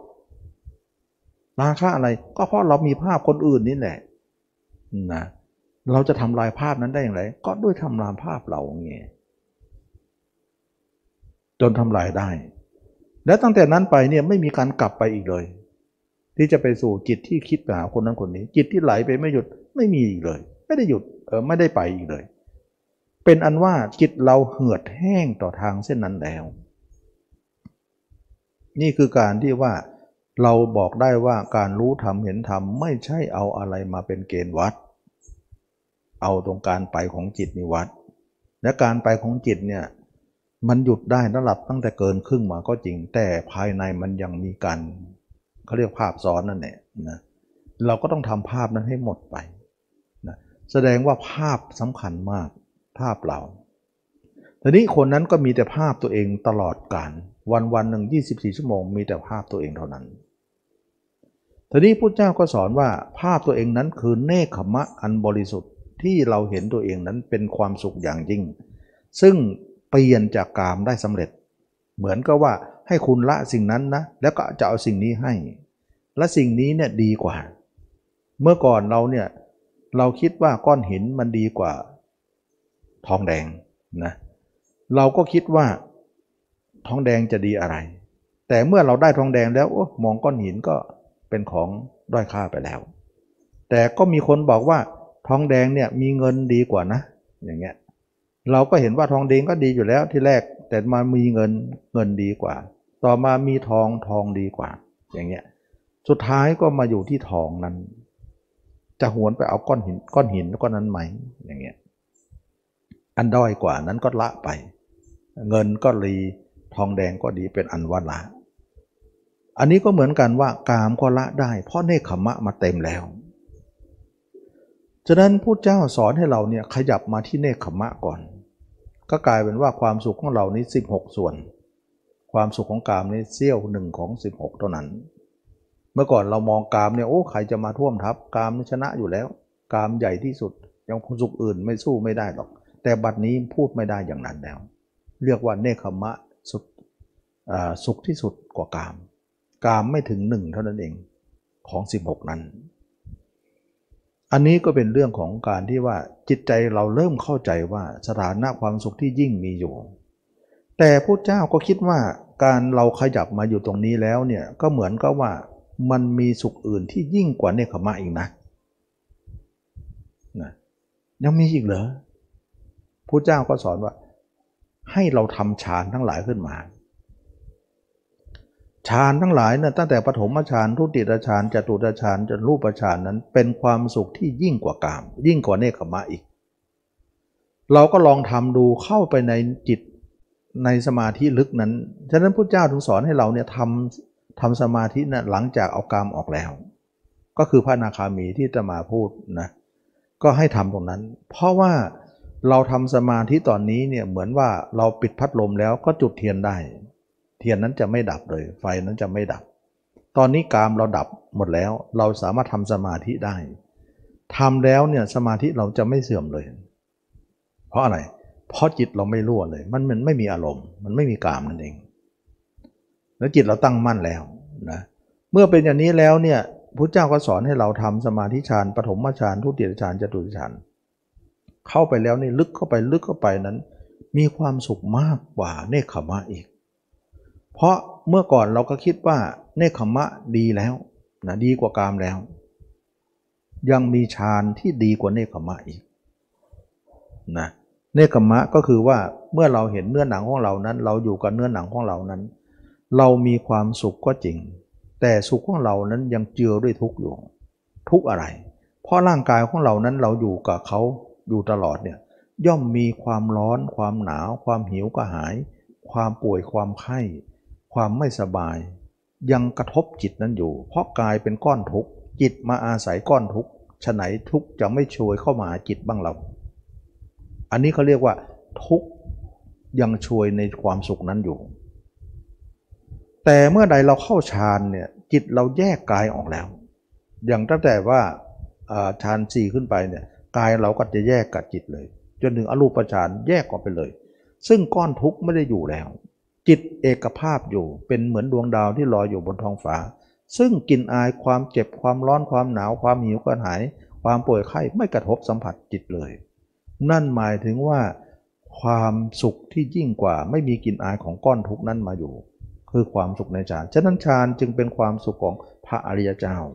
ราคะอะไรก็เพราะเรามีภาพคนอื่นนี่แหละนะเราจะทำลายภาพนั้นได้อย่างไรก็ด้วยทำลายภาพเราไงจนทำลายได้และตั้งแต่นั้นไปเนี่ยไม่มีการกลับไปอีกเลยที่จะไปสู่จิตที่คิดไปหาคนนั้นคนนี้จิตที่ไหลไปไม่หยุดไม่มีอีกเลยไม่ได้หยุดเออไม่ได้ไปอีกเลยเป็นอันว่าจิตเราเหือดแห้งต่อทางเส้นนั้นแล้วนี่คือการที่ว่าเราบอกได้ว่าการรู้ธรรมเห็นธรรมไม่ใช่เอาอะไรมาเป็นเกณฑ์วัดเอาตรงการไปของจิตนิวัดและการไปของจิตเนี่ยมันหยุดได้ระดับตั้งแต่เกินครึ่งมาก็จริงแต่ภายในมันยังมีการเขาเรียกภาพซ้อนนั่นแหละนะเราก็ต้องทำภาพนั้นให้หมดไปนะแสดงว่าภาพสำคัญมากภาพเราทีนี้คนนั้นก็มีแต่ภาพตัวเองตลอดกาลวันวันหนึ่งยี่สิบสี่ชั่วโมงมีแต่ภาพตัวเองเท่านั้นทีนี้พุทธเจ้าก็สอนว่าภาพตัวเองนั้นคือเนคขมะอันบริสุทธิ์ที่เราเห็นตัวเองนั้นเป็นความสุขอย่างยิ่งซึ่งเปลี่ยนจากกามได้สำเร็จเหมือนกับว่าให้คุณละสิ่งนั้นนะแล้วก็จะเอาสิ่งนี้ให้และสิ่งนี้เนี่ยดีกว่าเมื่อก่อนเราเนี่ยเราคิดว่าก้อนหินมันดีกว่าทองแดงนะเราก็คิดว่าทองแดงจะดีอะไรแต่เมื่อเราได้ทองแดงแล้วโอ้มองก้อนหินก็เป็นของด้อยค่าไปแล้วแต่ก็มีคนบอกว่าทองแดงเนี่ยมีเงินดีกว่านะอย่างเงี้ยเราก็เห็นว่าทองแดงก็ดีอยู่แล้วที่แรกแต่มามีเงินเงินดีกว่าต่อมามีทองทองดีกว่าอย่างเงี้ยสุดท้ายก็มาอยู่ที่ทองนั้นจะหวนไปเอาก้อนหินก้อนหินก้อนนั้นไหมอย่างเงี้ยอันด้อยกว่านั้นก็ละไปเงินก็ดีทองแดงก็ดีเป็นอันว่าละอันนี้ก็เหมือนกันว่ากามก็ละได้เพราะเนคขมะมาเต็มแล้วฉะนั้นพุทธเจ้าสอนให้เราเนี่ยขยับมาที่เนคขมะก่อนก็กลายเป็นว่าความสุขของเรานี้สิบหกส่วนความสุขของกามนี้เสี้ยวหนึ่งของสิบหกเท่านั้นเมื่อก่อนเรามองกามเนี่ยโอ้ใครจะมาท่วมทับกามชนะอยู่แล้วกามใหญ่ที่สุดยังความสุขอื่นไม่สู้ไม่ได้หรอกแต่บัดนี้พูดไม่ได้อย่างนั้นแล้วเรียกว่าเนคขมะสุดสุขที่สุดกว่ากามกามไม่ถึงหนึ่งเท่านั้นเองของสิบหกนั้นอันนี้ก็เป็นเรื่องของการที่ว่าจิตใจเราเริ่มเข้าใจว่าสถานะความสุขที่ยิ่งมีอยู่แต่พระเจ้าก็คิดว่าการเราขยับมาอยู่ตรงนี้แล้วเนี่ยก็เหมือนกับว่ามันมีสุขอื่นที่ยิ่งกว่าเนคขมะอีกนะนะยังมีอีกเหรอพระเจ้าก็สอนว่าให้เราทำฌานทั้งหลายขึ้นมาฌานทั้งหลายเนี่ยตั้งแต่ปฐมฌานทุติยฌานจตุตฌานจนรูปฌานนั้นเป็นความสุขที่ยิ่งกว่ากามยิ่งกว่าเนคขมะอีกเราก็ลองทำดูเข้าไปในจิตในสมาธิลึกนั้นฉะนั้นพุทธเจ้าถึงสอนให้เราเนี่ยทำทำสมาธินะหลังจากเอากามออกแล้วก็คือพระอนาคามีที่จะมาพูดนะก็ให้ทำตรงนั้นเพราะว่าเราทำสมาธิตอนนี้เนี่ยเหมือนว่าเราปิดพัดลมแล้วก็จุดเทียนได้เทียนนั้นจะไม่ดับเลยไฟนั้นจะไม่ดับตอนนี้กามเราดับหมดแล้วเราสามารถทำสมาธิได้ทำแล้วเนี่ยสมาธิเราจะไม่เสื่อมเลยเพราะอะไรเพราะจิตเราไม่รั่วเลยมันมันไม่มีอารมณ์มันไม่มีกามนั่นเองแล้วจิตเราตั้งมั่นแล้วนะเมื่อเป็นอย่างนี้แล้วเนี่ยพุทธเจ้าก็สอนให้เราทำสมาธิฌานปฐมฌานทุติยฌานจตุตฌานเข้าไปแล้วนี่ลึกเข้าไปลึกเข้าไปนั้นมีความสุขมากกว่าเนคขมะอีกเพราะเมื่อก่อนเราก็คิดว่าเนคขมะดีแล้วนะดีกว่ากามแล้วยังมีฌานที่ดีกว่าเนคขมะอีกนะเนคขมะก็คือว่าเมื่อเราเห็นเนื้อหนังของเรานั้นเราอยู่กับเนื้อหนังของเรานั้นเรามีความสุขก็จริงแต่สุขของเรานั้นยังเจือด้วยทุกข์อยู่ทุกข์อะไรเพราะร่างกายของเรานั้นเราอยู่กับเขาอยู่ตลอดเนี่ยย่อมมีความร้อนความหนาวความหิวกระหายความป่วยความไข้ความไม่สบายยังกระทบจิตนั้นอยู่เพราะกายเป็นก้อนทุกข์จิตมาอาศัยก้อนทุกข์ฉะไหนทุกข์จะไม่ช่วยเข้ามาหาจิตบ้างเราอันนี้เขาเรียกว่าทุกข์ยังช่วยในความสุขนั้นอยู่แต่เมื่อใดเราเข้าฌานเนี่ยจิตเราแยกกายออกแล้วอย่างตั้งแต่ว่าฌานสี่ขึ้นไปเนี่ยกายเราก็จะแยกกับจิตเลยจนถึงอรูปฌานแยกออกไปเลยซึ่งก้อนทุกข์ไม่ได้อยู่แล้วจิตเอกภาพอยู่เป็นเหมือนดวงดาวที่ลอยอยู่บนท้องฟ้าซึ่งกลิ่นอายความเจ็บความร้อนความหนาวความหิวกระหายความป่วยไข้ไม่กระทบสัมผัสจิตเลยนั่นหมายถึงว่าความสุขที่ยิ่งกว่าไม่มีกลิ่นอายของก้อนทุกข์นั้นมาอยู่คือความสุขในฌานฉะนั้นฌานจึงเป็นความสุขของพระอริยเจ้า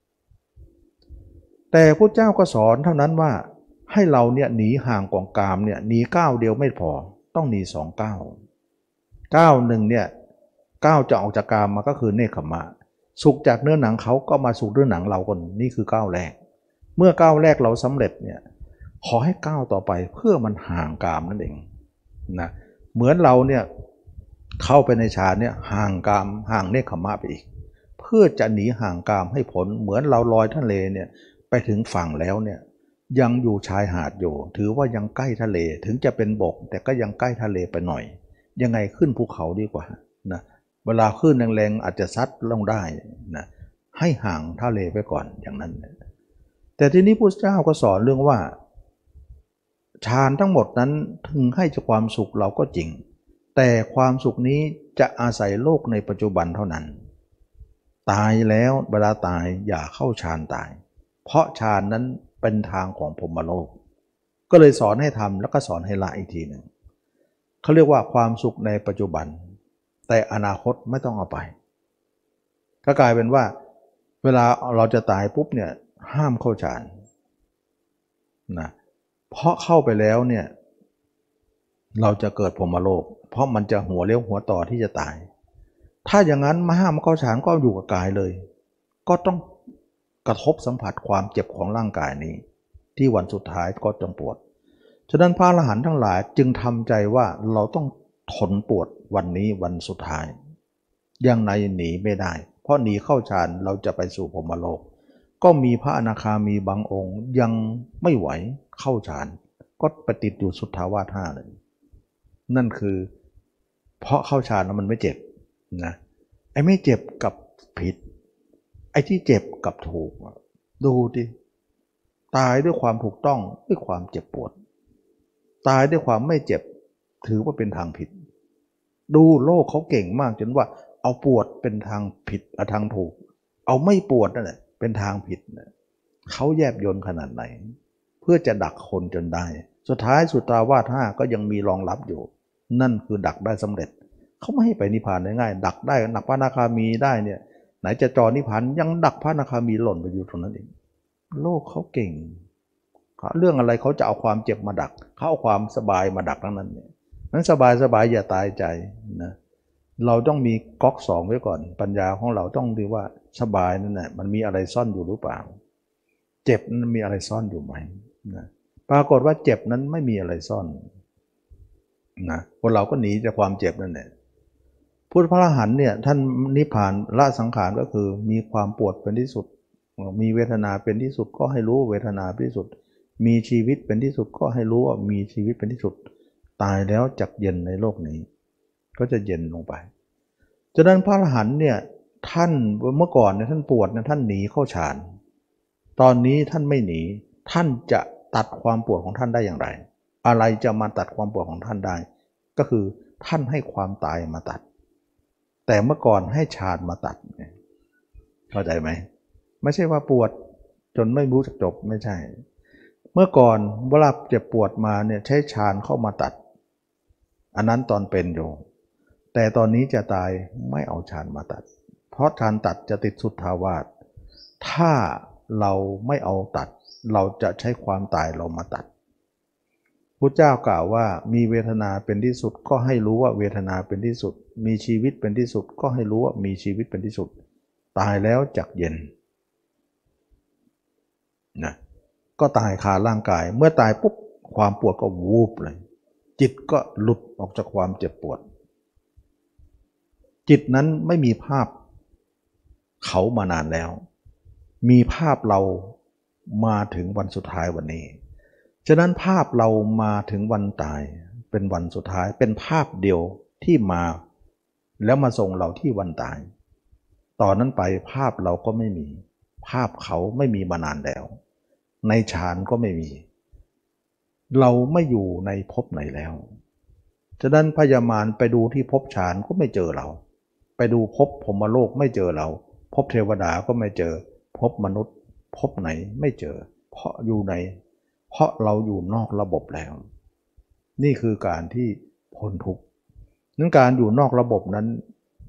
แต่พระเจ้าก็สอนเท่านั้นว่าให้เราเนี่ยหนีห่างกองกามเนี่ยหนีก้าวเดียวไม่พอต้องหนีสองก้าวก้าวหนึ่งเนี่ยก้าวจะออกจากกามมาก็คือเนคขมะสุขจากเนื้อหนังเขาก็มาสุขเนื้อหนังเราคนนี่คือก้าวแรกเมื่อก้าวแรกเราสำเร็จเนี่ยขอให้ก้าวต่อไปเพื่อมันห่างกามนั่นเองนะเหมือนเราเนี่ยเข้าไปในฌานเนี่ยห่างกามห่างเนคขมะไปอีกเพื่อจะหนีห่างกามให้พ้นเหมือนเราลอยทะเลเนี่ยไปถึงฝั่งแล้วเนี่ยยังอยู่ชายหาดอยู่ถือว่ายังใกล้ทะเลถึงจะเป็นบกแต่ก็ยังใกล้ทะเลไปหน่อยยังไงขึ้นภูเขาดีกว่านะเวลาขึ้นแรงๆอาจจะซัดลงได้นะให้ห่างทะเลไปก่อนอย่างนั้นแต่ทีนี้พุทธเจ้าก็สอนเรื่องว่าฌานทั้งหมดนั้นถึงให้ความสุขเราก็จริงแต่ความสุขนี้จะอาศัยโลกในปัจจุบันเท่านั้นตายแล้วเวลาตายอย่าเข้าฌานตายเพราะฌานนั้นเป็นทางของพรหมโลกก็เลยสอนให้ทำแล้วก็สอนให้ละอีกทีหนึ่งเขาเรียกว่าความสุขในปัจจุบันแต่อนาคตไม่ต้องเอาไปก็กลายเป็นว่าเวลาเราจะตายปุ๊บเนี่ยห้ามเข้าฌานนะเพราะเข้าไปแล้วเนี่ยเราจะเกิดพรหมโลกเพราะมันจะหัวเลี้ยวหัวต่อที่จะตายถ้าอย่างนั้นมาห้ามเข้าฌานก็อยู่กับกายเลยก็ต้องกระทบสัมผัสความเจ็บของร่างกายนี้ที่วันสุดท้ายก็ต้องปวดฉะนั้นพระอรหันต์ทั้งหลายจึงทำใจว่าเราต้องทนปวดวันนี้วันสุดท้ายยังไงหนีไม่ได้เพราะหนีเข้าฌานเราจะไปสู่พรหมโลกก็มีพระอนาคามีบางองค์ยังไม่ไหวเข้าฌานก็ไปติดอยู่สุทธาวาสห้าเลยนั่นคือเพราะเข้าฌานแล้วมันไม่เจ็บนะไอ้ไม่เจ็บกับผิดไอ้ที่เจ็บกับถูกดูดิตายด้วยความถูกต้องด้วยความเจ็บปวดตายด้วยความไม่เจ็บถือว่าเป็นทางผิดดูโลกเขาเก่งมากจนว่าเอาปวดเป็นทางผิดเอาทางถูกเอาไม่ปวดนั่นแหละเป็นทางผิดนะเขาแยบยลขนาดไหนเพื่อจะดักคนจนได้สุดท้ายสุตราวาสห้าก็ยังมีรองรับอยู่นั่นคือดักได้สำเร็จเขาไม่ให้ไปนิพพานได้ง่ายดักได้หนักพระอนาคามีได้เนี่ยไหนจะจอนิพพานยังดักพระอนาคามีหล่นไปอยู่ตรงนั้นเองโลกเขาเก่งเรื่องอะไรเขาจะเอาความเจ็บมาดักเขาเอาความสบายมาดักทั้งนั้นเนี่ยนั้นสบายสบายอย่าตายใจนะเราต้องมีก๊อกสองไว้ก่อนปัญญาของเราต้องดูว่าสบายนั่นแหละมันมีอะไรซ่อนอยู่หรือเปล่าเจ็บนั้นมีอะไรซ่อนอยู่ไหมนะปรากฏว่าเจ็บนั้นไม่มีอะไรซ่อนนะคนเราก็หนีจากความเจ็บนั่นแหละพุทธพระอรหันต์เนี่ยท่านนิพพานละสังขารก็คือมีความปวดเป็นที่สุดมีเวทนาเป็นที่สุดก็ให้รู้เวทนาเป็นที่สุดมีชีวิตเป็นที่สุดก็ให้รู้ว่ามีชีวิตเป็นที่สุดตายแล้วจักเย็นในโลกนี้ก็จะเย็นลงไปฉะนั้นพระอรหันต์เนี่ยท่านเมื่อก่อนเนี่ยท่านปวดเนี่ยท่านหนีเข้าฌานตอนนี้ท่านไม่หนีท่านจะตัดความปวดของท่านได้อย่างไรอะไรจะมาตัดความปวดของท่านได้ก็คือท่านให้ความตายมาตัดแต่เมื่อก่อนให้ฌานมาตัดเข้าใจไหมไม่ใช่ว่าปวดจนไม่รู้จักจบไม่ใช่เมื่อก่อนเวลาเจ็บปวดมาเนี่ยใช้ฌานเข้ามาตัดอันนั้นตอนเป็นอยู่แต่ตอนนี้จะตายไม่เอาฌานมาตัดเพราะฌานตัดจะติดสุทธาวาสถ้าเราไม่เอาตัดเราจะใช้ความตายเรามาตัดพุทธเจ้ากล่าวว่ามีเวทนาเป็นที่สุดก็ให้รู้ว่าเวทนาเป็นที่สุดมีชีวิตเป็นที่สุดก็ให้รู้ว่ามีชีวิตเป็นที่สุดตายแล้วจักเย็นนะก็ตายคาร่างกายเมื่อตายปุ๊บความปวดก็วูบเลยจิตก็หลุดออกจากความเจ็บปวดจิตนั้นไม่มีภาพเขามานานแล้วมีภาพเรามาถึงวันสุดท้ายวันนี้ฉะนั้นภาพเรามาถึงวันตายเป็นวันสุดท้ายเป็นภาพเดียวที่มาแล้วมาส่งเราที่วันตายตอนนั้นไปภาพเราก็ไม่มีภาพเขาไม่มีมานานแล้วในฌานก็ไม่มีเราไม่อยู่ในภพไหนแล้วฉะนั้นพญามารไปดูที่ภพฌานก็ไม่เจอเราไปดูภพพรหมโลกไม่เจอเราภพเทวดาก็ไม่เจอภพมนุษย์ภพไหนไม่เจอเพราะอยู่ในเพราะเราอยู่นอกระบบแล้วนี่คือการที่พ้นทุกข์นั้นการอยู่นอกระบบนั้น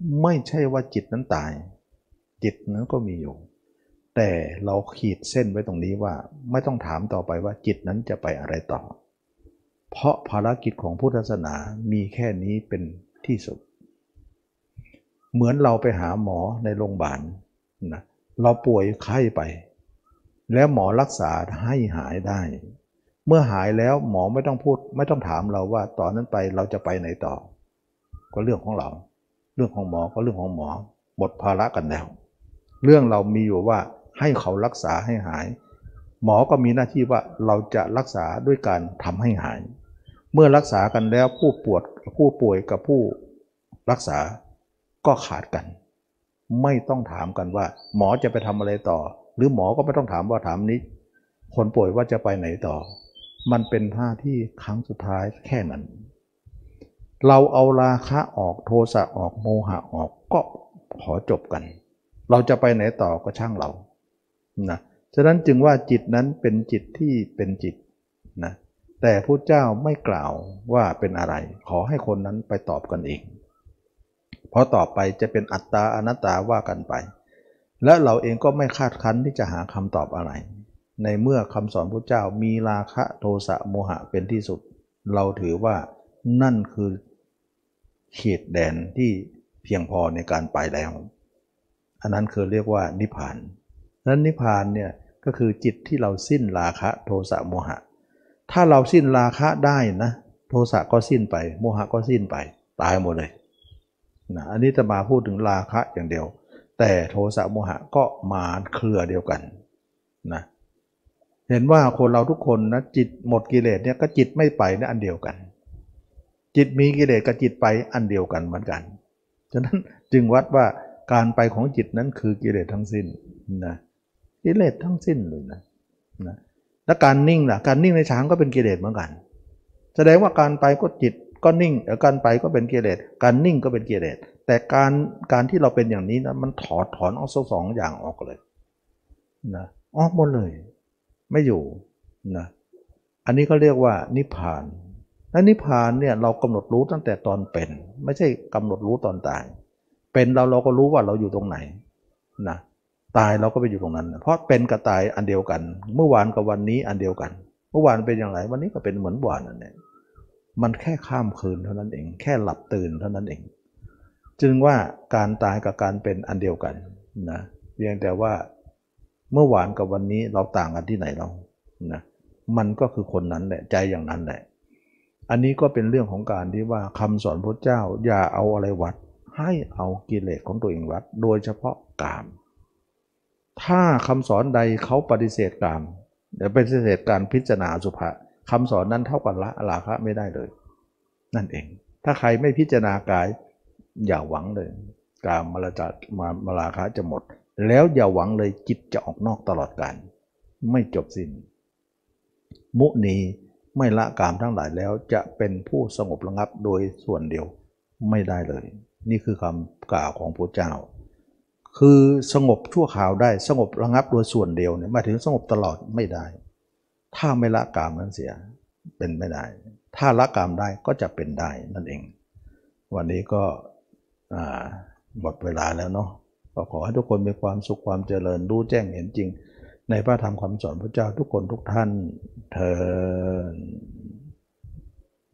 ไม่ใช่ว่าจิตนั้นตายจิตนั้นก็มีอยู่แต่เราขีดเส้นไว้ตรงนี้ว่าไม่ต้องถามต่อไปว่าจิตนั้นจะไปอะไรต่อเพราะภารกิจของพุทธศาสนามีแค่นี้เป็นที่สุดเหมือนเราไปหาหมอในโรงพยาบาลนะเราป่วยไข้ไปแล้วหมอรักษาให้หายได้เมื่อหายแล้วหมอไม่ต้องพูดไม่ต้องถามเราว่าตอนนั้นไปเราจะไปไหนต่อก็เรื่องของเราเรื่องของหมอก็เรื่องของหมอหมดภาระกันแล้วเรื่องเรามีอยู่ว่าให้เขารักษาให้หายหมอก็มีหน้าที่ว่าเราจะรักษาด้วยการทำให้หายเมื่อรักษากันแล้วผู้ปวดผู้ป่วยกับผู้รักษาก็ขาดกันไม่ต้องถามกันว่าหมอจะไปทำอะไรต่อหรือหมอก็ไม่ต้องถามว่าถามนี้คนป่วยว่าจะไปไหนต่อมันเป็นหน้าที่ครั้งสุดท้ายแค่นั้นเราเอาราคะออกโทสะออกโมหะออกก็ขอจบกันเราจะไปไหนต่อก็ช่างเรานะฉะนั้นจึงว่าจิตนั้นเป็นจิตที่เป็นจิตนะแต่พระเจ้าไม่กล่าวว่าเป็นอะไรขอให้คนนั้นไปตอบกันเองเพราะต่อไปจะเป็นอัตตาอนัตตาว่ากันไปและเราเองก็ไม่คาดคั้นที่จะหาคำตอบอะไรในเมื่อคำสอนพระเจ้ามีราคะโทสะโมหะเป็นที่สุดเราถือว่านั่นคือเขตแดนที่เพียงพอในการไปแล้วอันนั้นคือเรียกว่านิพพานนั้นนิพพานเนี่ยก็คือจิตที่เราสิ้นราคะโทสะโมหะถ้าเราสิ้นราคะได้นะโทสะก็สิ้นไปโมหะก็สิ้นไปตายหมดเลยนะอันนี้จะมาพูดถึงราคะอย่างเดียวแต่โทสะโมหะก็มาเครือเดียวกันนะเห็นว่าคนเราทุกคนนะจิตหมดกิเลสเนี่ยก็จิตไม่ไปนะอันเดียวกันจิตมีกิเลสกับจิตไปอันเดียวกันเหมือนกันฉะนั้นจึงวัดว่าการไปของจิตนั้นคือกิเลสทั้งสิ้นนะกิเลสทั้งสิ้นเลยนะนะและการนิ่งล่ะการนิ่งในฌานก็เป็นกิเลสเหมือนกันแสดงว่าการไปก็จิตก็นิ่งแล้วการไปก็เป็นกิเลสการนิ่งก็เป็นกิเลสแต่การการที่เราเป็นอย่างนี้นะมันถอดถอนออกสองอย่างออกเลยนะออกหมดเลยไม่อยู่นะอันนี้ก็เรียกว่านิพพานและนิพพานเนี่ยเรากำหนดรู้ตั้งแต่ตอนเป็นไม่ใช่กำหนดรู้ตอนตายเป็นเราเราก็รู้ว่าเราอยู่ตรงไหนนะตายเราก็ไปอยู่ตรงนั้นเพราะเป็นกับตายอันเดียวกันเมื่อวานกับวันนี้อันเดียวกันเมื่อวานเป็นอย่างไรวันนี้ก็เป็นเหมือนวานนั่นเองมันแค่ข้ามคืนเท่านั้นเองแค่หลับตื่นเท่านั้นเองจึงว่าการตายกับการเป็นอันเดียวกันนะเพียงแต่ว่าเมื่อวานกับวันนี้เราต่างกันที่ไหนเรานะมันก็คือคนนั้นแหละใจอย่างนั้นแหละอันนี้ก็เป็นเรื่องของการที่ว่าคำสอนพระเจ้าอย่าเอาอะไรวัดให้เอากิเลสของตัวเองวัดโดยเฉพาะกามถ้าคำสอนใดเขาปฏิเสธกามเดี๋ยวปฏิเสธการพิจารณาอสุภะคำสอนนั้นเท่ากับละราคะไม่ได้เลยนั่นเองถ้าใครไม่พิจารณากายอย่าหวังเลยกามมรจะมามาราคะจะหมดแล้วอย่าหวังเลยจิตจะออกนอกตลอดกาลไม่จบสิ้นมุนีไม่ละกามทั้งหลายแล้วจะเป็นผู้สงบระงับโดยส่วนเดียวไม่ได้เลยนี่คือคำกล่าวของพระเจ้าคือสงบชั่วคราวได้สงบระงับโดยส่วนเดียวเนี่ยหมายถึงสงบตลอดไม่ได้ถ้าไม่ละกามนั้นเสียเป็นไม่ได้ถ้าละกามได้ก็จะเป็นได้นั่นเองวันนี้ก็หมดเวลาแล้วเนาะก็ขอให้ทุกคนมีความสุขความเจริญรู้แจ้งเห็นจริงในพระธรรมคำสอนพระเจ้าทุกคนทุกท่านเทอญ